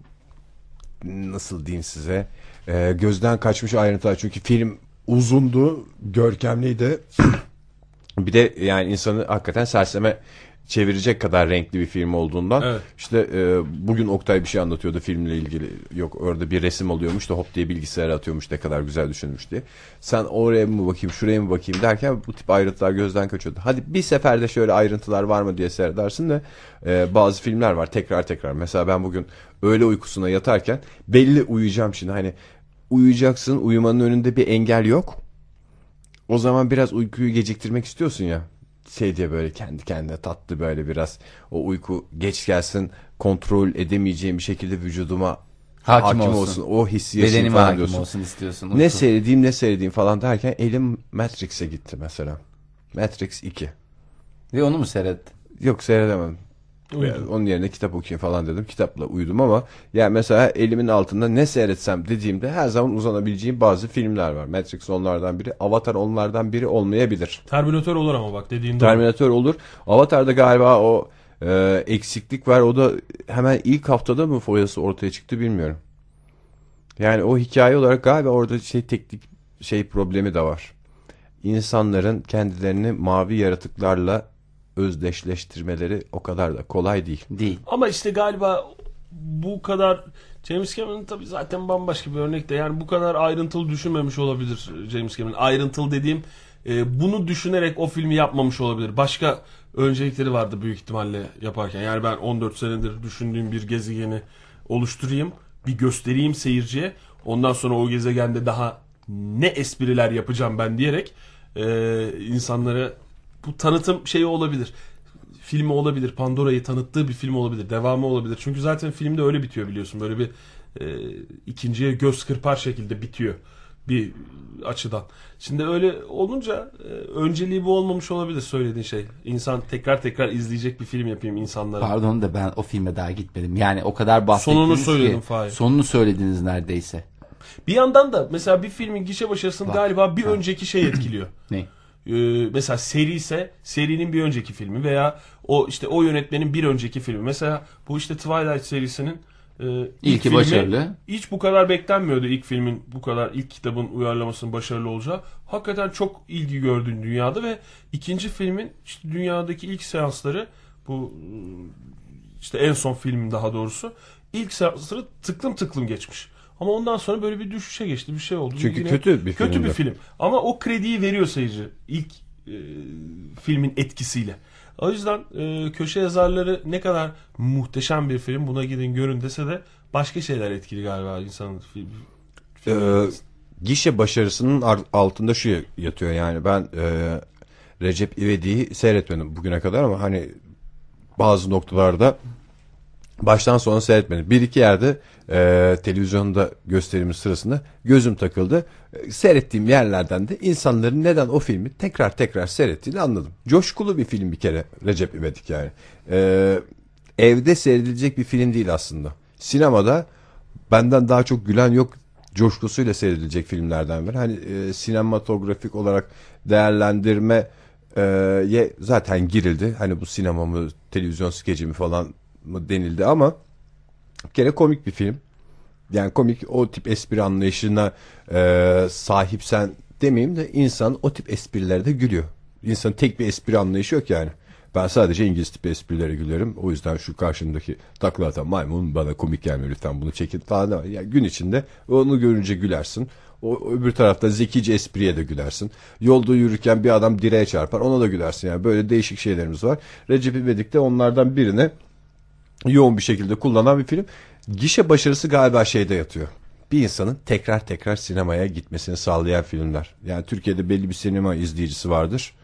Speaker 3: nasıl diyeyim size e, gözden kaçmış ayrıntılar. Çünkü film uzundu, görkemliydi. Bir de yani insanı hakikaten serseme çevirecek kadar renkli bir film olduğundan.
Speaker 2: Evet.
Speaker 3: İşte e, bugün Oktay bir şey anlatıyordu filmle ilgili. Yok orada bir resim oluyormuş da hop diye bilgisayara atıyormuş, ne kadar güzel düşünmüş diye. Sen oraya mı bakayım şuraya mı bakayım derken bu tip ayrıntılar gözden kaçıyordu. Hadi bir seferde şöyle ayrıntılar var mı diye seyredersin de e, bazı filmler var tekrar tekrar. Mesela ben bugün öğle uykusuna yatarken belli uyuyacağım şimdi, hani uyuyacaksın, uyumanın önünde bir engel yok. O zaman biraz uykuyu geciktirmek istiyorsun ya. Şey diye böyle kendi kendine tatlı böyle biraz o uyku geç gelsin, kontrol edemeyeceğim bir şekilde vücuduma hakim, hakim olsun. olsun. O hissi yaşayayım
Speaker 1: Bedenime
Speaker 3: falan
Speaker 1: hakim
Speaker 3: diyorsun.
Speaker 1: olsun istiyorsun. Uyku.
Speaker 3: Ne seyredeyim ne seyredeyim falan derken elim Matrix'e gitti mesela. Matrix iki.
Speaker 1: Ve onu mu seyrettin?
Speaker 3: Yok seyredemem. Yani onun yerine kitap okuyayım falan dedim. Kitapla uyudum ama yani mesela elimin altında ne seyretsem dediğimde her zaman uzanabileceğim bazı filmler var. Matrix onlardan biri. Avatar onlardan biri olmayabilir.
Speaker 2: Terminator olur ama bak dediğin doğru.
Speaker 3: Terminator olur. Avatar'da galiba o e, eksiklik var. O da hemen ilk haftada mı foyası ortaya çıktı bilmiyorum. Yani o hikaye olarak galiba orada şey teknik şey problemi de var. İnsanların kendilerini mavi yaratıklarla özdeşleştirmeleri o kadar da kolay değil.
Speaker 1: Değil.
Speaker 2: Ama işte galiba bu kadar James Cameron tabii zaten bambaşka bir örnek de, yani bu kadar ayrıntılı düşünmemiş olabilir James Cameron. Ayrıntılı dediğim e, bunu düşünerek o filmi yapmamış olabilir. Başka öncelikleri vardı büyük ihtimalle yaparken. Yani ben on dört senedir düşündüğüm bir gezegeni oluşturayım, bir göstereyim seyirciye. Ondan sonra o gezegende daha ne espriler yapacağım ben diyerek e, insanlara bu tanıtım şeyi olabilir. Filmi olabilir. Pandora'yı tanıttığı bir film olabilir. Devamı olabilir. Çünkü zaten filmde öyle bitiyor biliyorsun. Böyle bir e, ikinciye göz kırpar şekilde bitiyor bir açıdan. Şimdi öyle olunca e, önceliği bu olmamış olabilir söylediğin şey. İnsan tekrar tekrar izleyecek bir film yapayım insanlara.
Speaker 1: Pardon da ben o filme daha gitmedim. Yani o kadar bahsettiniz
Speaker 2: Sonunu söyledim
Speaker 1: ki.
Speaker 2: Fahir.
Speaker 1: Sonunu söylediniz neredeyse.
Speaker 2: Bir yandan da mesela bir filmin gişe başarısını
Speaker 1: Bak.
Speaker 2: galiba bir
Speaker 1: Ha.
Speaker 2: önceki şey etkiliyor.
Speaker 1: Ne?
Speaker 2: Ee, mesela seri ise serinin bir önceki filmi veya o işte o yönetmenin bir önceki filmi. Mesela bu işte Twilight serisinin e, ilk
Speaker 1: İlki
Speaker 2: filmi
Speaker 1: başarılı.
Speaker 2: hiç bu kadar beklenmiyordu, ilk filmin bu kadar, ilk kitabın uyarlamasının başarılı olacağı. Hakikaten çok ilgi gördü dünyada ve ikinci filmin işte dünyadaki ilk seansları, bu işte en son filmin daha doğrusu ilk seansları tıklım tıklım geçmiş. Ama ondan sonra böyle bir düşüşe geçti, bir şey oldu.
Speaker 3: Çünkü
Speaker 2: Yine
Speaker 3: kötü bir film.
Speaker 2: kötü bir film. Ama o krediyi veriyor seyirci ilk e, filmin etkisiyle. O yüzden e, köşe yazarları ne kadar muhteşem bir film, buna gidin görün dese de başka şeyler etkili galiba insanın film.
Speaker 3: Ee, gişe başarısının altında şu yatıyor yani ben e, Recep İvedik'i seyretmedim bugüne kadar ama hani bazı noktalarda baştan sona seyretmedim. Bir iki yerde e, televizyonda gösterimiz sırasında gözüm takıldı. E, seyrettiğim yerlerden de insanların neden o filmi tekrar tekrar seyrettiğini anladım. Coşkulu bir film bir kere Recep İvedik yani. E, evde seyredilecek bir film değil aslında. Sinemada benden daha çok gülen yok coşkusuyla seyredilecek filmlerden biri. Hani e, sinematografik olarak değerlendirme e, ye zaten girildi. Hani bu sinema mı, televizyon skeci mi falan mı denildi ama bir kere komik bir film. Yani komik, o tip espri anlayışına e, sahipsen demeyeyim de insan o tip esprilerde de gülüyor. İnsanın tek bir espri anlayışı yok yani. Ben sadece İngiliz tipi esprilere gülerim. O yüzden şu karşımdaki takla atan maymun bana komik gelmiyor, lütfen bunu çekin falan. Yani gün içinde onu görünce gülersin. O öbür tarafta zekice espriye de gülersin. Yolda yürürken bir adam direğe çarpar, ona da gülersin. Yani böyle değişik şeylerimiz var. Recep İvedik de onlardan birine yoğun bir şekilde kullanan bir film. Gişe başarısı galiba şeyde yatıyor. Bir insanın tekrar tekrar sinemaya gitmesini sağlayan filmler. Yani Türkiye'de belli bir sinema izleyicisi vardır.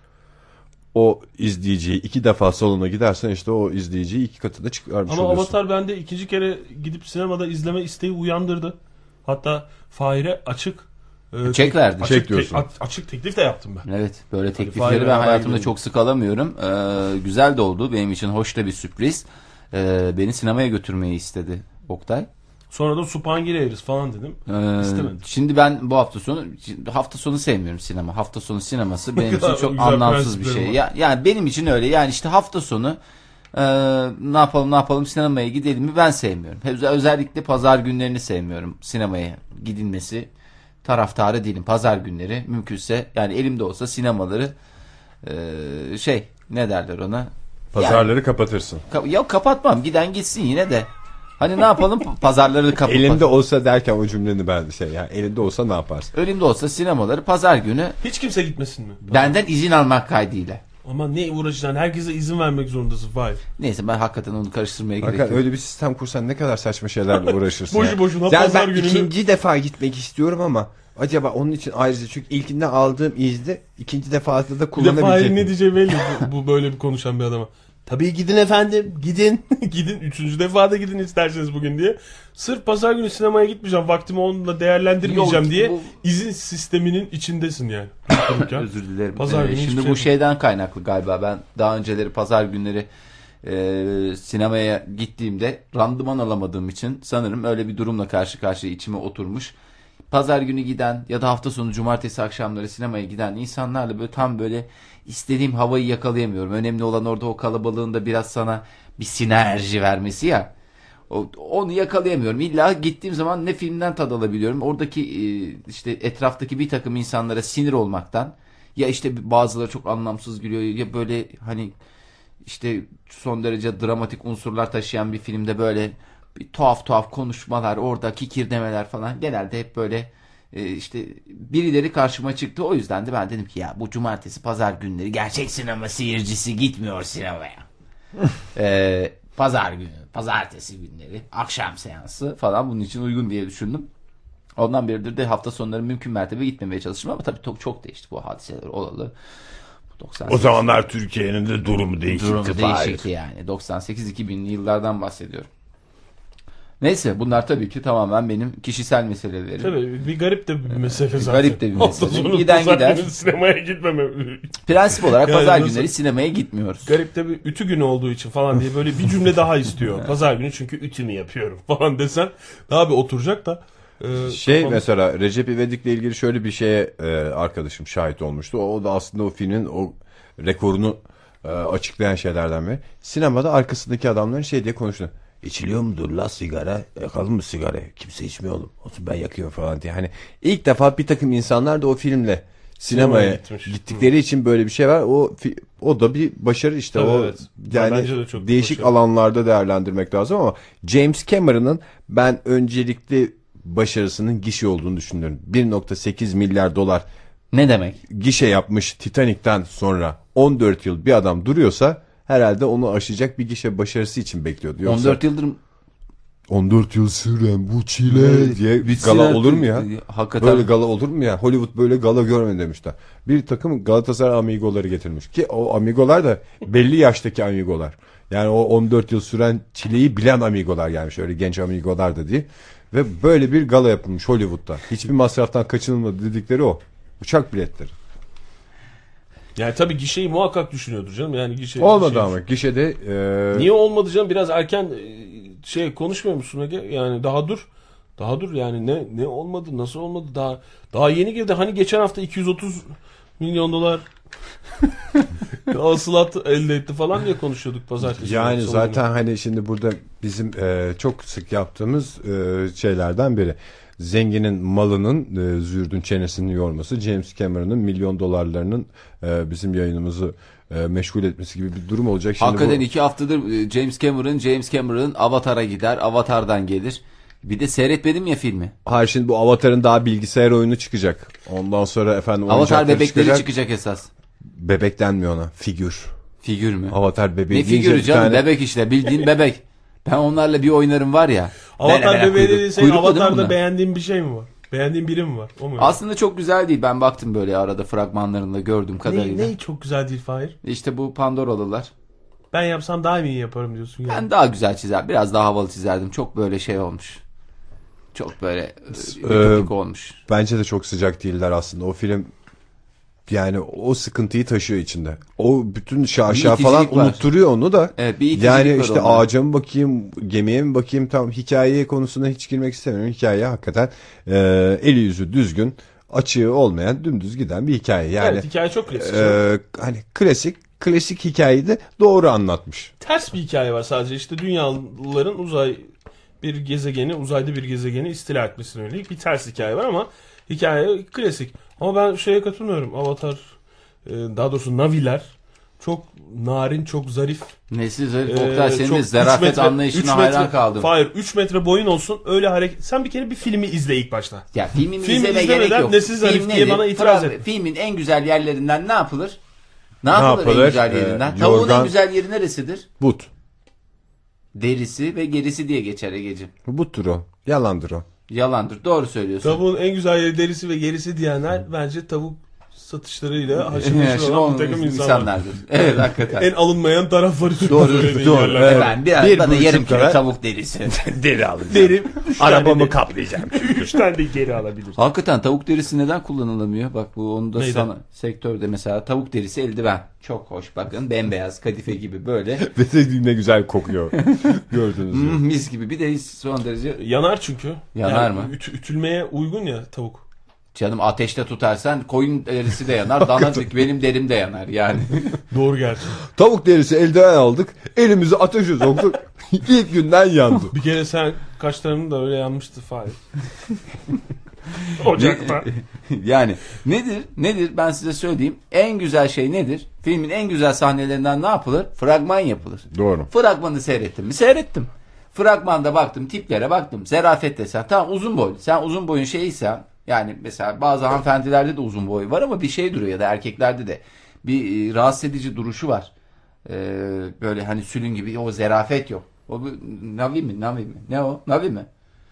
Speaker 3: O izleyiciyi iki defa salona gidersen işte o izleyiciyi iki katına çıkarmış
Speaker 2: Ama
Speaker 3: oluyorsun.
Speaker 2: Avatar bende ikinci kere gidip sinemada izleme isteği uyandırdı. Hatta Fahir'e açık e,
Speaker 1: Çek verdi.
Speaker 2: Açık,
Speaker 3: Çek diyorsun.
Speaker 2: te, açık teklif de yaptım ben.
Speaker 1: Evet, böyle
Speaker 2: Fahir
Speaker 1: teklifleri ben
Speaker 2: beraber
Speaker 1: hayatımda
Speaker 2: gidelim.
Speaker 1: çok sık alamıyorum. Ee, güzel de oldu. Benim için hoş da bir sürpriz. Ee, beni sinemaya götürmeyi istedi Oktay.
Speaker 2: Sonra da Supangir'e yeriz falan dedim.
Speaker 1: Ee,
Speaker 2: İstemedim.
Speaker 1: Şimdi ben bu hafta sonu hafta sonu sevmiyorum sinema. Hafta sonu sineması benim için çok
Speaker 2: Güzel
Speaker 1: anlamsız bir
Speaker 2: prensiplerim
Speaker 1: şey.
Speaker 2: var.
Speaker 1: Ya, yani benim için öyle. Yani işte hafta sonu e, ne yapalım ne yapalım sinemaya gidelim mi ben sevmiyorum. Özel- Özellikle pazar günlerini sevmiyorum. Sinemaya gidilmesi taraftarı değilim. Pazar günleri mümkünse yani elimde olsa sinemaları Ee, şey ne derler ona?
Speaker 3: Pazarları
Speaker 1: yani,
Speaker 3: kapatırsın.
Speaker 1: Ka- ya kapatmam, giden gitsin yine de. Hani ne yapalım, pazarları kapat.
Speaker 3: Elinde olsa derken o cümleni ben şey yani elinde olsa ne yaparsın?
Speaker 1: Elinde olsa sinemaları pazar günü.
Speaker 2: Hiç kimse gitmesin mi?
Speaker 1: Benden izin almak kaydıyla.
Speaker 2: Ama ne uğraşacaksın? Herkese izin vermek zorundasın. Vay.
Speaker 1: Neyse, ben hakikaten onu karıştırmaya gerek yok.
Speaker 3: Öyle bir sistem kursan ne kadar saçma şeylerle uğraşırsın.
Speaker 2: Boşu boşuna
Speaker 3: yani
Speaker 2: pazar
Speaker 3: ben
Speaker 2: gününü.
Speaker 3: ikinci defa gitmek istiyorum ama acaba onun için ayrıca çünkü ilkinde aldığım izni ikinci defasında da kullanabilecek.
Speaker 2: ne diyeceği belli bu, bu böyle bir konuşan bir adama. Tabii gidin efendim, gidin. Gidin, üçüncü defa da gidin isterseniz bugün diye. Sırf pazar günü sinemaya gitmeyeceğim, vaktimi onunla değerlendirmeyeceğim Yok, diye bu... izin sisteminin içindesin yani.
Speaker 1: Özür dilerim.
Speaker 2: Pazar
Speaker 1: ee, şimdi bu şey... şeyden kaynaklı galiba. Ben daha önceleri pazar günleri e, sinemaya gittiğimde randıman alamadığım için sanırım öyle bir durumla karşı karşıya içime oturmuş. Pazar günü giden ya da hafta sonu cumartesi akşamları sinemaya giden insanlarla böyle tam böyle istediğim havayı yakalayamıyorum. Önemli olan orada o kalabalığın da biraz sana bir sinerji vermesi ya. O, onu yakalayamıyorum. İlla gittiğim zaman ne filmden tad alabiliyorum. Oradaki işte etraftaki bir takım insanlara sinir olmaktan, ya işte bazıları çok anlamsız gülüyor ya böyle hani işte son derece dramatik unsurlar taşıyan bir filmde böyle bir tuhaf tuhaf konuşmalar, orada kikirdemeler falan, genelde hep böyle e, işte birileri karşıma çıktı. O yüzden de ben dedim ki ya bu cumartesi pazar günleri gerçek sinema seyircisi gitmiyor sinemaya. e, pazar günü, pazartesi günleri akşam seansı falan bunun için uygun diye düşündüm. Ondan beridir de hafta sonları mümkün mertebe gitmemeye çalıştım ama tabii çok, çok değişti bu hadiseler olalı. doksan sekiz,
Speaker 3: o zamanlar Türkiye'nin de durumu değişikti.
Speaker 1: Durumu değişikti yani. doksan sekiz iki binli yıllardan bahsediyorum. Neyse, bunlar tabii ki tamamen benim kişisel meselelerim.
Speaker 2: Tabii bir garip de bir mesele zaten.
Speaker 1: Garip de bir mesele. Giden gider.
Speaker 2: Sinemaya gitmeme.
Speaker 1: Prensip olarak yani pazar
Speaker 2: nasıl?
Speaker 1: günleri sinemaya gitmiyoruz.
Speaker 2: Garip de bir ütü günü olduğu için falan diye böyle bir cümle daha istiyor. Pazar günü çünkü ütümü yapıyorum falan desen daha bir oturacak da.
Speaker 3: E, şey kafamız... mesela Recep İvedik'le ilgili şöyle bir şeye e, arkadaşım şahit olmuştu. O, o da aslında o filmin o rekorunu e, açıklayan şeylerden biri. Sinemada arkasındaki adamların şey diye konuştu. İçiliyor mudur la sigara? Yakalım mı sigara? Kimse içmiyor oğlum. Olsun ben yakıyorum falan diye. Hani ilk defa bir takım insanlar da o filmle sinemaya gittikleri Hı. için böyle bir şey var. O o da bir başarı işte. Tabii, o evet. Yani değişik başarı. Alanlarda değerlendirmek lazım ama James Cameron'ın ben öncelikli başarısının gişe olduğunu düşünüyorum. bir virgül sekiz milyar dolar.
Speaker 1: Ne demek?
Speaker 3: Gişe yapmış Titanic'ten sonra on dört yıl bir adam duruyorsa herhalde onu aşacak bir gişe başarısı için bekliyordu. Yoksa
Speaker 1: on dört yıldır
Speaker 3: on dört yıl süren bu çile diye bir gala olur mu ya? Hakikaten. Böyle gala olur mu ya? Hollywood böyle gala görmedi demişler. Bir takım Galatasaray amigoları getirmiş ki o amigolar da belli yaştaki amigolar. Yani o on dört yıl süren çileyi bilen amigolar gelmiş. Öyle genç amigolar da değil. Ve böyle bir gala yapılmış Hollywood'da. Hiçbir masraftan kaçınılmadı dedikleri o. Uçak biletleri.
Speaker 2: Yani tabii gişeyi muhakkak düşünüyordur canım. Yani gişe
Speaker 3: olmadı
Speaker 2: gişe
Speaker 3: ama gişede
Speaker 2: e... niye olmadı canım? Biraz erken şey konuşmuyor musun Ege? Yani daha dur. Daha dur yani ne ne olmadı? Nasıl olmadı? Daha daha yeni girdi. Hani geçen hafta iki yüz otuz milyon dolar hasılat elde etti falan diye konuşuyorduk pazartesi.
Speaker 3: Yani zaten günü. Hani şimdi burada bizim e, çok sık yaptığımız e, şeylerden biri. Zenginin malının e, zürdün çenesini yorması, James Cameron'ın milyon dolarlarının e, bizim yayınımızı e, meşgul etmesi gibi bir durum olacak. Şimdi
Speaker 1: hakikaten
Speaker 3: bu...
Speaker 1: iki haftadır James Cameron, James Cameron Avatar'a gider, Avatar'dan gelir. Bir de seyretmedim ya filmi.
Speaker 3: Hayır, şimdi bu Avatar'ın daha bilgisayar oyunu çıkacak. Ondan sonra efendim
Speaker 1: Avatar bebekleri çıkacak. çıkacak esas.
Speaker 3: Bebek denmiyor ona, figür.
Speaker 1: Figür mü?
Speaker 3: Avatar bebeği.
Speaker 1: Ne figürü canım, tane... bebek işte, bildiğin bebek. Ben onlarla bir oynarım var ya.
Speaker 2: Avatar bebeği dediğin senin Avatar'da beğendiğin bir şey mi var? Beğendiğin biri mi var? O mu?
Speaker 1: Aslında çok güzel değil. Ben baktım böyle arada fragmanlarında gördüğüm kadarıyla.
Speaker 2: Ne, ne çok güzel değil Fahir?
Speaker 1: İşte bu Pandoralılar.
Speaker 2: Ben yapsam daha iyi yaparım diyorsun. Yani.
Speaker 1: Ben daha güzel çizer. Biraz daha havalı çizerdim. Çok böyle şey olmuş. Çok böyle ütopik ee, olmuş.
Speaker 3: Bence de çok sıcak değiller aslında. O film yani o sıkıntıyı taşıyor içinde. O bütün şaşa falan var. Unutturuyor onu da.
Speaker 1: Evet, bir
Speaker 3: yani işte onlar. Ağaca mı bakayım, gemiye mi bakayım, tam hikaye konusuna hiç girmek istemiyorum. Hikaye hakikaten e, eli yüzü düzgün, açığı olmayan, dümdüz giden bir hikaye. Yani
Speaker 2: evet, hikaye çok klasik.
Speaker 3: E, hani klasik, klasik hikayeyi de doğru anlatmış.
Speaker 2: Ters bir hikaye var sadece. İşte dünyalıların uzay bir gezegeni, uzayda bir gezegeni istila etmesine yönelik bir ters hikaye var ama hikaye klasik. Ama ben şeye katılmıyorum. Avatar daha doğrusu Naviler çok narin, çok zarif.
Speaker 1: Nesi zarif? Oktay, senin de zarafet metre, anlayışına hayran kaldım.
Speaker 2: Hayır, üç metre boyun olsun, öyle hareket. Sen bir kere bir filmi izle ilk başta.
Speaker 1: Ya filmini Film izleme gerek yok.
Speaker 2: Nesi zarif Film diye nedir? Bana itiraz et.
Speaker 1: Filmin en güzel yerlerinden ne yapılır? Ne, ne yapılır, yapılır en güzel yerinden? Ee, Tavuğun yorgan, en güzel yeri neresidir?
Speaker 3: But.
Speaker 1: Derisi ve gerisi diye geçer Egeciğim.
Speaker 3: Buttur o. Yalandır o.
Speaker 1: Yalandır. Doğru söylüyorsun.
Speaker 2: Tavuğun en güzel yeri derisi ve gerisi diyenler bence tavuk satışlarıyla haşır neşir olan bir takım insanlardır.
Speaker 1: Evet, hakikaten.
Speaker 2: En alınmayan tarafları.
Speaker 1: Doğru. Doğru. Evet. Ben biraz bir bana yarım kilo kadar tavuk derisi.
Speaker 2: Deri alacağım. Deri. Arabamı kaplayacağım. Üç tane de geri alabilirim.
Speaker 1: Hakikaten tavuk derisi neden kullanılamıyor? Bak bu onu da sana sektörde mesela tavuk derisi eldiven. Çok hoş, bakın bembeyaz kadife gibi böyle.
Speaker 3: Ve ne güzel kokuyor. Gördünüz mü?
Speaker 1: Hmm, mis gibi. Bir de son derece.
Speaker 2: Yanar çünkü.
Speaker 1: Yanar yani mı?
Speaker 2: Üt, ütülmeye uygun ya tavuk.
Speaker 1: Canım ateşte tutarsan koyun derisi de yanar, dana benim derim de yanar yani.
Speaker 2: Doğru gerçi.
Speaker 3: Tavuk derisi eldiven aldık, elimizi ateşe soktuk, ilk günden yandı.
Speaker 2: Bir kere sen kaşlarının da öyle yanmıştı Fahir. Ocakta.
Speaker 1: Yani nedir? Nedir? Ben size söyleyeyim. En güzel şey nedir? Filmin en güzel sahnelerinden ne yapılır? Fragman yapılır.
Speaker 3: Doğru.
Speaker 1: Fragmanı seyrettim mi? Seyrettim. Fragmanda baktım, tiplere baktım. Zerafet desen. Tamam, uzun boylu. Sen uzun boyun şeysen, yani mesela bazı hanımefendilerde de uzun boy var ama bir şey duruyor, ya da erkeklerde de bir e, rahatsız edici duruşu var. Ee, böyle hani sülün gibi, o zerafet yok. O bu, Navi mi? Navi mi? Ne o? Navi mi?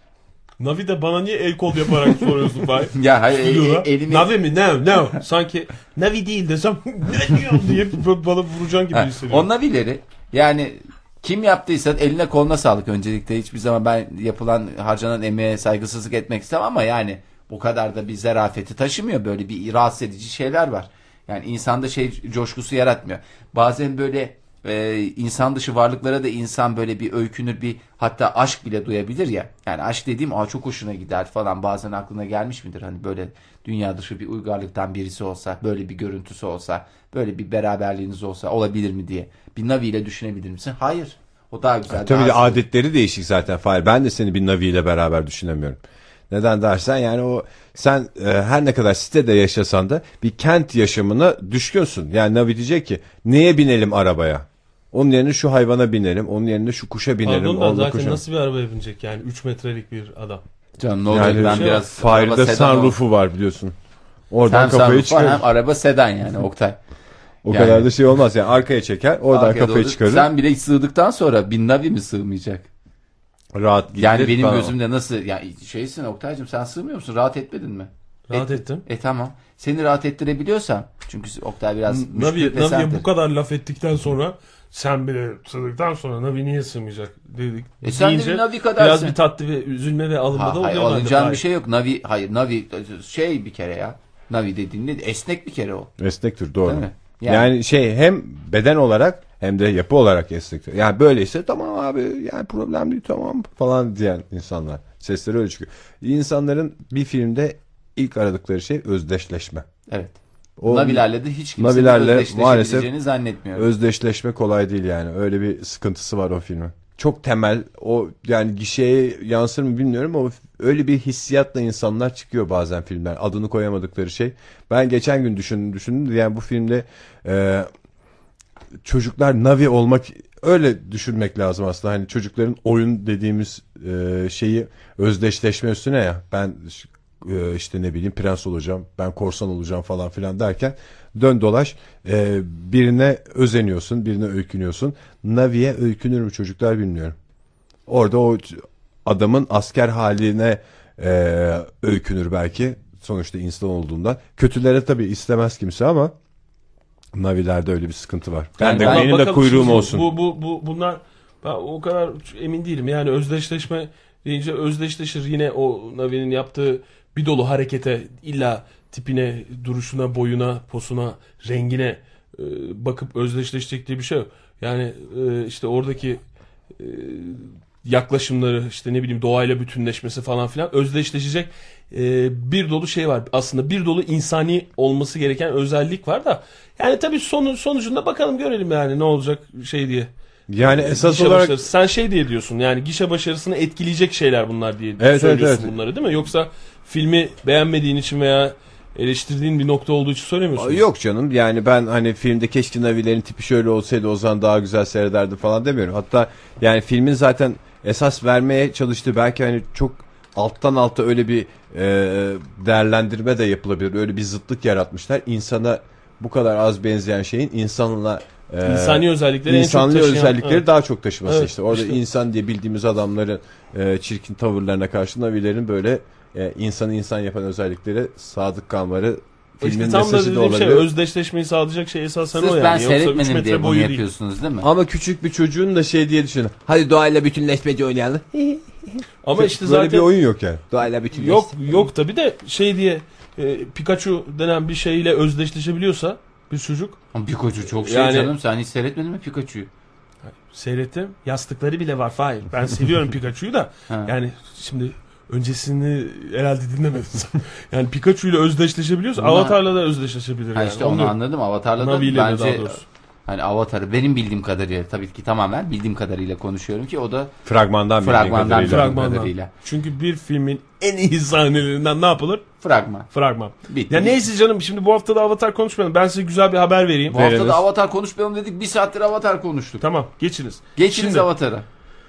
Speaker 2: Navi de bana niye el kol yaparak soruyorsun bay?
Speaker 1: Ya hayır, e, elimi...
Speaker 2: Navi mi? Ne? Ne o? Sanki Navi değil desem ne diyor diye bana vuracaksın gibi hissediyorum.
Speaker 1: O Navileri yani kim yaptıysa eline koluna sağlık öncelikle. Hiçbir zaman ben yapılan, harcanan emeğe saygısızlık etmek istemem ama yani bu kadar da bir zarafeti taşımıyor. Böyle bir rahatsız edici şeyler var. Yani insanda şey coşkusu yaratmıyor. Bazen böyle e, insan dışı varlıklara da insan böyle bir öykünür, bir hatta aşk bile duyabilir ya. Yani aşk dediğim, aa çok hoşuna gider falan, bazen aklına gelmiş midir? Hani böyle dünya dışı bir uygarlıktan birisi olsa, böyle bir görüntüsü olsa, böyle bir beraberliğiniz olsa olabilir mi diye. Bir Navi ile düşünebilir misin? Hayır. O daha güzel.
Speaker 3: Tabii daha de adetleri değişik zaten Fahir. Ben de seni bir Navi ile beraber düşünemiyorum. Neden dersen yani o sen e, her ne kadar sitede yaşasan da bir kent yaşamına düşkünsün. Yani Navi diyecek ki neye binelim arabaya? Onun yerine şu hayvana binelim, onun yerine şu kuşa binelim.
Speaker 2: Pardon da zaten kuşa. Nasıl bir arabaya binecek yani üç metrelik bir adam?
Speaker 1: Canım ne oluyor, yani ben şey biraz...
Speaker 3: Fahir'de sunroofu var biliyorsun. Oradan
Speaker 1: hem
Speaker 3: kafayı çıkarır.
Speaker 1: Hem araba sedan yani Oktay.
Speaker 3: O yani, kadar da şey olmaz yani, arkaya çeker, oradan arkaya kafayı doğru çıkarır.
Speaker 1: Sen bile sığdıktan sonra bin Navi mi sığmayacak?
Speaker 3: Rahat
Speaker 1: yani benim gözümde nasıl yani şeysin Oktay'cığım, sen sığmıyor musun? Rahat etmedin mi?
Speaker 2: Rahat Et, ettim.
Speaker 1: E tamam. Seni rahat ettirebiliyorsam, çünkü Oktay biraz
Speaker 2: Navi, Navi'ye bu kadar laf ettikten sonra, sen bile sığdıktan sonra Navi niye sığmayacak dedik.
Speaker 1: E sen de bir Navi kadarsın.
Speaker 2: Biraz bir tatlı ve üzülme ve alınma da oluyor.
Speaker 1: Alınacağın bir şey yok. Navi, hayır Navi şey bir kere ya. Navi dediğin ne? Esnek bir kere o.
Speaker 3: Esnektir, doğru. Yani. yani şey hem beden olarak hem de yapı olarak esnektir. Yani böyleyse tamam abi, yani problem değil, tamam falan diyen insanlar. Sesleri öyle çıkıyor. İnsanların bir filmde ilk aradıkları şey özdeşleşme.
Speaker 1: Evet. O Navilerle de hiç kimsenin özdeşleşebileceğini zannetmiyorum.
Speaker 3: Özdeşleşme kolay değil yani. Öyle bir sıkıntısı var o filmin. Çok temel, o yani gişeye yansır mı bilmiyorum ama öyle bir hissiyatla insanlar çıkıyor bazen filmler. Adını koyamadıkları şey. Ben geçen gün düşündüm düşündüm yani bu filmde e, çocuklar Navi olmak, öyle düşünmek lazım aslında. Hani çocukların oyun dediğimiz e, şeyi özdeşleşme üstüne ya. Ben e, işte ne bileyim prens olacağım, ben korsan olacağım falan filan derken dön dolaş e, birine özeniyorsun, birine öykünüyorsun. Navi'ye öykünür mü çocuklar bilmiyorum. Orada o adamın asker haline e, öykünür belki. Sonuçta insan olduğundan. Kötülere tabii istemez kimse ama Navi'lerde öyle bir sıkıntı var. Ben, ben de benim de kuyruğum olsun.
Speaker 2: Bu bu bu bunlar, ben o kadar emin değilim. Yani özdeşleşme deyince özdeşleşir yine o Navi'nin yaptığı bir dolu harekete, illa tipine, duruşuna, boyuna, posuna, rengine e, bakıp özdeşleşecek diye bir şey yok. Yani e, işte oradaki e, yaklaşımları, işte ne bileyim doğayla bütünleşmesi falan filan, özdeşleşecek e, bir dolu şey var. Aslında bir dolu insani olması gereken özellik var da yani tabii sonu, sonucunda bakalım görelim yani ne olacak şey diye.
Speaker 3: Yani esas
Speaker 2: gişe
Speaker 3: olarak
Speaker 2: başarısı. Sen şey diye diyorsun yani gişe başarısını etkileyecek şeyler bunlar diye
Speaker 3: evet,
Speaker 2: söylüyorsun
Speaker 3: evet, evet.
Speaker 2: bunları değil mi? Yoksa filmi beğenmediğin için veya eleştirdiğin bir nokta olduğu için söylemiyorsun.
Speaker 3: Yok canım, yani ben hani filmde keşke Navi'lerin tipi şöyle olsaydı o zaman daha güzel seyrederdi falan demiyorum. Hatta yani filmin zaten esas vermeye çalıştığı belki hani çok alttan alta öyle bir e, değerlendirme de yapılabilir. Öyle bir zıtlık yaratmışlar. İnsana bu kadar az benzeyen şeyin insanla e,
Speaker 2: insani özellikleri
Speaker 3: insanlı
Speaker 2: en çok taşıyan,
Speaker 3: özellikleri
Speaker 2: evet.
Speaker 3: daha çok taşıması
Speaker 2: Evet,
Speaker 3: işte. Orada
Speaker 2: işte.
Speaker 3: insan diye bildiğimiz adamların e, çirkin tavırlarına karşı Navi'lerin böyle e, insanı insan yapan özellikleri sadık kalmaları filmin
Speaker 2: işte tam da
Speaker 3: mesajı da
Speaker 2: dediğim
Speaker 3: olabilir.
Speaker 2: şey, özdeşleşmeyi sağlayacak şey esasen
Speaker 1: Sırf
Speaker 2: o yani.
Speaker 1: ben
Speaker 2: Yoksa
Speaker 1: seyretmedim diye bunu yapıyorsunuz değil. değil mi?
Speaker 3: Ama küçük bir çocuğun da şey diye düşünün. Hadi doğayla bütünleşmeci oynayalım.
Speaker 2: Ama işte
Speaker 3: böyle
Speaker 2: zaten
Speaker 3: bir oyun yok yani. Doğayla bütünleş.
Speaker 2: yok yok tabi de şey diye e, Pikachu denen bir şeyle özdeşleşebiliyorsa bir çocuk.
Speaker 1: Ama Pikachu çok şey
Speaker 2: Yani-
Speaker 1: canım. Sen hiç seyretmedin mi Pikachu'yu?
Speaker 2: Seyrettim. Yastıkları bile var Fahir. Ben seviyorum Pikachu'yu da.
Speaker 1: Ha.
Speaker 2: Yani şimdi öncesini herhalde dinlemediniz. Yani Pikachu ile özdeşleşebiliyorsa
Speaker 1: Buna-
Speaker 2: Avatar'la da özdeşleşebilir.
Speaker 1: Ha
Speaker 2: yani.
Speaker 1: işte onu
Speaker 2: Onu-
Speaker 1: anladım. Avatar'la da
Speaker 2: Navi'yle de daha
Speaker 1: bence
Speaker 2: doğrusu.
Speaker 1: hani Avatar'ı benim bildiğim kadarıyla tabii ki tamamen bildiğim kadarıyla konuşuyorum ki o da
Speaker 3: Fragmandan bildiğin
Speaker 1: fragmandan
Speaker 3: kadarıyla.
Speaker 1: bildiğim
Speaker 2: Fragmandan.
Speaker 1: kadarıyla.
Speaker 2: Çünkü bir filmin en iyi sahnelerinden ne yapılır?
Speaker 1: Fragman.
Speaker 2: Fragman.
Speaker 1: Bitti.
Speaker 2: Ya neyse canım, şimdi bu hafta da Avatar konuşmayalım. Ben size güzel bir haber vereyim.
Speaker 1: Bu hafta
Speaker 3: Veriniz.
Speaker 1: da Avatar konuşmayalım dedik. Bir saattir Avatar konuştuk.
Speaker 2: Tamam, geçiniz.
Speaker 1: Geçiniz
Speaker 2: Şimdi-
Speaker 1: Avatar'a.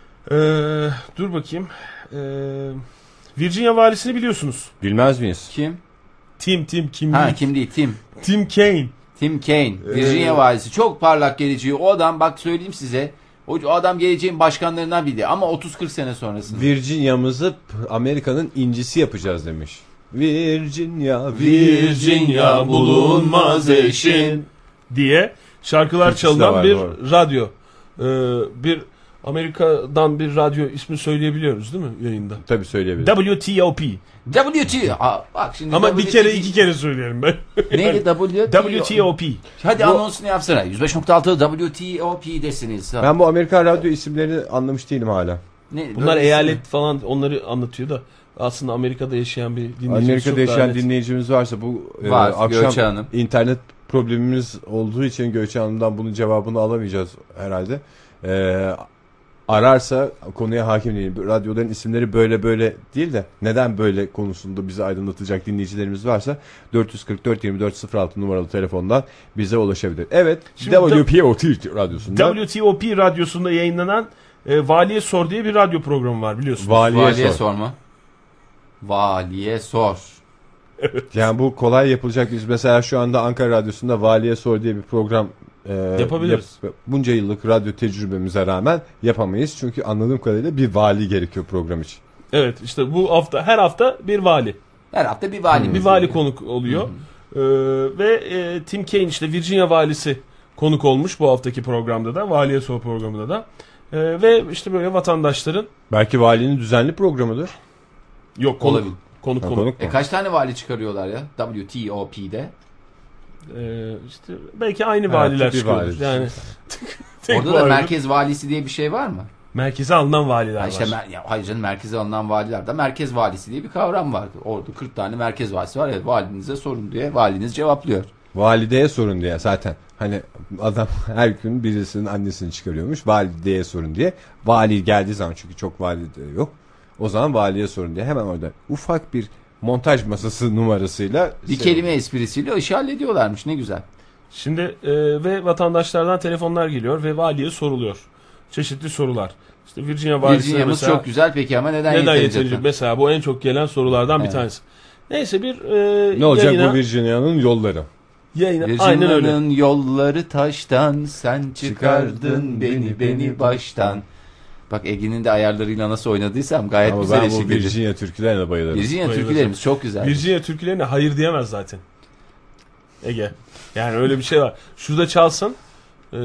Speaker 2: Ee, dur bakayım. Ee, Virginia valisini biliyorsunuz.
Speaker 3: Bilmez miyiz?
Speaker 1: Kim?
Speaker 2: Tim Tim kim?
Speaker 1: Ha
Speaker 2: değil?
Speaker 1: kim değil? Tim.
Speaker 2: Tim Kaine.
Speaker 1: Tim Kaine. Virginia
Speaker 2: Ee,
Speaker 1: valisi. Çok parlak geleceği. O adam bak söyleyeyim size. O, o adam geleceğin başkanlarından biri. Ama otuz kırk sene sonrasında.
Speaker 3: Virginia'mızı Amerika'nın incisi yapacağız demiş. Virginia,
Speaker 2: Virginia bulunmaz eşin diye şarkılar
Speaker 3: Türkçesi de
Speaker 2: çalınan
Speaker 3: var,
Speaker 2: bir
Speaker 3: doğru.
Speaker 2: radyo. Ee, bir Amerika'dan bir radyo ismi söyleyebiliyoruz değil mi yayında?
Speaker 3: Tabii söyleyebilirim.
Speaker 2: W T O P.
Speaker 1: W T. Aa, bak şimdi
Speaker 2: Ama
Speaker 1: W
Speaker 2: bir
Speaker 1: T
Speaker 2: kere iki kere söyleyelim ben.
Speaker 1: Neydi W T?
Speaker 2: W T O P.
Speaker 1: Hadi
Speaker 2: Bu-
Speaker 1: anonsunu yapsana. yüz beş nokta altı W T O P desiniz.
Speaker 3: Ben bu Amerikan radyo isimlerini anlamış değilim hala.
Speaker 1: Ne,
Speaker 2: Bunlar
Speaker 1: böyle
Speaker 2: eyalet falan onları anlatıyor da aslında Amerika'da yaşayan bir dinleyicimiz
Speaker 3: Amerika'da
Speaker 2: çok
Speaker 3: yaşayan
Speaker 2: daha net.
Speaker 3: dinleyicimiz varsa bu e,
Speaker 1: Var, Gökçe
Speaker 3: akşam
Speaker 1: Hanım.
Speaker 3: internet problemimiz olduğu için Gökçe Hanım'dan bunun cevabını alamayacağız herhalde. E, ararsa konuya hakim değilim. Radyoların isimleri böyle böyle değil de neden böyle konusunda bizi aydınlatacak dinleyicilerimiz varsa dört yüz kırk dört yirmi dört sıfır altı numaralı telefondan bize ulaşabilir. Evet,
Speaker 2: Şimdi
Speaker 3: W P O T radyosunda
Speaker 2: W T O P radyosunda yayınlanan e, Valiye Sor diye bir radyo programı var biliyorsunuz.
Speaker 3: Valiye,
Speaker 1: Valiye
Speaker 3: sor.
Speaker 1: sorma. Valiye sor.
Speaker 3: Yani bu kolay yapılacak. Biz mesela şu anda Ankara Radyosu'nda Valiye Sor diye bir program e,
Speaker 2: Yapabiliriz.
Speaker 3: yap- bunca yıllık radyo tecrübemize rağmen yapamayız. Çünkü anladığım kadarıyla bir vali gerekiyor program için.
Speaker 2: Evet, işte bu hafta her hafta bir vali.
Speaker 1: Her hafta bir valimiz.
Speaker 2: Bir vali
Speaker 1: geliyor.
Speaker 2: konuk oluyor. Ee, ve e, Tim Kaine işte Virginia valisi konuk olmuş bu haftaki programda da. Valiye Sor programında da. Ee, ve işte böyle vatandaşların
Speaker 3: Belki valinin düzenli programıdır.
Speaker 2: yok konuk
Speaker 1: Olabilir.
Speaker 2: konuk
Speaker 3: Ha,
Speaker 2: konuk.
Speaker 3: konuk mu?
Speaker 1: E kaç tane vali çıkarıyorlar ya? W T O P'de.
Speaker 2: Ee, işte belki aynı
Speaker 3: Evet,
Speaker 2: valiler
Speaker 3: bir
Speaker 2: çıkıyor.
Speaker 3: vali.
Speaker 2: Yani tek
Speaker 1: Orada da
Speaker 2: validir.
Speaker 1: merkez valisi diye bir şey var mı?
Speaker 2: merkeze alınan valiler
Speaker 1: Ha işte
Speaker 2: var.
Speaker 1: mer- ya hayır canım, merkeze alınan valiler de merkez valisi diye bir kavram vardı. Orada kırk tane merkez valisi var. Evet, valinize sorun diye valiniz cevaplıyor.
Speaker 3: Valideye sorun diye zaten. Hani adam her gün birisinin annesini çıkarıyormuş. Valideye sorun diye. Vali geldiği zaman çünkü çok valide yok. O zaman valiye sorun diye hemen orada ufak bir montaj masası numarasıyla
Speaker 1: Bir
Speaker 3: şey-
Speaker 1: kelime esprisiyle işi hallediyorlarmış, ne güzel.
Speaker 2: Şimdi e, ve vatandaşlardan telefonlar geliyor ve valiye soruluyor. Çeşitli sorular. İşte Virginia valisi
Speaker 1: Virginia'mız
Speaker 2: mesela
Speaker 1: çok güzel peki ama neden,
Speaker 2: neden
Speaker 1: yeterince?
Speaker 2: yeterince? Mesela bu en çok gelen sorulardan
Speaker 1: Evet.
Speaker 2: bir tanesi. Neyse bir e,
Speaker 3: Ne olacak
Speaker 2: yayına,
Speaker 3: bu Virginia'nın yolları?
Speaker 2: yayına aynen öyle.
Speaker 1: Virginia'nın yolları taştan, sen çıkardın beni beni baştan. Bak Ege'nin de ayarlarıyla nasıl oynadıysam gayet
Speaker 3: Ama
Speaker 1: güzel
Speaker 3: ben bu
Speaker 1: eşlik ediyor.
Speaker 3: Virginia türkülerine bayılırım.
Speaker 1: Virginia
Speaker 2: Bayılırım.
Speaker 1: türkülerimiz çok güzel.
Speaker 2: Virginia türkülerine hayır diyemez zaten. Ege. Yani öyle bir şey var. Şurada çalsın. E,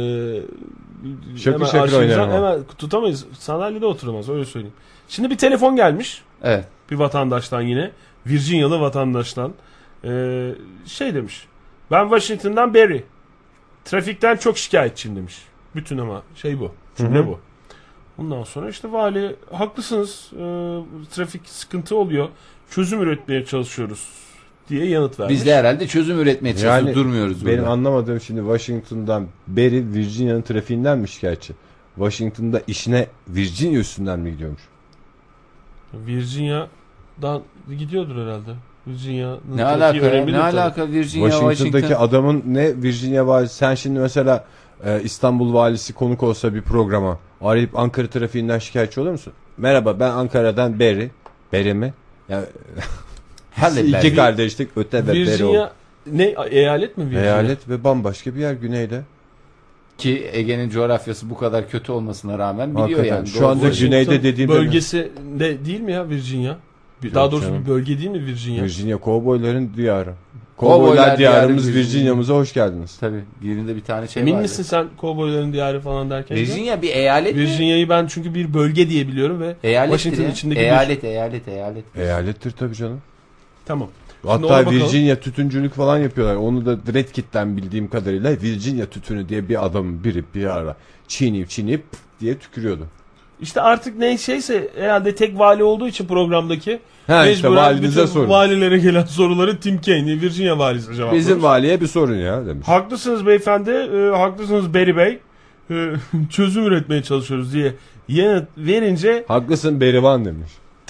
Speaker 3: Şakır
Speaker 2: hemen
Speaker 3: şakır
Speaker 2: arşivden
Speaker 3: oynarım ama.
Speaker 2: Hemen tutamayız. Sandalyede oturamaz, öyle söyleyeyim. Şimdi bir telefon gelmiş.
Speaker 1: Evet.
Speaker 2: Bir vatandaştan yine. Virginia'lı vatandaştan. Ee, şey demiş. Ben Washington'dan Barry. Trafikten çok şikayetçiyim demiş. Bütün ama şey bu. Cümle
Speaker 3: Hı hı.
Speaker 2: bu. Ondan sonra işte vali haklısınız. Ee, trafik sıkıntı oluyor. Çözüm üretmeye çalışıyoruz diye yanıt vermiş.
Speaker 1: Biz de herhalde çözüm üretmeye çalışıyoruz.
Speaker 3: Yani
Speaker 1: Durmuyoruz
Speaker 3: benim
Speaker 1: burada.
Speaker 3: anlamadığım şimdi Washington'dan beri Virginia'nın trafiğinden mi şikayetçi? Washington'da işine Virginia üstünden mi gidiyormuş?
Speaker 2: Virginia'dan gidiyordur herhalde. Virginia'nın
Speaker 1: ne alaka? Ne alaka Virginia,
Speaker 3: Washington'daki
Speaker 1: Washington.
Speaker 3: adamın ne Virginia valisi? Sen şimdi mesela e, İstanbul valisi konuk olsa bir programa arayıp Ankara trafiğinden şikayetçi olur musun? Merhaba, ben Ankara'dan Berry. Berry mi? Yani iki kardeşlik öte ve Berry oldu.
Speaker 2: Virginia ne, eyalet mi Virginia?
Speaker 3: Eyalet ve bambaşka bir yer güneyde.
Speaker 1: Ki Ege'nin coğrafyası bu kadar kötü olmasına rağmen biliyor
Speaker 3: hakikaten.
Speaker 1: yani.
Speaker 3: Şu anda güneyde dediğim
Speaker 2: bölgesinde değil mi ya Virginia? Yok Daha doğrusu canım. Bir bölge değil mi Virginia?
Speaker 3: Virginia kovboyların diyarı. Kovboylar diyarımız diyarı Virginia'mıza hoş geldiniz.
Speaker 1: Tabii. Yerinde bir tane şey
Speaker 2: Emin
Speaker 1: vardı.
Speaker 2: misin sen kovboyların diyarı falan derken?
Speaker 1: Virginia bir eyalet mi?
Speaker 2: Virginia'yı ben çünkü bir bölge diye biliyorum ve
Speaker 1: eyalettir
Speaker 2: Washington
Speaker 1: ya.
Speaker 2: içindeki
Speaker 1: eyalet,
Speaker 2: bir...
Speaker 1: eyalet, eyalet.
Speaker 3: Eyalettir tabii canım.
Speaker 2: Tamam.
Speaker 3: Hatta Virginia tütüncülük falan yapıyorlar. Onu da Red Kit'ten bildiğim kadarıyla Virginia tütünü diye bir adamın biri bir ara çiğneyip çiğneyip diye tükürüyordu.
Speaker 2: İşte artık ne şeyse herhalde tek vali olduğu için programdaki
Speaker 3: ha, işte valinize sorun.
Speaker 2: Valilere gelen soruları Tim Kaine, Virginia valisi cevaplamış.
Speaker 3: Bizim valiye bir sorun ya demiş.
Speaker 2: Haklısınız beyefendi, e, haklısınız Berry Bey. E, çözüm üretmeye çalışıyoruz diye yanıt verince
Speaker 3: haklısın Berivan demiş.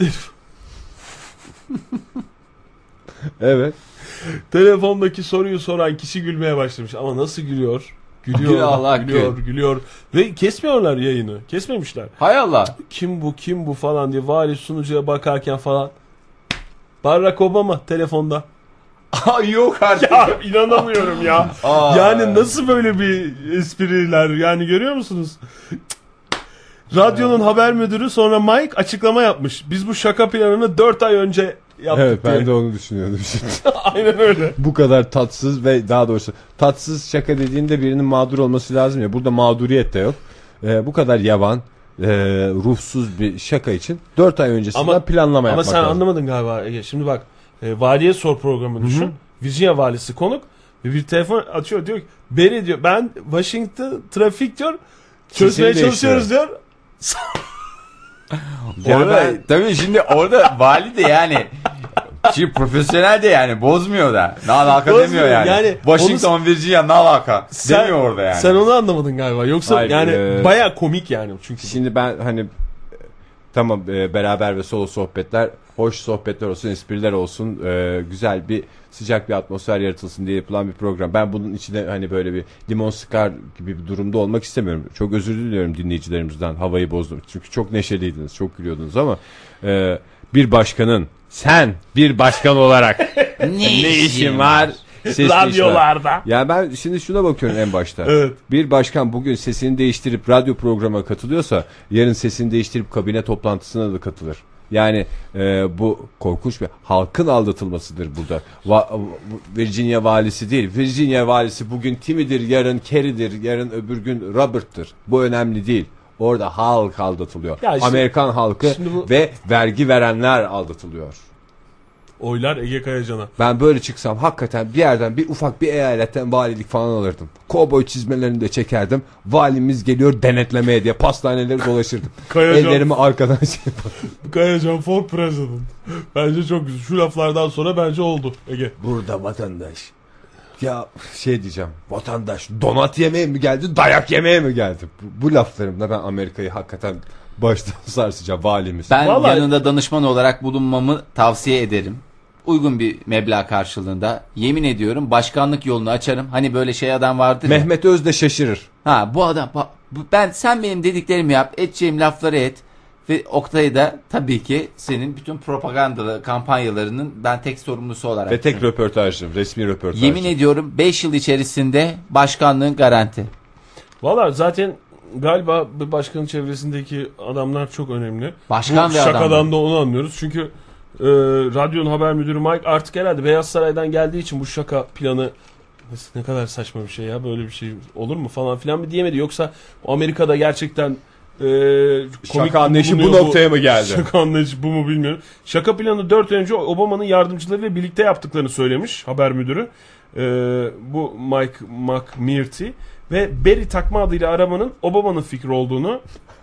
Speaker 3: Evet.
Speaker 2: Telefondaki soruyu soran kişi gülmeye başlamış ama nasıl gülüyor? Gülüyor,
Speaker 1: Allah
Speaker 2: gülüyor, gül. gülüyor ve kesmiyorlar yayını. Kesmemişler.
Speaker 1: Hay Allah.
Speaker 2: Kim bu, kim bu falan diye vali sunucuya bakarken falan. Barack Obama telefonda.
Speaker 1: Aa, yok artık.
Speaker 2: Ya inanamıyorum ya. Aa. Yani nasıl böyle bir espriler yani görüyor musunuz? Radyonun haber müdürü sonra Mike açıklama yapmış. Biz bu şaka planını dört ay önce yaptık
Speaker 3: evet,
Speaker 2: diye.
Speaker 3: ben de onu düşünüyordum şimdi.
Speaker 2: Aynen öyle.
Speaker 3: Bu kadar tatsız ve daha doğrusu tatsız şaka dediğinde birinin mağdur olması lazım ya. Burada mağduriyet de yok. Ee, bu kadar yavan, e, ruhsuz bir şaka için dört ay öncesinden ama, planlama yapmak lazım.
Speaker 2: Ama sen anlamadın galiba Ege. Şimdi bak e, valiye sor programı düşün. Hı-hı. Virginia valisi konuk ve bir telefon açıyor diyor ki Berry diyor ben Washington trafik diyor çözmeye çalışıyoruz diyor.
Speaker 1: Orada, ben... Tabii şimdi orada vali de yani şimdi profesyonel de yani bozmuyor da. Ne alaka bozmuyor demiyor yani. yani Washington, onu... Virginia ne alaka sen, demiyor orada yani.
Speaker 2: Sen onu anlamadın galiba. Yoksa hayır, yani e... baya komik yani. Çünkü
Speaker 3: şimdi ben hani tamam e, beraber ve solo sohbetler, hoş sohbetler olsun, espriler olsun, e, güzel bir sıcak bir atmosfer yaratılsın diye yapılan bir program. Ben bunun içine hani böyle bir limon sıkar gibi bir durumda olmak istemiyorum. Çok özür diliyorum dinleyicilerimizden. Havayı bozdum. Çünkü çok neşeliydiniz, çok gülüyordunuz ama e, bir başkanın sen bir başkan olarak ne işin var?
Speaker 2: Radyolarda.
Speaker 3: Ya yani ben şimdi şuna bakıyorum en başta.
Speaker 2: Evet.
Speaker 3: Bir başkan bugün sesini değiştirip radyo programa katılıyorsa yarın sesini değiştirip kabine toplantısına da katılır. Yani e, bu korkunç bir halkın aldatılmasıdır burada. Va- Virginia valisi değil. Virginia valisi bugün Timmy'dir, yarın Kerry'dir, yarın öbür gün Robert'tır. Bu önemli değil. Orada halk aldatılıyor. Işte, Amerikan halkı bu... ve vergi verenler aldatılıyor.
Speaker 2: Oylar Ege Kayacan'a.
Speaker 3: Ben böyle çıksam hakikaten bir yerden bir ufak bir eyaletten valilik falan alırdım. Kovboy çizmelerini de çekerdim. Valimiz geliyor denetlemeye diye pastaneleri dolaşırdım.
Speaker 2: Kayacan,
Speaker 3: ellerimi arkadan şey yapardım.
Speaker 2: Kayacan for president. Bence çok güzel. Şu laflardan sonra bence oldu Ege.
Speaker 3: Burada vatandaş. Ya şey diyeceğim. Vatandaş donat yemeye mi geldi dayak yemeye mi geldi? Bu, bu laflarımla ben Amerika'yı hakikaten baştan sarsacağım valimiz.
Speaker 1: Ben
Speaker 2: vallahi...
Speaker 1: yanında danışman olarak bulunmamı tavsiye ederim. Uygun bir meblağ karşılığında yemin ediyorum başkanlık yolunu açarım. Hani böyle şey adam vardır ya.
Speaker 3: Mehmet Öz de şaşırır.
Speaker 1: Ha bu adam ben sen benim dediklerimi yap, edeceğim lafları et ve Oktay'ı da tabii ki senin bütün propagandalı kampanyalarının ben tek sorumlusu olarak.
Speaker 3: Ve tek röportajım, resmi röportajım.
Speaker 1: Yemin ediyorum beş yıl içerisinde başkanlığın garanti.
Speaker 2: Valla zaten galiba bir başkanın çevresindeki adamlar çok önemli.
Speaker 1: Başkan
Speaker 2: bu
Speaker 1: ve
Speaker 2: şakadan
Speaker 1: adamlar.
Speaker 2: da onu anlıyoruz çünkü Ee, radyonun haber müdürü Mike artık herhalde Beyaz Saray'dan geldiği için bu şaka planı ne kadar saçma bir şey ya böyle bir şey olur mu falan filan mı diyemedi yoksa Amerika'da gerçekten e,
Speaker 3: şaka anlayışı bu noktaya mı geldi?
Speaker 2: Şaka anlayışı bu mu bilmiyorum. Şaka planı dört ay önce Obama'nın yardımcılarıyla birlikte yaptıklarını söylemiş haber müdürü. Ee, bu Mike McMurtry ve Berry takma adıyla aramanın Obama'nın fikri olduğunu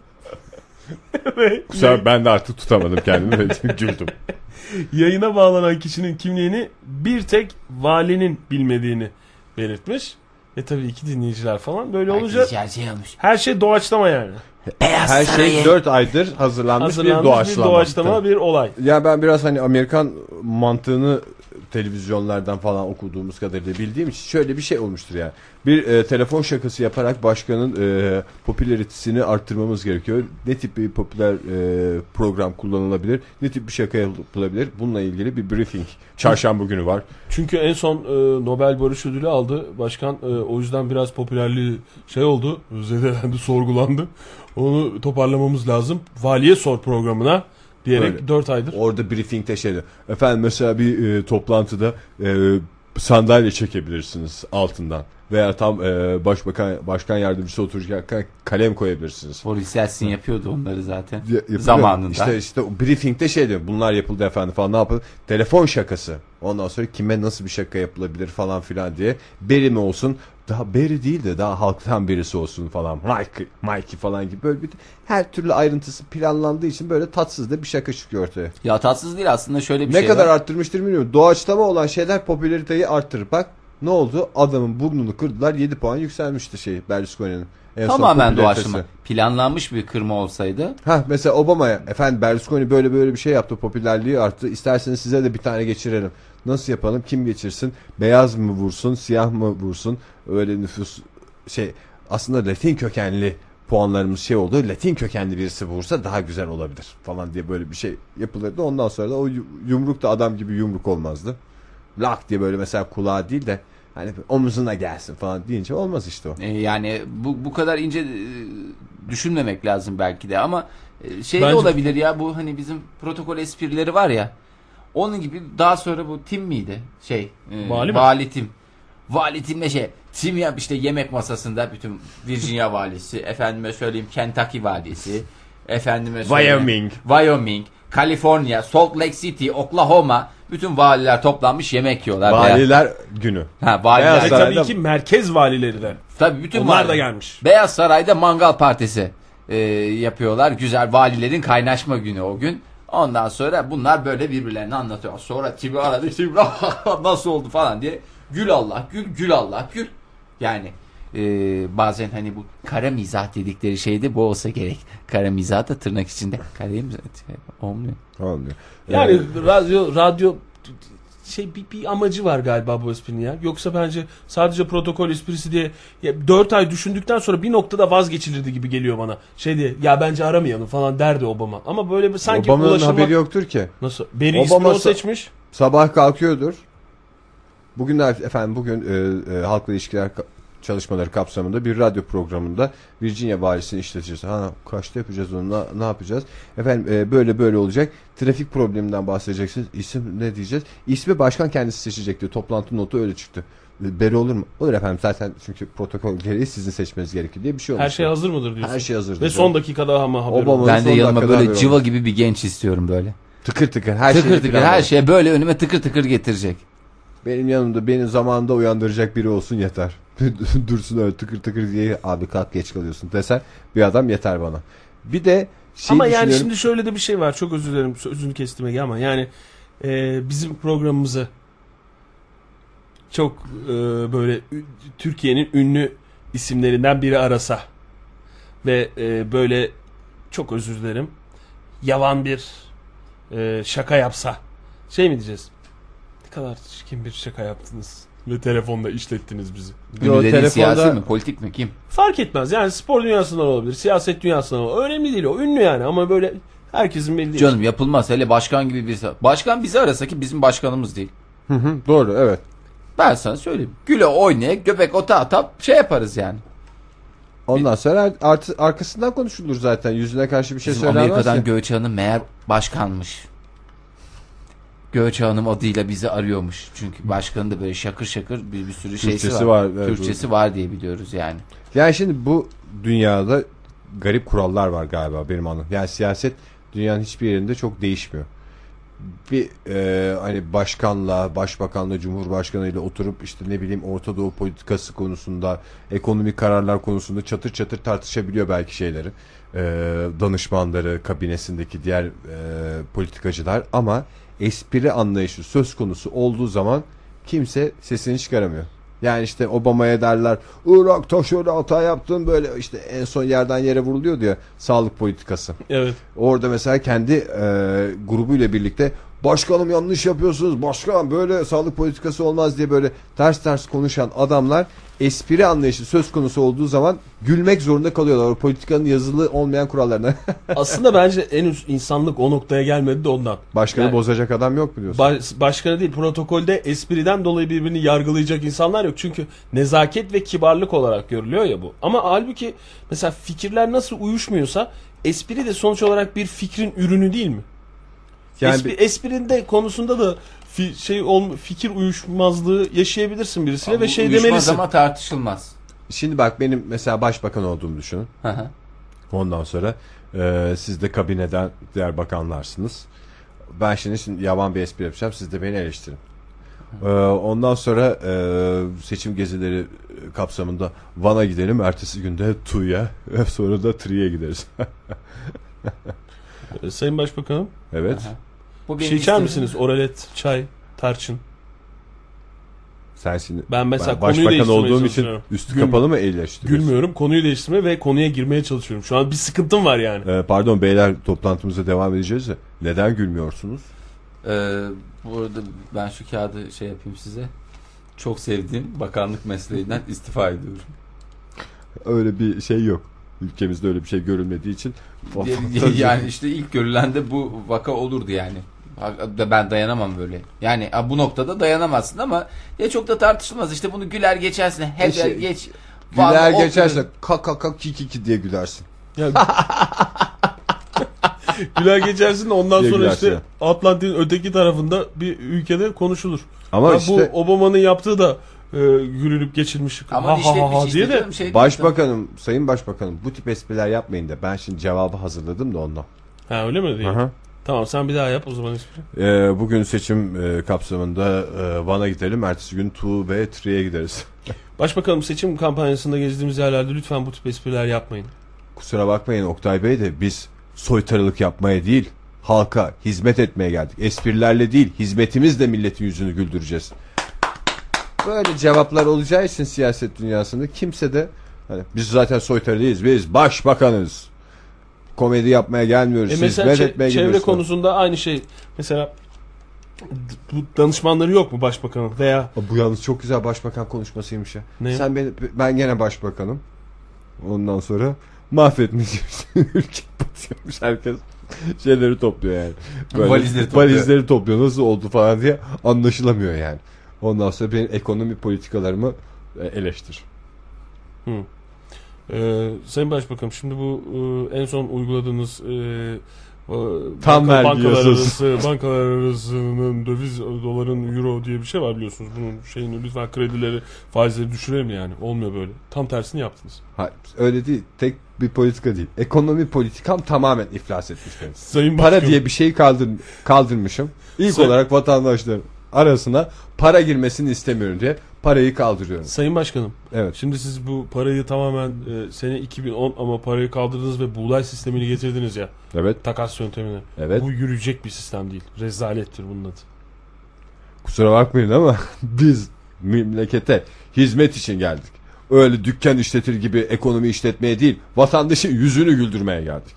Speaker 3: Kusura ben de artık tutamadım kendimi ve güldüm.
Speaker 2: Yayına bağlanan kişinin kimliğini bir tek valinin bilmediğini belirtmiş. E tabii iki dinleyiciler falan böyle olunca
Speaker 1: şey
Speaker 2: her şey doğaçlama yani.
Speaker 3: Beyaz Her Sarayı. Şey dört aydır hazırlanmış, hazırlanmış bir doğaçlama.
Speaker 2: bir doğaçlama bir olay.
Speaker 3: Ya ben biraz hani Amerikan mantığını televizyonlardan falan okuduğumuz kadarıyla bildiğim için şöyle bir şey olmuştur yani. Bir e, telefon şakası yaparak başkanın e, popülaritesini arttırmamız gerekiyor. Ne tip bir popüler e, program kullanılabilir? Ne tip bir şaka yapılabilir? Bununla ilgili bir briefing çarşamba günü var.
Speaker 2: Çünkü en son e, Nobel Barış Ödülü aldı başkan. E, o yüzden biraz popülerliği şey oldu. Zedelendi, sorgulandı. Onu toparlamamız lazım. Valiye sor programına diyerek öyle. dört aydır.
Speaker 3: Orada briefingte şeydi. Efendim mesela bir e, toplantıda e, sandalye çekebilirsiniz altından. Veya tam e, başbakan başkan yardımcısı otururken kalem koyabilirsiniz.
Speaker 1: Boris Yeltsin yapıyordu onları zaten ya, zamanında.
Speaker 3: İşte işte o briefingte şey diyor. Bunlar yapıldı efendim falan, ne yapalım? Telefon şakası. Ondan sonra kime nasıl bir şaka yapılabilir falan filan diye. Beri mi olsun? Daha Beri değil de daha halktan birisi olsun falan. Mike, Mike falan gibi böyle bir her türlü ayrıntısı planlandığı için böyle tatsız da bir şaka çıkıyor ortaya.
Speaker 1: Ya tatsız değil aslında, şöyle bir
Speaker 3: ne
Speaker 1: şey
Speaker 3: kadar
Speaker 1: var.
Speaker 3: arttırmıştır bilmiyorum. Doğaçlama olan şeyler popülariteyi arttırır. Bak ne oldu? Adamın burnunu kırdılar, yedi puan yükselmişti şey Berlusconi'nin. En
Speaker 1: tamamen doğaçlama. Planlanmış bir kırma olsaydı.
Speaker 3: Ha mesela Obama'ya efendim Berlusconi böyle böyle bir şey yaptı, popülerliği arttı. İsterseniz size de bir tane geçirelim. Nasıl yapalım? Kim geçirsin? Beyaz mı vursun? Siyah mı vursun? Öyle nüfus şey aslında Latin kökenli puanlarımız şey oldu. Latin kökenli birisi vursa daha güzel olabilir falan diye böyle bir şey yapılırdı. Ondan sonra da o yumruk da adam gibi yumruk olmazdı. Lak diye böyle mesela kulağa değil de hani omuzuna gelsin falan deyince olmaz işte o.
Speaker 1: Ee, yani bu bu kadar ince e, düşünmemek lazım belki de ama e, şey
Speaker 2: Bence...
Speaker 1: de olabilir ya, bu hani bizim protokol esprileri var ya. Onun gibi daha sonra bu Tim miydi? Şey, e,
Speaker 2: Vali,
Speaker 1: vali Tim. Vali Tim'le şey, Tim ya işte yemek masasında bütün Virginia valisi, efendime söyleyeyim Kentucky valisi, efendime söyleyeyim
Speaker 3: Wyoming,
Speaker 1: Wyoming, California, Salt Lake City, Oklahoma, bütün valiler toplanmış yemek yiyorlar.
Speaker 3: Valiler Beyaz... günü.
Speaker 1: Ha, valiler.
Speaker 2: Yani tabii ki merkez valileri de.
Speaker 1: Tabii bütün
Speaker 2: onlar
Speaker 1: valiler
Speaker 2: da gelmiş.
Speaker 1: Beyaz Saray'da mangal partisi e, yapıyorlar. Güzel, valilerin kaynaşma günü o gün. Ondan sonra bunlar böyle birbirlerini anlatıyor. Sonra Tim'i aradı. Tim nasıl oldu falan diye. Gül Allah gül, gül Allah gül. Yani e, bazen hani bu kara mizah dedikleri şeyde bu olsa gerek. Kara mizah da tırnak içinde. Kara mizah olmuyor.
Speaker 3: Olmuyor.
Speaker 2: Yani ee, radyo radyo şey bir, bir amacı var galiba bu esprinin ya. Yoksa bence sadece protokol esprisi diye ya, dört ay düşündükten sonra bir noktada vazgeçilirdi gibi geliyor bana. Şey diye ya bence aramayalım falan derdi Obama. Ama böyle bir sanki
Speaker 3: Obama'nın
Speaker 2: ulaşılmak...
Speaker 3: haberi yoktur ki.
Speaker 2: Nasıl? Beri ismini o seçmiş.
Speaker 3: Sabah kalkıyordur. Bugün efendim bugün e, e, halkla ilişkiler çalışmaları kapsamında bir radyo programında Virginia valisini işleteceğiz. Ha kaçta yapacağız onu, ne, ne yapacağız? Efendim e, böyle böyle olacak. Trafik probleminden bahsedeceksiniz. İsim ne diyeceğiz? İsmi başkan kendisi seçecek diyor. Toplantı notu öyle çıktı. Beri olur mu? Olur efendim, zaten çünkü protokol gereği sizin seçmeniz gerekiyor diye bir şey olmuş.
Speaker 2: Her şey hazır mıdır diyorsun?
Speaker 3: Her şey hazır.
Speaker 2: Ve son dakikada ama haber
Speaker 1: oldu. Ben de yanıma böyle cıva olmuş gibi bir genç istiyorum böyle.
Speaker 3: Tıkır tıkır her
Speaker 1: tıkır tıkır, tıkır her şeye böyle önüme tıkır tıkır getirecek.
Speaker 3: Benim yanımda beni zamanında uyandıracak biri olsun yeter. Dursun öyle tıkır tıkır diye abi kalk geç kalıyorsun desen bir adam yeter bana. Bir de şey
Speaker 2: ama yani şimdi şöyle de bir şey var, çok özür dilerim sözünü kestim Ege ama yani e, bizim programımızı çok e, böyle Türkiye'nin ünlü isimlerinden biri arasa ve e, böyle çok özür dilerim yavan bir e, şaka yapsa şey mi diyeceğiz? Ne kadar çirkin bir şaka yaptınız ve telefonda işlettiniz bizi.
Speaker 1: Ünlülerin telefonda... siyasi mi, politik mi, kim?
Speaker 2: Fark etmez. Yani spor dünyasından olabilir, siyaset dünyasından olabilir. Önemli değil o. Ünlü yani ama böyle herkesin bildiği.
Speaker 1: Canım şey. Yapılmaz. Hele başkan gibi birisi. Başkan bizi arasa ki bizim başkanımız değil.
Speaker 3: Hı hı, doğru evet.
Speaker 1: Ben sana söyleyeyim. Güle oynaya, göbek ota ata şey yaparız yani.
Speaker 3: Ondan sonra artı, arkasından konuşulur zaten. Yüzüne karşı bir şey
Speaker 1: bizim
Speaker 3: söylenmez.
Speaker 1: Amerika'dan Göçe Hanım meğer başkanmış. Göçe Hanım adıyla bizi arıyormuş. Çünkü başkanın da böyle şakır şakır bir, bir sürü
Speaker 3: Türkçesi
Speaker 1: şeysi var.
Speaker 3: var evet,
Speaker 1: Türkçesi evet. var diye biliyoruz yani.
Speaker 3: Yani şimdi bu dünyada garip kurallar var galiba benim anladığım. Yani siyaset dünyanın hiçbir yerinde çok değişmiyor. Bir e, hani başkanla, başbakanla, cumhurbaşkanıyla oturup işte ne bileyim Orta Doğu politikası konusunda, ekonomik kararlar konusunda çatır çatır tartışabiliyor belki şeyleri. E, danışmanları, kabinesindeki diğer e, politikacılar ama espri anlayışı söz konusu olduğu zaman kimse sesini çıkaramıyor. Yani işte Obama'ya derler Irak'ta şöyle hata yaptın, böyle işte en son yerden yere vuruluyor diyor sağlık politikası.
Speaker 2: Evet.
Speaker 3: Orada mesela kendi e, grubuyla birlikte başkanım yanlış yapıyorsunuz, başkan böyle sağlık politikası olmaz diye böyle ters ters konuşan adamlar espri anlayışı söz konusu olduğu zaman gülmek zorunda kalıyorlar o politikanın yazılı olmayan kurallarına.
Speaker 2: Aslında bence en üst insanlık o noktaya gelmedi de ondan.
Speaker 3: Başkanı yani, bozacak adam yok mu diyorsun?
Speaker 2: Baş, başkanı değil, protokolde espriden dolayı birbirini yargılayacak insanlar yok. Çünkü nezaket ve kibarlık olarak görülüyor ya bu. Ama halbuki mesela fikirler nasıl uyuşmuyorsa espri de sonuç olarak bir fikrin ürünü değil mi? Yani Espri, bir... Esprinde konusunda da fi, şey ol, fikir uyuşmazlığı yaşayabilirsin birisiyle ama ve şey demelisin. Uyuşmaz
Speaker 1: ama tartışılmaz.
Speaker 3: Şimdi bak benim mesela başbakan olduğumu düşünün.
Speaker 1: Hı hı.
Speaker 3: Ondan sonra e, siz de kabineden diğer bakanlarsınız. Ben şimdi, şimdi yavan bir espri yapacağım. Siz de beni eleştirin. E, ondan sonra e, seçim gezileri kapsamında Van'a gidelim. Ertesi günde Tu'ya, sonra da Tri'ye gideriz.
Speaker 2: Sayın Başbakanım.
Speaker 3: Evet.
Speaker 2: Bu bir şey içer misiniz? Oralet, çay, tarçın.
Speaker 3: Sen şimdi
Speaker 2: ben mesela
Speaker 3: ben başbakan olduğum için üstü Gül, kapalı mı eleştiriyorsun?
Speaker 2: Gülmüyorum. Konuyu değiştirme ve konuya girmeye çalışıyorum. Şu an bir sıkıntım var yani.
Speaker 3: Ee, pardon beyler, toplantımıza devam edeceğiz de neden gülmüyorsunuz?
Speaker 1: Ee, bu arada ben şu kağıdı şey yapayım size. Çok sevdiğim bakanlık mesleğinden istifa ediyorum.
Speaker 3: Öyle bir şey yok. Ülkemizde öyle bir şey görülmediği için.
Speaker 1: Yani işte ilk görülen de bu vaka olurdu yani. Ben dayanamam böyle. Yani bu noktada dayanamazsın ama ya çok da tartışılmaz. İşte bunu güler geçersin. Her şey, geç.
Speaker 3: Güler geçerse kak kak kak ki ki ki diye gülersin.
Speaker 2: Ya, güler geçersin de ondan diye sonra işte ya. Atlantik'in öteki tarafında bir ülkede konuşulur. Ama ya işte bu Obama'nın yaptığı da e, gülünüp geçilmiş.
Speaker 1: Ama ha, ha, ha, diye de
Speaker 3: şey Başbakanım, de. Sayın Başbakanım bu tip espriler yapmayın da ben şimdi cevabı hazırladım da ondan.
Speaker 2: Ha öyle mi diyeyim? Aha. Tamam sen bir daha yap o zaman espri.
Speaker 3: Ee, bugün seçim e, kapsamında e, Van'a gidelim. Ertesi gün Tu ve Tri'ye gideriz.
Speaker 2: Başbakanım seçim kampanyasında gezdiğimiz yerlerde lütfen bu tip espriler yapmayın.
Speaker 3: Kusura bakmayın Oktay Bey de biz soytarılık yapmaya değil, halka hizmet etmeye geldik. Esprilerle değil, hizmetimizle milletin yüzünü güldüreceğiz. Böyle cevaplar olacağı için siyaset dünyasında kimse de hani, biz zaten soytarı değiliz, biz başbakanız. Komedi yapmaya gelmiyoruz.
Speaker 2: E mesela
Speaker 3: hizmet etmeye
Speaker 2: çevre
Speaker 3: geliyoruz.
Speaker 2: Konusunda aynı şey. Mesela bu danışmanları yok mu başbakanın veya
Speaker 3: bu yalnız çok güzel başbakan konuşmasıymış ya. Ne? Sen beni, ben gene başbakanım. Ondan sonra mahvetmeyeceksin. Ülke batıyormuş herkes. Şeyleri topluyor yani. Böyle valizleri topluyor. Valizleri topluyor. Nasıl oldu falan diye anlaşılamıyor yani. Ondan sonra benim ekonomi politikalarımı eleştir.
Speaker 2: Hı. Ee, Sayın Başbakanım şimdi bu e, en son uyguladığınız e, e,
Speaker 3: tam
Speaker 2: banka, bankalar arası bankalar arasının döviz doların euro diye bir şey var biliyorsunuz. Bunun şeyini lütfen kredileri faizleri düşürelim yani. Olmuyor böyle. Tam tersini yaptınız.
Speaker 3: Hayır, öyle değil. Tek bir politika değil. Ekonomi politikam tamamen iflas etmiş benim.
Speaker 2: Sayın
Speaker 3: Para Başkanım, diye bir şey kaldır, kaldırmışım. İlk Sayın... olarak vatandaşların arasına para girmesini istemiyorum diye parayı kaldırıyorum.
Speaker 2: Sayın Başkanım.
Speaker 3: Evet.
Speaker 2: Şimdi siz bu parayı tamamen e, sene iki bin on ama parayı kaldırdınız ve buğday sistemini getirdiniz ya.
Speaker 3: Evet.
Speaker 2: Takas yöntemini.
Speaker 3: Evet.
Speaker 2: Bu yürüyecek bir sistem değil. Rezalettir bunun adı.
Speaker 3: Kusura bakmayın ama biz memlekete hizmet için geldik. Öyle dükkan işletir gibi ekonomi işletmeye değil, vatandaşın yüzünü güldürmeye geldik.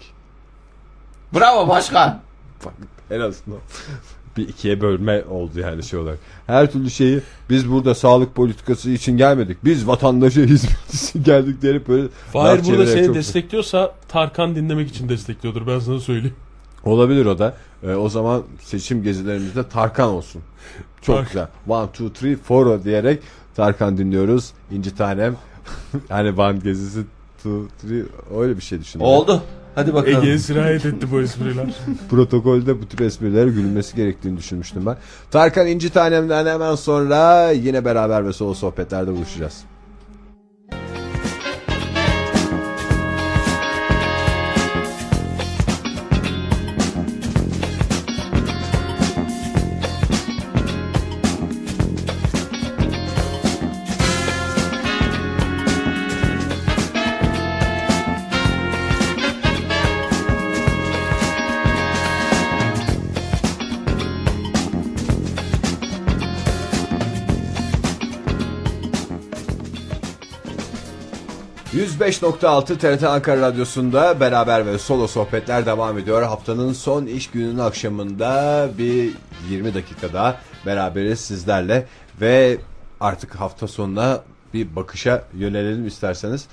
Speaker 1: Bravo başkan.
Speaker 3: En azından bir ikiye bölme oldu yani şey olarak. Her türlü şeyi biz burada sağlık politikası için gelmedik. Biz vatandaşa hizmet için geldik diye böyle.
Speaker 2: Fahir burada seni çok... destekliyorsa Tarkan dinlemek için destekliyordur, ben sana söyleyeyim.
Speaker 3: Olabilir o da. Ee, o zaman seçim gezilerimizde Tarkan olsun. Çok Tark. Güzel. One, two, three, four diyerek Tarkan dinliyoruz. İnci tanem. Hani Van gezisi two, three öyle bir şey düşündüm.
Speaker 1: Oldu. Hadi bakalım.
Speaker 2: Ege'ye sirayet etti bu espriler.
Speaker 3: Protokolde bu tip esprilere gülünmesi gerektiğini düşünmüştüm ben. Tarkan İnci Tanem'den hemen sonra yine beraber ve solo sohbetlerde buluşacağız. yüz beş nokta altı T R T Ankara Radyosu'nda beraber ve solo sohbetler devam ediyor. Haftanın son iş gününün akşamında bir yirmi dakika daha beraberiz sizlerle ve artık hafta sonuna bir bakışa yönelelim isterseniz.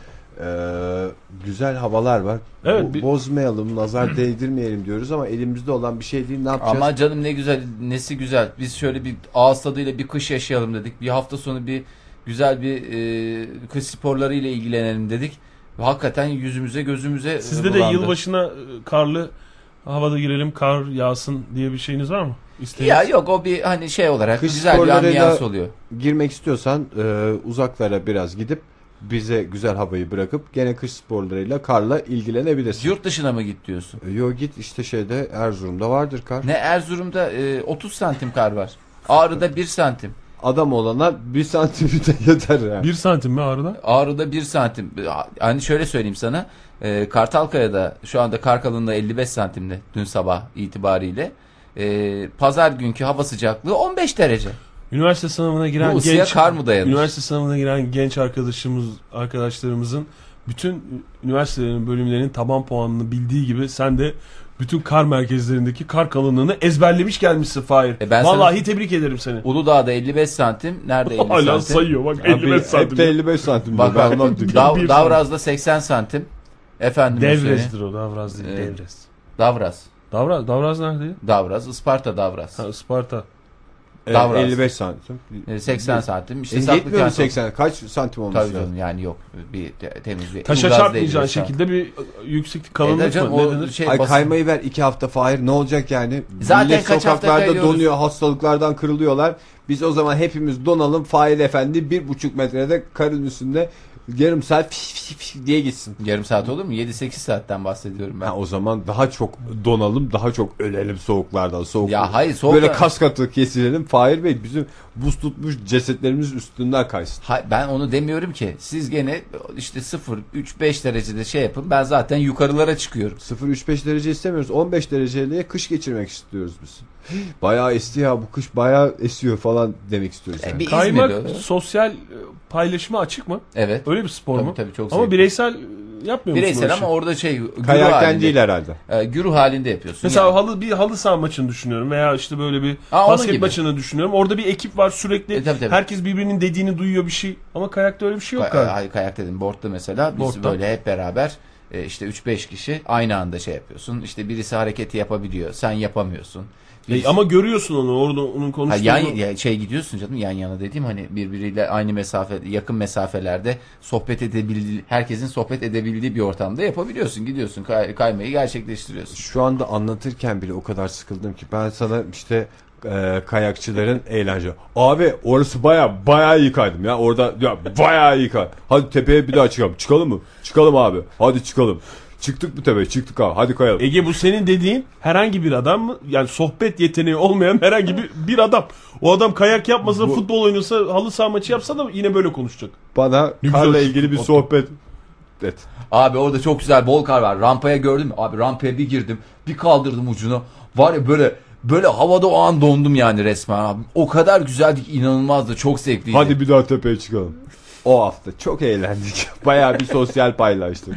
Speaker 3: Ee, güzel havalar var.
Speaker 2: Evet,
Speaker 3: Bo-
Speaker 2: bir...
Speaker 3: Bozmayalım, nazar değdirmeyelim diyoruz ama elimizde olan bir şey değil, ne yapacağız?
Speaker 1: Ama canım ne güzel, nesi güzel. Biz şöyle bir ağız tadıyla bir kış yaşayalım dedik. Bir hafta sonu bir güzel bir e, kış sporları ile ilgilenelim dedik. Ve hakikaten yüzümüze gözümüze
Speaker 2: Sizde
Speaker 1: bulandı.
Speaker 2: de yılbaşına karlı havada girelim, kar yağsın diye bir şeyiniz var mı?
Speaker 1: İsteğiniz? Ya yok, o bir hani şey olarak kış güzel bir ambiyans oluyor.
Speaker 3: Girmek istiyorsan e, uzaklara biraz gidip bize güzel havayı bırakıp gene kış sporlarıyla karla ilgilenebilirsin.
Speaker 1: Yurt dışına mı git diyorsun?
Speaker 3: E, yok git işte şeyde, Erzurum'da vardır kar.
Speaker 1: Ne Erzurum'da e, otuz santim kar var. Ağrı'da bir santim.
Speaker 3: Adam olana bir santim de yeter yani.
Speaker 2: Bir santim mi Ağrı'da?
Speaker 1: Ağrı'da bir santim. Hani şöyle söyleyeyim sana. E, Kartalkaya'da şu anda kar kalınlığı elli beş santimde dün sabah itibariyle. E, Pazar günkü hava sıcaklığı on beş derece.
Speaker 2: Üniversite sınavına giren
Speaker 1: Bu
Speaker 2: genç
Speaker 1: kar mı dayanır?
Speaker 2: Üniversite sınavına giren genç arkadaşımız arkadaşlarımızın bütün üniversitelerin bölümlerinin taban puanını bildiği gibi sen de bütün kar merkezlerindeki kar kalınlığını ezberlemiş gelmişsin Fahir. E Vallahi sana, tebrik ederim seni.
Speaker 1: Uludağ'da elli beş santim. Nerede elli santim?
Speaker 2: Hala sayıyor bak, elli beş santim.
Speaker 3: Hep de elli beş santim.
Speaker 1: Bak bak. Dav, Davraz'da seksen santim. Efendim
Speaker 2: Devrez'dir o, Davraz değil. Ee, Devrez.
Speaker 1: Davraz.
Speaker 2: Davraz, Davraz nerede?
Speaker 1: Davraz, Isparta Davraz.
Speaker 2: Ha, Isparta.
Speaker 3: Davraz. elli beş santim.
Speaker 1: seksen santim. İşte
Speaker 3: e, yetmiyor mu seksen? Kaç santim olmuş?
Speaker 1: Tabii canım, yani yok. Bir temiz bir.
Speaker 2: Taşa çarpmayacağın şekilde bir yükseklik kalınlık
Speaker 1: e,
Speaker 2: mı?
Speaker 1: O, ne denir? Şey,
Speaker 3: Ay kaymayı ver iki hafta Fahir, ne olacak yani?
Speaker 1: Zaten
Speaker 3: millet
Speaker 1: kaç
Speaker 3: sokaklarda donuyor, hastalıklardan kırılıyorlar. Biz o zaman hepimiz donalım, Fahir Efendi bir buçuk metrede karın üstünde yarım saat fiş fiş fiş diye gitsin.
Speaker 1: Yarım saat olur mu? yedi sekiz saatten bahsediyorum ben.
Speaker 3: Ha, o zaman daha çok donalım, daha çok ölelim soğuklardan. Soğuk.
Speaker 1: Ya hayır, soğuklar.
Speaker 3: Böyle kas katı kesilelim. Fahir Bey bizim buz tutmuş cesetlerimiz üstünden kaysın.
Speaker 1: Hayır, ben onu demiyorum ki. Siz gene işte sıfır üç beş derecede şey yapın. Ben zaten yukarılara çıkıyorum.
Speaker 3: sıfır üç beş derece istemiyoruz. on beş dereceyle kış geçirmek istiyoruz biz. Bayağı esti ya, bu kış bayağı esiyor falan demek istiyoruz. Yani.
Speaker 1: E,
Speaker 2: Kaymak sosyal paylaşıma açık mı?
Speaker 1: Evet.
Speaker 2: Öyle bir spor
Speaker 1: tabii,
Speaker 2: mu?
Speaker 1: Tabii, çok
Speaker 2: ama
Speaker 1: zevkli.
Speaker 2: Bireysel yapmıyor musun?
Speaker 1: Bireysel ama orada şey
Speaker 3: kayarken değil herhalde.
Speaker 1: E, güruh halinde yapıyorsun.
Speaker 2: Mesela
Speaker 1: yani.
Speaker 2: halı bir halı saha maçını düşünüyorum veya işte böyle bir Aa, basket maçını düşünüyorum. Orada bir ekip var sürekli. E, tabii, tabii. Herkes birbirinin dediğini duyuyor bir şey. Ama kayakta öyle bir şey yok.
Speaker 1: Kay- hayır, kayak dedim. Board'da mesela biz Board'da. Böyle hep beraber e, işte üç beş kişi aynı anda şey yapıyorsun. İşte birisi hareketi yapabiliyor. Sen yapamıyorsun.
Speaker 2: Biz... E, ama görüyorsun onu orada, onun konuştuğunu.
Speaker 1: Yan, ya, şey gidiyorsun canım, yan yana dediğim hani birbiriyle aynı mesafe, yakın mesafelerde sohbet edebildiği, herkesin sohbet edebildiği bir ortamda yapabiliyorsun. Gidiyorsun kay, kaymayı gerçekleştiriyorsun.
Speaker 3: Şu anda anlatırken bile o kadar sıkıldım ki ben sana işte e, kayakçıların eğlence. Abi orası baya baya iyi kaydım ya. Orada ya baya iyi kaydım. Hadi tepeye bir daha çıkalım. Çıkalım mı? Çıkalım abi. Hadi çıkalım. Çıktık mı tepeye? Çıktık abi. Hadi kayalım.
Speaker 2: Ege, bu senin dediğin herhangi bir adam mı? Yani sohbet yeteneği olmayan herhangi bir, bir adam. O adam kayak yapmasa, bu... futbol oynasa, halı saha maçı yapsa da yine böyle konuşacak.
Speaker 3: Bana ne karla güzel ilgili bir sohbet et.
Speaker 1: Abi orada çok güzel bol kar var. Rampaya gördün mü? Abi rampaya bir girdim. Bir kaldırdım ucunu. Var ya böyle böyle havada o an dondum yani resmen abi. O kadar güzeldi ki, inanılmazdı. Çok zevkliydi.
Speaker 3: Hadi bir daha tepeye çıkalım. O hafta çok eğlendik. Bayağı bir sosyal paylaştık.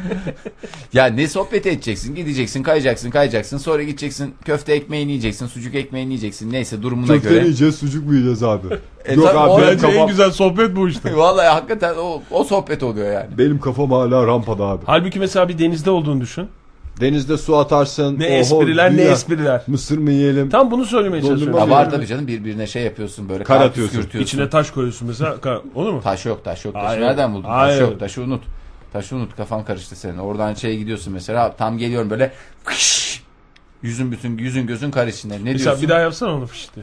Speaker 1: Ya ne sohbet edeceksin? Gideceksin, kayacaksın, kayacaksın. Sonra gideceksin, köfte ekmeğini yiyeceksin, sucuk ekmeğini yiyeceksin. Neyse durumuna
Speaker 3: köfte
Speaker 1: göre.
Speaker 3: Köfte yiyeceğiz, sucuk mu yiyeceğiz abi?
Speaker 1: E, Yok abi,
Speaker 2: bence kafam... en güzel sohbet bu işte.
Speaker 1: Vallahi hakikaten o, o sohbet oluyor yani.
Speaker 3: Benim kafam hala rampada abi.
Speaker 2: Halbuki mesela bir denizde olduğunu düşün.
Speaker 3: Denizde su atarsın.
Speaker 2: Ne oho, espriler dünya. Ne espriler.
Speaker 3: Mısır mı yiyelim?
Speaker 2: Tam bunu söylemeye çalışıyorum.
Speaker 1: Ya var tabii canım, birbirine şey yapıyorsun böyle.
Speaker 3: Kar atıyorsun.
Speaker 2: İçine taş koyuyorsun mesela. Olur mu?
Speaker 1: Taş yok, taş yok. Taşı nereden buldun? Hayır. Taş yok, taşı unut. Taşı unut, kafan karıştı senin. Oradan şeye gidiyorsun mesela, tam geliyorum böyle. Kış, yüzün bütün, yüzün gözün kar içinde. Ne
Speaker 2: mesela
Speaker 1: diyorsun?
Speaker 2: Bir daha yapsana onu fıştı.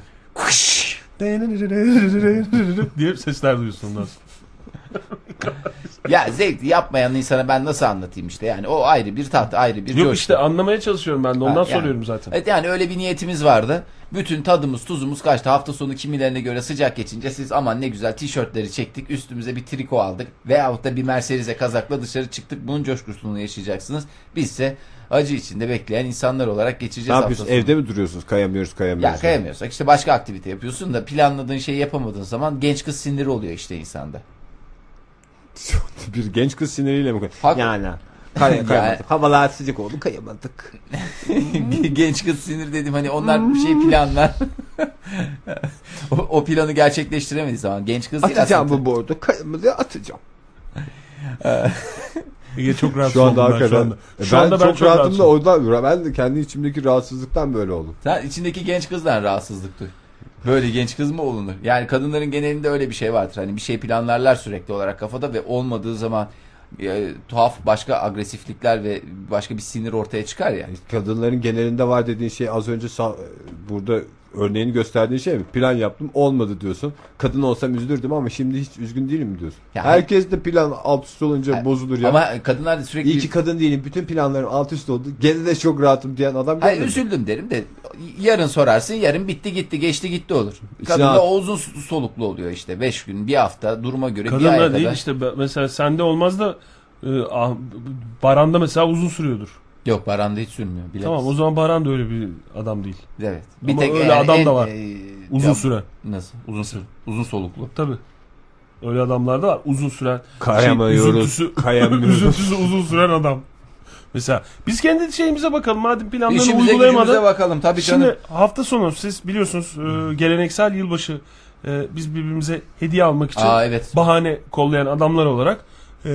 Speaker 1: Kış
Speaker 2: diye sesler duyuyorsun ondan sonra.
Speaker 1: Ya zevkli yapmayan insana ben nasıl anlatayım işte, yani o ayrı bir tat, ayrı bir coşku.
Speaker 2: Yok işte anlamaya çalışıyorum ben de, ondan ha, yani, soruyorum zaten.
Speaker 1: Evet, yani öyle bir niyetimiz vardı. Bütün tadımız tuzumuz kaçtı. Hafta sonu kimilerine göre sıcak geçince siz aman ne güzel tişörtleri çektik, üstümüze bir triko aldık veyahut da bir Mercedes'e kazakla dışarı çıktık. Bunun coşkusunu yaşayacaksınız. Bizse acı içinde bekleyen insanlar olarak geçeceğiz.
Speaker 3: Ne yapıyorsun? Evde mi duruyorsunuz? Kayamıyoruz, kayamıyoruz.
Speaker 1: Ya kayamıyorsak işte başka aktivite yapıyorsun da planladığın şeyi yapamadığın zaman genç kız siniri oluyor işte insanda.
Speaker 3: Bir genç kız siniriyle mi?
Speaker 1: Hak...
Speaker 3: Yani kay kayamadık. Havalar sıcak oldu, kayamadık.
Speaker 1: Genç kız sinir dedim, hani onlar bir şey planlar. o, o planı gerçekleştiremediği zaman genç kız değil
Speaker 3: atacağım
Speaker 1: aslında.
Speaker 3: bu bordu, kayamızı atacağım.
Speaker 2: Ege çok rahatsız
Speaker 3: şu anda
Speaker 2: oldum ben şu anda. Şu
Speaker 3: ben,
Speaker 2: anda ben
Speaker 3: çok, çok rahatım da oradan, ben de kendi içimdeki rahatsızlıktan böyle oldum.
Speaker 1: Sen içindeki genç kızdan rahatsızlık duy. Böyle genç kız mı olunur? Yani kadınların genelinde öyle bir şey vardır. Hani bir şey planlarlar sürekli olarak kafada ve olmadığı zaman e, tuhaf başka agresiflikler ve başka bir sinir ortaya çıkar ya.
Speaker 3: Kadınların genelinde var dediğin şey az önce burada örneğini gösterdiğin şey mi? Plan yaptım, olmadı diyorsun. Kadın olsam üzülürdüm ama şimdi hiç üzgün değilim diyorsun. Yani, herkes de plan alt üst olunca yani, bozulur ya.
Speaker 1: Ama kadınlar da sürekli...
Speaker 3: İyi ki kadın değilim. Bütün planlarım alt üst oldu. Gene de çok rahatım diyen adam geldi.
Speaker 1: Hayır, üzüldüm derim de yarın sorarsın, yarın bitti gitti geçti gitti olur. Kadın da o uzun soluklu oluyor işte. Beş gün, bir hafta, duruma göre
Speaker 2: kadın
Speaker 1: bir aya
Speaker 2: kadar.
Speaker 1: Değil
Speaker 2: işte mesela sende olmaz da e, Baran'da mesela uzun sürüyordur.
Speaker 1: Yok, Baran'da hiç sürmüyor. Bilemeyiz.
Speaker 2: Tamam, o zaman Baran da öyle bir adam değil.
Speaker 1: Evet.
Speaker 2: Bir Ama tek öyle yani adam en, da var. E, uzun süren.
Speaker 1: Nasıl? Uzun süren. Uzun soluklu.
Speaker 2: Tabii. Öyle adamlar da var. Uzun süren.
Speaker 3: Kayamıyoruz.
Speaker 2: Şey, üzüntüsü, üzüntüsü uzun süren adam. Mesela biz kendi şeyimize bakalım. Madem planlarını
Speaker 1: İşimize,
Speaker 2: uygulayamadık.
Speaker 1: bakalım tabii canım.
Speaker 2: Şimdi hafta sonu siz biliyorsunuz e, geleneksel yılbaşı e, biz birbirimize hediye almak için
Speaker 1: Aa, evet.
Speaker 2: bahane kollayan adamlar olarak e,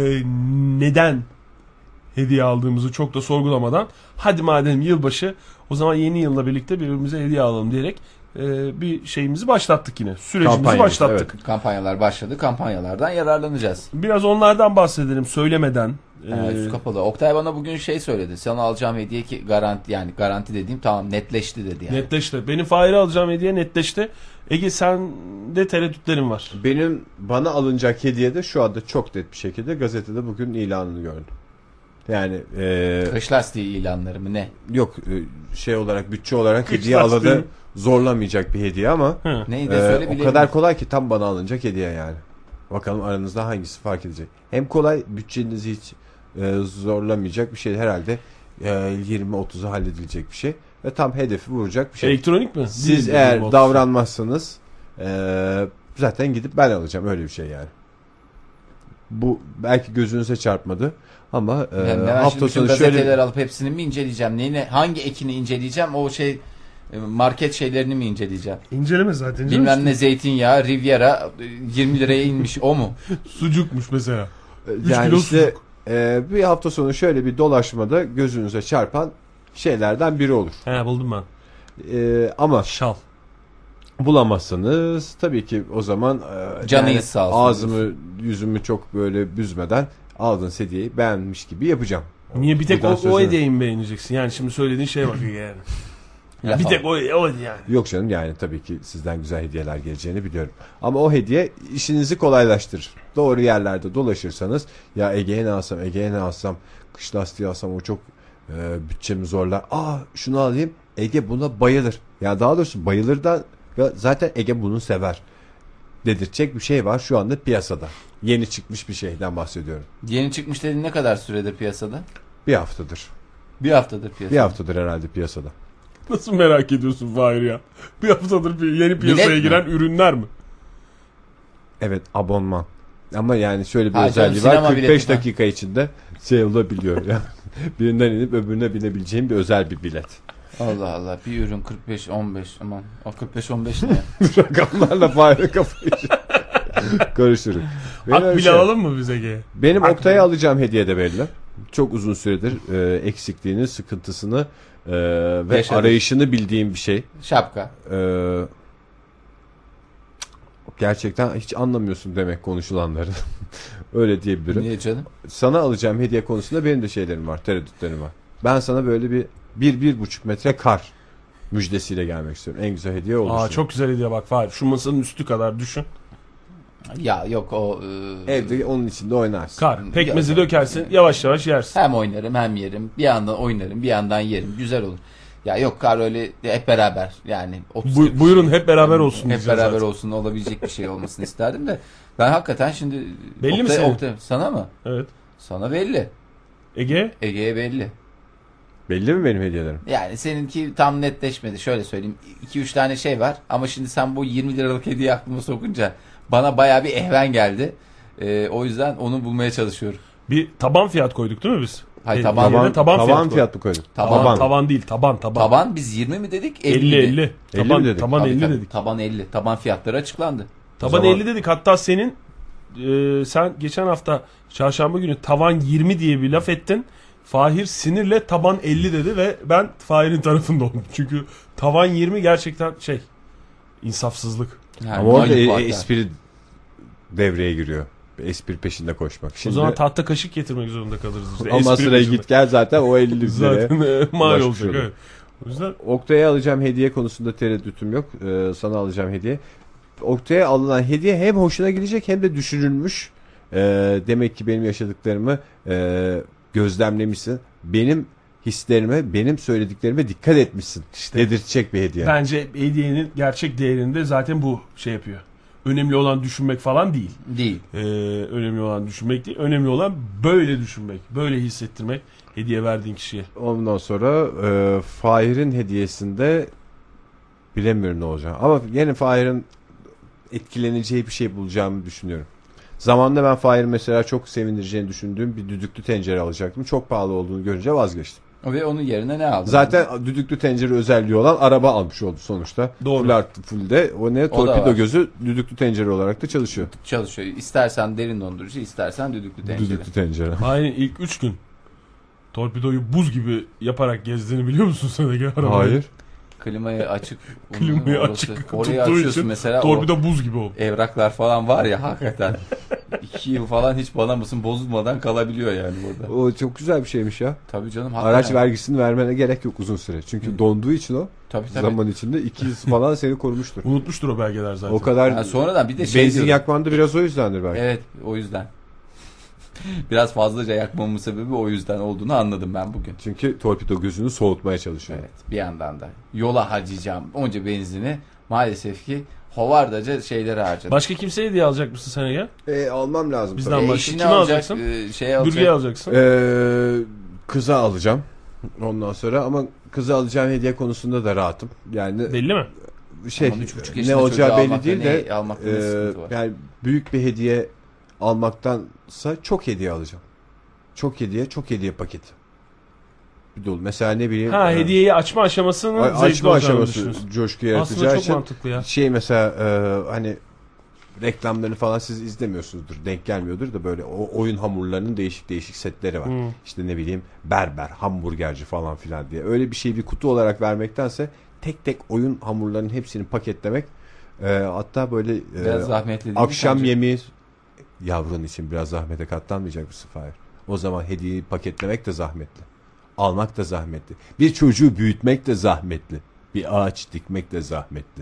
Speaker 2: neden hediye aldığımızı çok da sorgulamadan hadi madem yılbaşı o zaman yeni yılla birlikte birbirimize hediye alalım diyerek e, bir şeyimizi başlattık yine. Sürecimizi
Speaker 3: Kampanya,
Speaker 2: başlattık.
Speaker 1: Evet. Kampanyalar başladı. Kampanyalardan yararlanacağız.
Speaker 2: Biraz onlardan bahsedelim söylemeden.
Speaker 1: Evet, üst kapalı. Oktay bana bugün şey söyledi. Sana alacağım hediye ki garanti, yani garanti dediğim tamam netleşti dedi yani.
Speaker 2: Netleşti. Benim Fahir'e alacağım hediye netleşti. Ege sende tereddütlerim var.
Speaker 3: Benim bana alınacak hediye de şu anda çok net bir şekilde gazetede bugün ilanını gördüm. Yani e,
Speaker 1: kış lastiği ilanları mı ne?
Speaker 3: Yok e, şey olarak bütçe olarak kış hediye alanı zorlamayacak bir hediye ama
Speaker 1: neydi
Speaker 3: e,
Speaker 1: söyle
Speaker 3: o kadar kolay ki tam bana alınacak hediye yani. Bakalım aranızda hangisi fark edecek. Hem kolay, bütçenizi hiç e, zorlamayacak bir şey herhalde. E, yirmi otuza halledilecek bir şey ve tam hedefi vuracak bir şey.
Speaker 2: Elektronik mi?
Speaker 3: Siz
Speaker 2: Değil
Speaker 3: eğer
Speaker 2: mi?
Speaker 3: davranmazsanız e, zaten gidip ben alacağım, öyle bir şey yani. Bu belki gözünüze çarpmadı ama e,
Speaker 1: yani
Speaker 3: hafta sonu
Speaker 1: gazeteler
Speaker 3: şöyle
Speaker 1: alıp hepsini mi inceleyeceğim? Neyine, hangi ekini inceleyeceğim? O şey market şeylerini mi inceleyeceğim?
Speaker 2: İnceleme zaten.
Speaker 1: Bilmem işte. Ne zeytinyağı Riviera yirmi liraya inmiş, o mu?
Speaker 2: Sucukmuş mesela.
Speaker 3: Yani işte e, bir hafta sonu şöyle bir dolaşmada gözünüze çarpan şeylerden biri olur.
Speaker 2: He, buldum ben.
Speaker 3: E, ama
Speaker 2: şal
Speaker 3: bulamazsanız tabii ki o zaman e,
Speaker 1: canınız
Speaker 3: yani
Speaker 1: sağ olsun.
Speaker 3: Ağzımı yüzümü çok böyle büzmeden aldığınız hediyeyi beğenmiş gibi yapacağım.
Speaker 2: Niye bir tek o,
Speaker 3: sözünü...
Speaker 2: o hediyeyi mi beğeneceksin? Yani şimdi söylediğin şeye bak yani. Ya bir tek o, o yani.
Speaker 3: Yok canım, yani tabii ki sizden güzel hediyeler geleceğini biliyorum. Ama o hediye işinizi kolaylaştırır. Doğru yerlerde dolaşırsanız ya Ege'ye ne alsam, Ege'ye ne alsam, kış lastiği alsam o çok e, bütçemi zorlar. Aa şunu alayım, Ege buna bayılır. Ya daha doğrusu bayılır da zaten Ege bunu sever dedirtecek bir şey var şu anda piyasada. Yeni çıkmış bir şeyden bahsediyorum.
Speaker 1: Yeni çıkmış dediğin ne kadar süredir piyasada?
Speaker 3: Bir haftadır.
Speaker 1: Bir haftadır piyasada.
Speaker 3: Bir haftadır herhalde piyasada.
Speaker 2: Nasıl merak ediyorsun Fahir ya? Bir haftadır bir yeni piyasaya
Speaker 1: Bilet
Speaker 2: giren
Speaker 1: mi?
Speaker 2: Ürünler mi?
Speaker 3: Evet, abonman. Ama yani şöyle bir
Speaker 1: ha,
Speaker 3: özelliği
Speaker 1: canım,
Speaker 3: var. kırk beş
Speaker 1: bileti,
Speaker 3: dakika ha. içinde şey olabiliyor. Yani birinden inip öbürüne binebileceğim bir özel bir bilet.
Speaker 1: Allah Allah, bir ürün kırk beş on beş, aman o kırk beş on beş ne ya?
Speaker 3: Rakamlarla Fahir'e kafayı karıştırır.
Speaker 2: Hak bile şey, alalım mı bize Ege?
Speaker 3: Benim Oktay'a alacağım hediye de belli. Çok uzun süredir e, eksikliğini, sıkıntısını e, ve Yaşadım. arayışını bildiğim bir şey.
Speaker 1: Şapka.
Speaker 3: E, gerçekten hiç anlamıyorsun demek konuşulanları. Öyle diyebilirim.
Speaker 1: Niye canım?
Speaker 3: Sana alacağım hediye konusunda benim de şeylerim var, tereddütlerim var. Ben sana böyle bir bir, bir buçuk metre kar müjdesiyle gelmek istiyorum. En güzel hediye olur.
Speaker 2: Aa, çok güzel hediye bak Fahir. Şu masanın üstü kadar düşün.
Speaker 1: Ya yok o...
Speaker 3: E... Evde onun içinde oynarsın.
Speaker 2: Kar. Pekmezi ya, dökersin. Yavaş yavaş yersin.
Speaker 1: Hem oynarım hem yerim. Bir yandan oynarım bir yandan yerim. Güzel olur. Ya yok kar öyle hep beraber yani.
Speaker 2: Bu, buyurun hep beraber olsun.
Speaker 1: Hep beraber zaten. olsun olabilecek bir şey olmasını isterdim de. Ben hakikaten şimdi...
Speaker 2: Belli mi senin? Oktay,
Speaker 1: sana mı?
Speaker 2: Evet.
Speaker 1: Sana belli.
Speaker 2: Ege?
Speaker 1: Ege'ye belli.
Speaker 3: Belli mi benim hediyelerim?
Speaker 1: Yani seninki tam netleşmedi. Şöyle söyleyeyim. iki üç tane şey var. Ama şimdi sen bu yirmi liralık hediye aklıma sokunca bana bayağı bir ehven geldi. E, o yüzden onu bulmaya çalışıyorum.
Speaker 2: Bir taban fiyat koyduk değil mi biz?
Speaker 1: Hayır,
Speaker 2: E,
Speaker 1: taban,
Speaker 2: taban, taban,
Speaker 3: taban
Speaker 2: fiyat,
Speaker 3: fiyat mı koyduk?
Speaker 1: Taban.
Speaker 2: Taban. Taban değil, taban taban.
Speaker 1: Taban biz yirmi mi dedik?
Speaker 2: elli elli. Taban,
Speaker 3: mi dedik?
Speaker 2: taban
Speaker 1: Tabii,
Speaker 2: elli
Speaker 1: tabii.
Speaker 2: dedik.
Speaker 1: Taban elli. Taban fiyatları açıklandı.
Speaker 2: Taban
Speaker 3: zaman...
Speaker 2: elli dedik. Hatta senin e, sen geçen hafta çarşamba günü tavan yirmi diye bir laf ettin. Fahir sinirle taban elli dedi ve ben Fahir'in tarafında oldum. Çünkü tavan yirmi gerçekten şey, insafsızlık.
Speaker 1: Yani
Speaker 3: Ama orada
Speaker 1: ayıp
Speaker 3: e,
Speaker 1: hatta.
Speaker 3: espri devreye giriyor. Espri peşinde koşmak. Şimdi...
Speaker 2: O zaman tahta kaşık getirmek zorunda kalırız. Işte.
Speaker 3: Ama
Speaker 2: Espri
Speaker 3: sıraya
Speaker 2: peşinde.
Speaker 3: git gel zaten o elli liraya.
Speaker 2: Zaten e, mal
Speaker 3: Ulaşmış
Speaker 2: olacak.
Speaker 3: olur.
Speaker 2: Evet. O yüzden
Speaker 3: Oktay'a alacağım hediye konusunda tereddütüm yok. Ee, sana alacağım hediye. Oktay'a alınan hediye hem hoşuna gidecek hem de düşünülmüş. Ee, demek ki benim yaşadıklarımı e, gözlemlemişsin. Benim hislerime, benim söylediklerime dikkat etmişsin.
Speaker 2: İşte.
Speaker 3: Dedirtecek bir hediye.
Speaker 2: bence hediyenin gerçek değerinde zaten bu şey yapıyor. Önemli olan düşünmek falan değil.
Speaker 1: Değil.
Speaker 2: Ee, önemli olan düşünmek değil. Önemli olan böyle düşünmek, böyle hissettirmek hediye verdiğin kişiye.
Speaker 3: Ondan sonra e, Fahir'in hediyesinde bilemiyorum ne olacak. Ama yine Fahir'in etkileneceği bir şey bulacağımı düşünüyorum. Zamanında ben Fahir'in mesela çok sevindireceğini düşündüğüm bir düdüklü tencere alacaktım. Çok pahalı olduğunu görünce vazgeçtim.
Speaker 1: Ve onun yerine ne aldın?
Speaker 3: Zaten düdüklü tencere özelliği olan araba almış oldu sonuçta.
Speaker 2: Doğru.
Speaker 3: Full artı full de o ne
Speaker 1: O da
Speaker 3: torpido
Speaker 1: var.
Speaker 3: gözü düdüklü tencere olarak da çalışıyor.
Speaker 1: Çalışıyor. İstersen derin dondurucu, istersen düdüklü tencere.
Speaker 3: Düdüklü tencere.
Speaker 2: Hayır, ilk üç gün torpidoyu buz gibi yaparak gezdiğini biliyor musun sen Ege? Arabayı?
Speaker 3: Hayır.
Speaker 1: Klimayı açık.
Speaker 2: Klimayı
Speaker 1: orası-
Speaker 2: açık
Speaker 1: Orayı
Speaker 2: tuttuğu
Speaker 1: açıyorsun
Speaker 2: için
Speaker 1: mesela.
Speaker 2: torpido buz gibi oldu.
Speaker 1: O evraklar falan var ya hakikaten. iki yıl falan hiç bana mısın bozulmadan kalabiliyor yani burada.
Speaker 3: O çok güzel bir şeymiş ya.
Speaker 1: Tabii canım. hakikaten.
Speaker 3: Araç vergisini vermene gerek yok uzun süre. Çünkü
Speaker 1: Hı.
Speaker 3: donduğu için o
Speaker 1: Tabii tabii.
Speaker 3: zaman içinde iki yıl falan seni korumuştur.
Speaker 2: Unutmuştur o belgeler zaten.
Speaker 3: O kadar
Speaker 1: Yani sonradan bir de şey
Speaker 3: benzin
Speaker 1: diyorum.
Speaker 3: yakman da biraz o yüzdendir belki.
Speaker 1: Evet, o yüzden. Biraz fazlaca yakmamın sebebi o yüzden olduğunu anladım ben bugün.
Speaker 3: Çünkü torpido gözünü soğutmaya çalışıyor.
Speaker 1: Evet, bir yandan da yola harcayacağım onca benzini maalesef ki hovardaca şeylere harcadım.
Speaker 2: Başka kimseye hediye alacak mısın sen Ege?
Speaker 3: E, almam lazım.
Speaker 2: Bizden
Speaker 3: tabii.
Speaker 2: başka
Speaker 1: eşini
Speaker 2: kimi
Speaker 1: alacak,
Speaker 2: alacaksın?
Speaker 1: e, şey alacak.
Speaker 2: Bürge'yi alacaksın.
Speaker 3: Ee, kıza alacağım. Ondan sonra ama kıza alacağım hediye konusunda da rahatım. Yani
Speaker 2: Belli mi?
Speaker 3: şey
Speaker 1: Ama üç buçuk
Speaker 3: ne
Speaker 1: yaşında
Speaker 3: olacağı
Speaker 1: çocuğu
Speaker 3: belli
Speaker 1: almakta
Speaker 3: değil de
Speaker 1: ne- almakta ne
Speaker 3: e,
Speaker 1: sıkıntı var?
Speaker 3: yani büyük bir hediye almaktansa çok hediye alacağım. Çok hediye, çok hediye paketi. Bir dolu. Mesela ne bileyim.
Speaker 2: Ha,
Speaker 3: e,
Speaker 2: hediyeyi açma aşamasının
Speaker 3: a-
Speaker 2: zevkli
Speaker 3: açma
Speaker 2: olacağını
Speaker 3: aşaması
Speaker 2: düşünüyorsun.
Speaker 3: coşku
Speaker 2: Aslında
Speaker 3: yaratacağı
Speaker 2: çok
Speaker 3: için
Speaker 2: mantıklı ya.
Speaker 3: şey mesela e, hani reklamlarını falan siz izlemiyorsunuzdur. Denk gelmiyordur da böyle o oyun hamurlarının değişik değişik setleri var.
Speaker 2: Hmm.
Speaker 3: İşte ne bileyim berber, hamburgerci falan filan diye. Öyle bir şeyi bir kutu olarak vermektense tek tek oyun hamurlarının hepsini paketlemek e, hatta böyle e,
Speaker 1: Biraz zahmetli değil mi
Speaker 3: akşam
Speaker 1: sence?
Speaker 3: yemeği yavrun için biraz zahmete katlanmayacak mısın Fahir? O zaman hediyeyi paketlemek de zahmetli. Almak da zahmetli. Bir çocuğu büyütmek de zahmetli. Bir ağaç dikmek de zahmetli.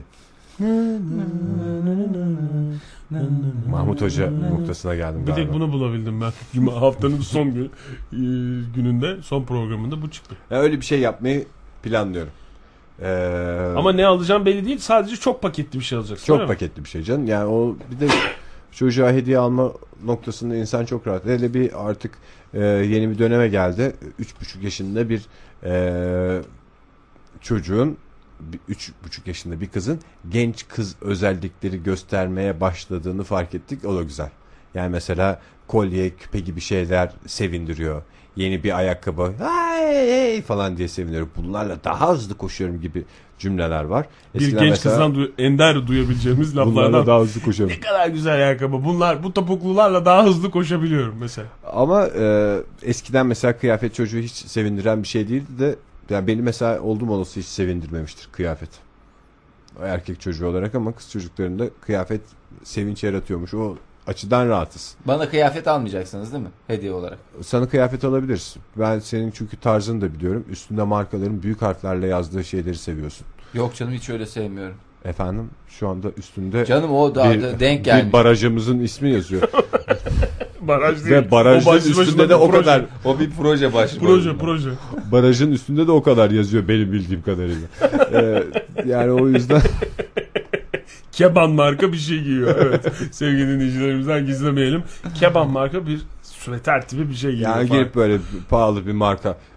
Speaker 3: Mahmut Hoca noktasına geldim
Speaker 2: Bir
Speaker 3: galiba.
Speaker 2: tek bunu bulabildim ben. Cuma haftanın son gün, e, gününde, son programında bu çıktı.
Speaker 3: Ya öyle bir şey yapmayı planlıyorum. Ee,
Speaker 2: Ama ne alacağım belli değil. Sadece çok paketli bir şey alacaksın.
Speaker 3: çok
Speaker 2: öyle mi?
Speaker 3: paketli bir şey canım. Yani o bir de çocuğa hediye alma noktasında insan çok rahat. Hele bir artık e, yeni bir döneme geldi. Üç buçuk yaşında bir e, çocuğun bir- üç buçuk yaşında bir kızın genç kız özellikleri göstermeye başladığını fark ettik. O da güzel. Yani mesela kolye, küpe gibi şeyler sevindiriyor. Yeni bir ayakkabı hey, hey falan diye seviniyorum. Bunlarla daha hızlı koşuyorum gibi cümleler var.
Speaker 2: Bir
Speaker 3: Eskiden
Speaker 2: genç
Speaker 3: mesela,
Speaker 2: kızdan du- ender duyabileceğimiz
Speaker 3: bunlarla
Speaker 2: laflardan.
Speaker 3: daha hızlı koşuyorum.
Speaker 2: Ne kadar güzel ayakkabı. Bunlar bu topuklularla daha hızlı koşabiliyorum mesela.
Speaker 3: Ama e, eskiden mesela kıyafet çocuğu hiç sevindiren bir şey değildi de yani beni mesela oldum olası hiç sevindirmemiştir kıyafet. Erkek çocuğu olarak ama kız çocuklarında kıyafet sevinç yaratıyormuş. O açıdan rahatız.
Speaker 1: Bana kıyafet almayacaksınız değil mi? Hediye olarak.
Speaker 3: Sana kıyafet alabilirsin. Ben senin çünkü tarzını da biliyorum. Üstünde markaların büyük harflerle yazdığı şeyleri seviyorsun.
Speaker 1: Yok canım hiç öyle sevmiyorum.
Speaker 3: Efendim şu anda üstünde
Speaker 1: Canım o da,
Speaker 3: bir,
Speaker 1: da denk gelmiş.
Speaker 3: bir barajımızın ismi yazıyor.
Speaker 2: Baraj değil.
Speaker 3: Ve barajın
Speaker 2: O başlı
Speaker 3: üstünde
Speaker 2: başına
Speaker 3: de
Speaker 2: bir
Speaker 3: o
Speaker 2: proje.
Speaker 3: kadar
Speaker 1: O bir proje başı.
Speaker 2: Proje proje.
Speaker 3: barajın üstünde de o kadar yazıyor benim bildiğim kadarıyla. Ee, yani o yüzden
Speaker 2: Keban marka bir şey giyiyor. Evet. Sevgili dinleyicilerimizden gizlemeyelim. Keban marka bir süveter tipi bir şey giyiyor.
Speaker 3: yani
Speaker 2: falan.
Speaker 3: girip böyle pahalı bir marka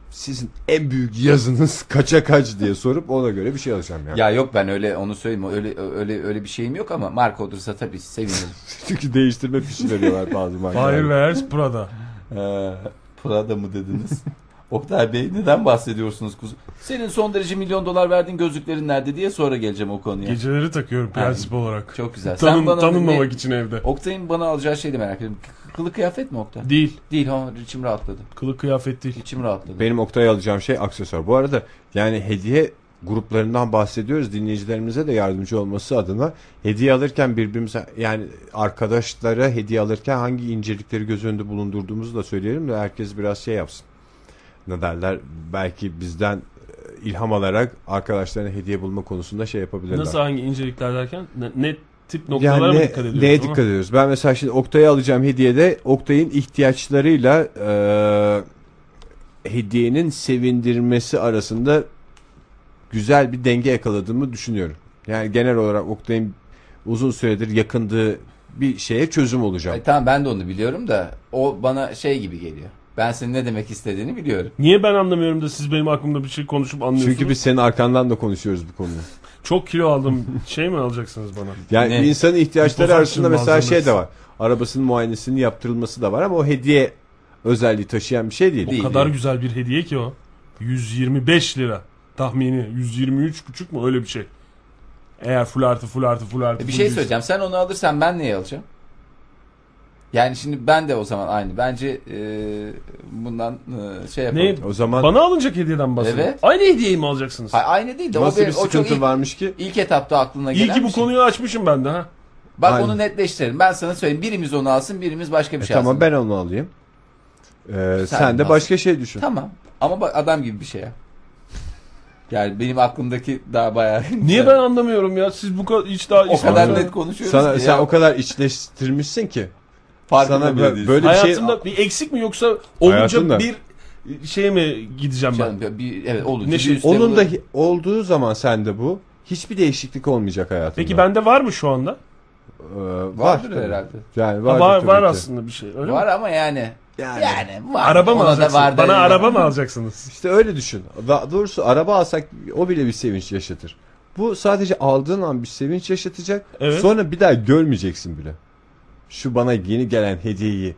Speaker 3: sizin en büyük yazınız kaça kaç diye sorup ona göre bir şey alacağım yani.
Speaker 1: Ya yok ben öyle onu söyleyeyim öyle öyle öyle bir şeyim yok ama marka olursa tabii sevinirim.
Speaker 3: Çünkü değiştirme fişi veriyorlar bazı markalar.
Speaker 2: Fireware Prada.
Speaker 1: Ee, Prada mı dediniz? Oktay Bey neden bahsediyorsunuz kuzu? Senin son derece milyon dolar verdiğin gözlüklerin nerede diye sonra geleceğim o konuya.
Speaker 2: Geceleri takıyorum prensip yani, olarak.
Speaker 1: Çok güzel.
Speaker 2: Tanın,
Speaker 1: Sen bana
Speaker 2: tanınmamak
Speaker 1: ne,
Speaker 2: için evde.
Speaker 1: Oktay'ın bana alacağı şeyi de merak ediyorum. Kılık kıyafet mi Oktay?
Speaker 2: Değil.
Speaker 1: Değil ha içim rahatladı.
Speaker 2: Kılık kıyafet değil.
Speaker 1: İçim rahatladı.
Speaker 3: Benim Oktay'a alacağım şey aksesuar. Bu arada yani hediye gruplarından bahsediyoruz. Dinleyicilerimize de yardımcı olması adına hediye alırken birbirimize yani arkadaşlara hediye alırken hangi incelikleri göz önünde bulundurduğumuzu da söyleyelim de herkes biraz şey yapsın. Ne derler? Belki bizden ilham alarak arkadaşlarına hediye bulma konusunda şey yapabilirler.
Speaker 2: Nasıl hangi incelikler derken? Ne, ne tip noktalara
Speaker 3: yani
Speaker 2: mı
Speaker 3: ne,
Speaker 2: dikkat ediyoruz?
Speaker 3: Neye dikkat ediyoruz? Ben mesela şimdi Oktay'a alacağım hediyede Oktay'ın ihtiyaçlarıyla e, hediyenin sevindirmesi arasında güzel bir denge yakaladığımı düşünüyorum. Yani genel olarak Oktay'ın uzun süredir yakındığı bir şeye çözüm olacağım.
Speaker 1: Ay, tamam ben de onu biliyorum da o bana şey gibi geliyor. Ben senin ne demek istediğini biliyorum.
Speaker 2: Niye ben anlamıyorum da siz benim hakkımda bir şey konuşup anlıyorsunuz?
Speaker 3: Çünkü biz senin arkandan da konuşuyoruz bu konuyu.
Speaker 2: Çok kilo aldım. Şey mi alacaksınız bana?
Speaker 3: Yani
Speaker 1: Ne?
Speaker 3: insanın ihtiyaçları arasında mesela
Speaker 2: malzemesi.
Speaker 3: şey de var. Arabasının muayenesinin yaptırılması da var ama o hediye özelliği taşıyan bir şey değil.
Speaker 2: O
Speaker 1: Değil,
Speaker 2: kadar
Speaker 1: değil.
Speaker 2: güzel bir hediye ki o. yüz yirmi beş lira. Tahmini. yüz yirmi üç buçuk mu öyle bir şey. Eğer full artı full artı full artı.
Speaker 1: Bir
Speaker 2: full
Speaker 1: şey
Speaker 2: yüz.
Speaker 1: söyleyeceğim. Sen onu alırsan ben neyi alacağım? Yani şimdi ben de o zaman aynı. Bence e, bundan e, şey yapalım.
Speaker 2: Ne?
Speaker 3: O zaman
Speaker 2: Bana alınacak hediyeden bahsediyorum.
Speaker 1: Evet.
Speaker 2: Aynı hediyeyi mi alacaksınız?
Speaker 1: Ha, aynı değil de
Speaker 3: nasıl
Speaker 1: o,
Speaker 3: bir
Speaker 1: o çok
Speaker 3: sıkıntı
Speaker 1: ilk,
Speaker 3: varmış ki?
Speaker 1: ilk etapta aklına
Speaker 2: İyi
Speaker 1: gelen
Speaker 2: ki bu
Speaker 1: bir şey.
Speaker 2: konuyu açmışım ben de ha.
Speaker 1: Bak
Speaker 3: Aynen.
Speaker 1: onu netleştirelim. Ben sana söyleyeyim. Birimiz onu alsın, birimiz başka bir
Speaker 3: E
Speaker 1: şey
Speaker 3: tamam
Speaker 1: alsın.
Speaker 3: ben onu alayım. Ee, sen,
Speaker 1: Sen
Speaker 3: de
Speaker 1: nasıl?
Speaker 3: başka şey düşün.
Speaker 1: Tamam. Ama bak adam gibi bir şey ya. Yani benim aklımdaki daha bayağı...
Speaker 2: Niye ben anlamıyorum ya? Siz bu kadar hiç daha...
Speaker 1: o kadar net konuşuyoruz
Speaker 3: Sana,
Speaker 1: ki
Speaker 3: sen
Speaker 1: ya.
Speaker 3: o kadar içleştirmişsin ki.
Speaker 1: Farkında
Speaker 3: sana
Speaker 1: bile
Speaker 3: böyle,
Speaker 1: değilsin.
Speaker 3: böyle bir şey
Speaker 2: Hayatımda bir eksik mi yoksa olunca
Speaker 3: Hayatında.
Speaker 2: bir şey mi gideceğim ben?
Speaker 1: Canım, bir, evet olunca
Speaker 2: Ne
Speaker 1: bir
Speaker 2: şey-
Speaker 1: üstte
Speaker 3: onun
Speaker 1: bu-
Speaker 3: da hi- olduğu zaman sende bu hiçbir değişiklik olmayacak hayatında.
Speaker 2: Peki bende var mı şu anda?
Speaker 3: Ee, var
Speaker 1: vardır
Speaker 3: tabii.
Speaker 1: herhalde.
Speaker 3: Yani
Speaker 2: Ha,
Speaker 3: vardır
Speaker 2: var
Speaker 3: tabii
Speaker 2: var
Speaker 3: ki.
Speaker 2: aslında bir şey. Öyle
Speaker 1: Var
Speaker 2: mi?
Speaker 1: ama yani.
Speaker 3: Yani.
Speaker 1: Yani var.
Speaker 2: Araba mı
Speaker 1: Ona da
Speaker 2: alacaksınız?
Speaker 1: var
Speaker 2: Bana
Speaker 1: deriz
Speaker 2: araba
Speaker 1: ama.
Speaker 2: mı alacaksınız?
Speaker 3: İşte öyle düşün. Daha doğrusu araba alsak o bile bir sevinç yaşatır. Bu sadece aldığın an bir sevinç yaşatacak.
Speaker 2: Evet.
Speaker 3: Sonra bir daha görmeyeceksin bile. Şu bana yeni gelen hediyeyi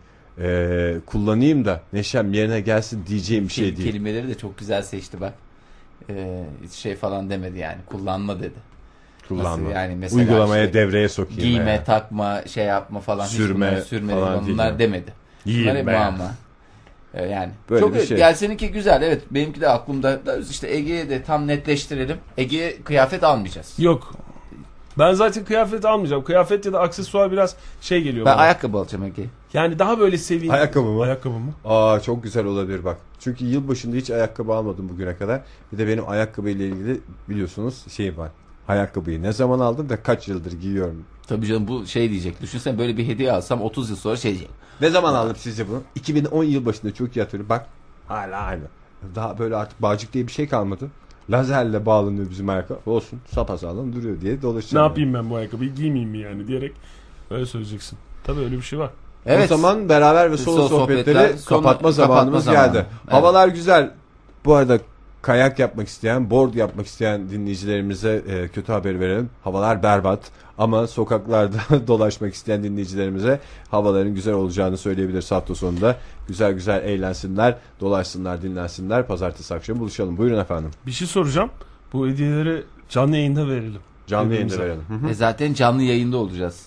Speaker 3: e, kullanayım da neşem yerine gelsin diyeceğim bir şey değil.
Speaker 1: Kelimeleri de çok güzel seçti bak. Ee, hiç şey falan demedi yani. Kullanma dedi.
Speaker 3: Kullanma.
Speaker 1: Nasıl yani mesela
Speaker 3: Uygulamaya
Speaker 1: işte
Speaker 3: devreye sokayım.
Speaker 1: Giyme,
Speaker 3: yani.
Speaker 1: takma, şey yapma falan. Hiç
Speaker 3: Sürme
Speaker 1: bunları sürme
Speaker 3: falan
Speaker 1: falan
Speaker 3: değil
Speaker 1: bunlar
Speaker 3: mi?
Speaker 1: demedi.
Speaker 3: Yiyeyim
Speaker 1: Bunlar hep
Speaker 3: be.
Speaker 1: ama. Ee, yani.
Speaker 3: Böyle
Speaker 1: çok
Speaker 3: bir şey.
Speaker 1: Gel seninki güzel evet. Benimki de aklımda. İşte Ege'ye de tam netleştirelim. Ege'ye kıyafet almayacağız.
Speaker 2: Yok. Ben zaten kıyafet almayacağım. Kıyafet ya da aksesuar biraz şey geliyor
Speaker 1: Ben
Speaker 2: bana.
Speaker 1: ayakkabı alacağım Ege'ye.
Speaker 2: Yani daha böyle seveyim.
Speaker 3: Ayakkabı mı?
Speaker 2: Ayakkabı mı?
Speaker 3: Aa çok güzel olabilir bak. Çünkü yılbaşında hiç ayakkabı almadım bugüne kadar. Bir de benim ayakkabı ile ilgili biliyorsunuz şey var. Ayakkabıyı ne zaman aldım da kaç yıldır giyiyorum.
Speaker 1: Tabii canım bu şey diyecek. Düşünsene böyle bir hediye alsam otuz yıl sonra şey diyecek.
Speaker 3: Ne zaman aldım sizce bunu? iki bin on yılbaşında çok iyi hatırlıyorum. Bak hala aynı. Daha böyle artık bağcık diye bir şey kalmadı. Lazerle bağlanıyor bizim ayakkabı. Olsun sapasağlam duruyor diye
Speaker 2: Ne
Speaker 3: dolaşacağım.
Speaker 2: yapayım ben bu ayakkabıyı giymeyeyim mi yani diyerek öyle söyleyeceksin. Tabii öyle bir şey var.
Speaker 3: O zaman beraber ve solo
Speaker 1: Solo
Speaker 3: sohbetleri
Speaker 1: sohbetler, sonu-
Speaker 3: kapatma zamanımız
Speaker 1: kapatma
Speaker 3: geldi.
Speaker 1: zamanı. Evet.
Speaker 3: Havalar güzel. Bu arada kayak yapmak isteyen, board yapmak isteyen dinleyicilerimize e, kötü haber verelim. Havalar berbat ama sokaklarda dolaşmak isteyen dinleyicilerimize havaların güzel olacağını söyleyebiliriz hafta sonunda. Güzel güzel eğlensinler, dolaşsınlar, dinlensinler. Pazartesi akşamı buluşalım. Buyurun efendim.
Speaker 2: Bir şey soracağım. Bu hediyeleri canlı yayında verelim.
Speaker 3: Canlı yayında
Speaker 2: Birbirimize.
Speaker 3: verelim. Hı hı.
Speaker 1: E zaten canlı yayında olacağız.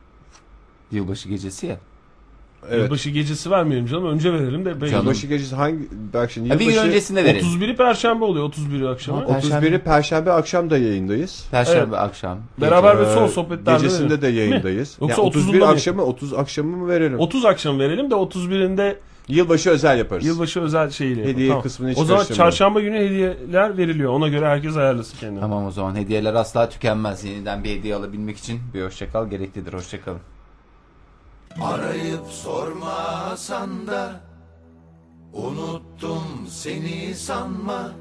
Speaker 1: Yılbaşı gecesi ya.
Speaker 3: Evet.
Speaker 2: Yılbaşı gecesi vermeyelim canım. Önce verelim de.
Speaker 1: Canım.
Speaker 3: Yılbaşı gecesi hangi? Bak şimdi
Speaker 1: Ha, bir gün
Speaker 3: yılbaşı
Speaker 1: öncesinde verelim.
Speaker 2: otuz biri Perşembe oluyor. otuz biri akşamı.
Speaker 1: Ha,
Speaker 3: otuz biri Perşembe akşam da yayındayız.
Speaker 1: Perşembe
Speaker 2: Evet.
Speaker 1: akşam.
Speaker 2: Beraber ve
Speaker 3: Ee,
Speaker 2: son sohbetlerde
Speaker 3: Gecesinde
Speaker 2: verelim.
Speaker 3: de yayındayız.
Speaker 2: Mi? Yoksa
Speaker 3: Yani otuz bir
Speaker 2: otuzunda mı?
Speaker 3: akşamı otuz akşamı mı verelim?
Speaker 2: otuz akşam verelim de otuz birinde
Speaker 3: Yılbaşı özel yaparız.
Speaker 2: yılbaşı özel şeyiyle.
Speaker 3: Hediye
Speaker 2: Tamam.
Speaker 3: kısmını hiç
Speaker 2: O zaman
Speaker 3: karıştırmayalım.
Speaker 2: çarşamba günü hediyeler veriliyor. Ona göre herkes ayarlasın kendini.
Speaker 1: Tamam o zaman hediyeler asla tükenmez. Yeniden bir hediye alabilmek için bir hoşçakal gereklidir. Hoşçakalın.
Speaker 4: Arayıp sormasan da unuttum seni sanma.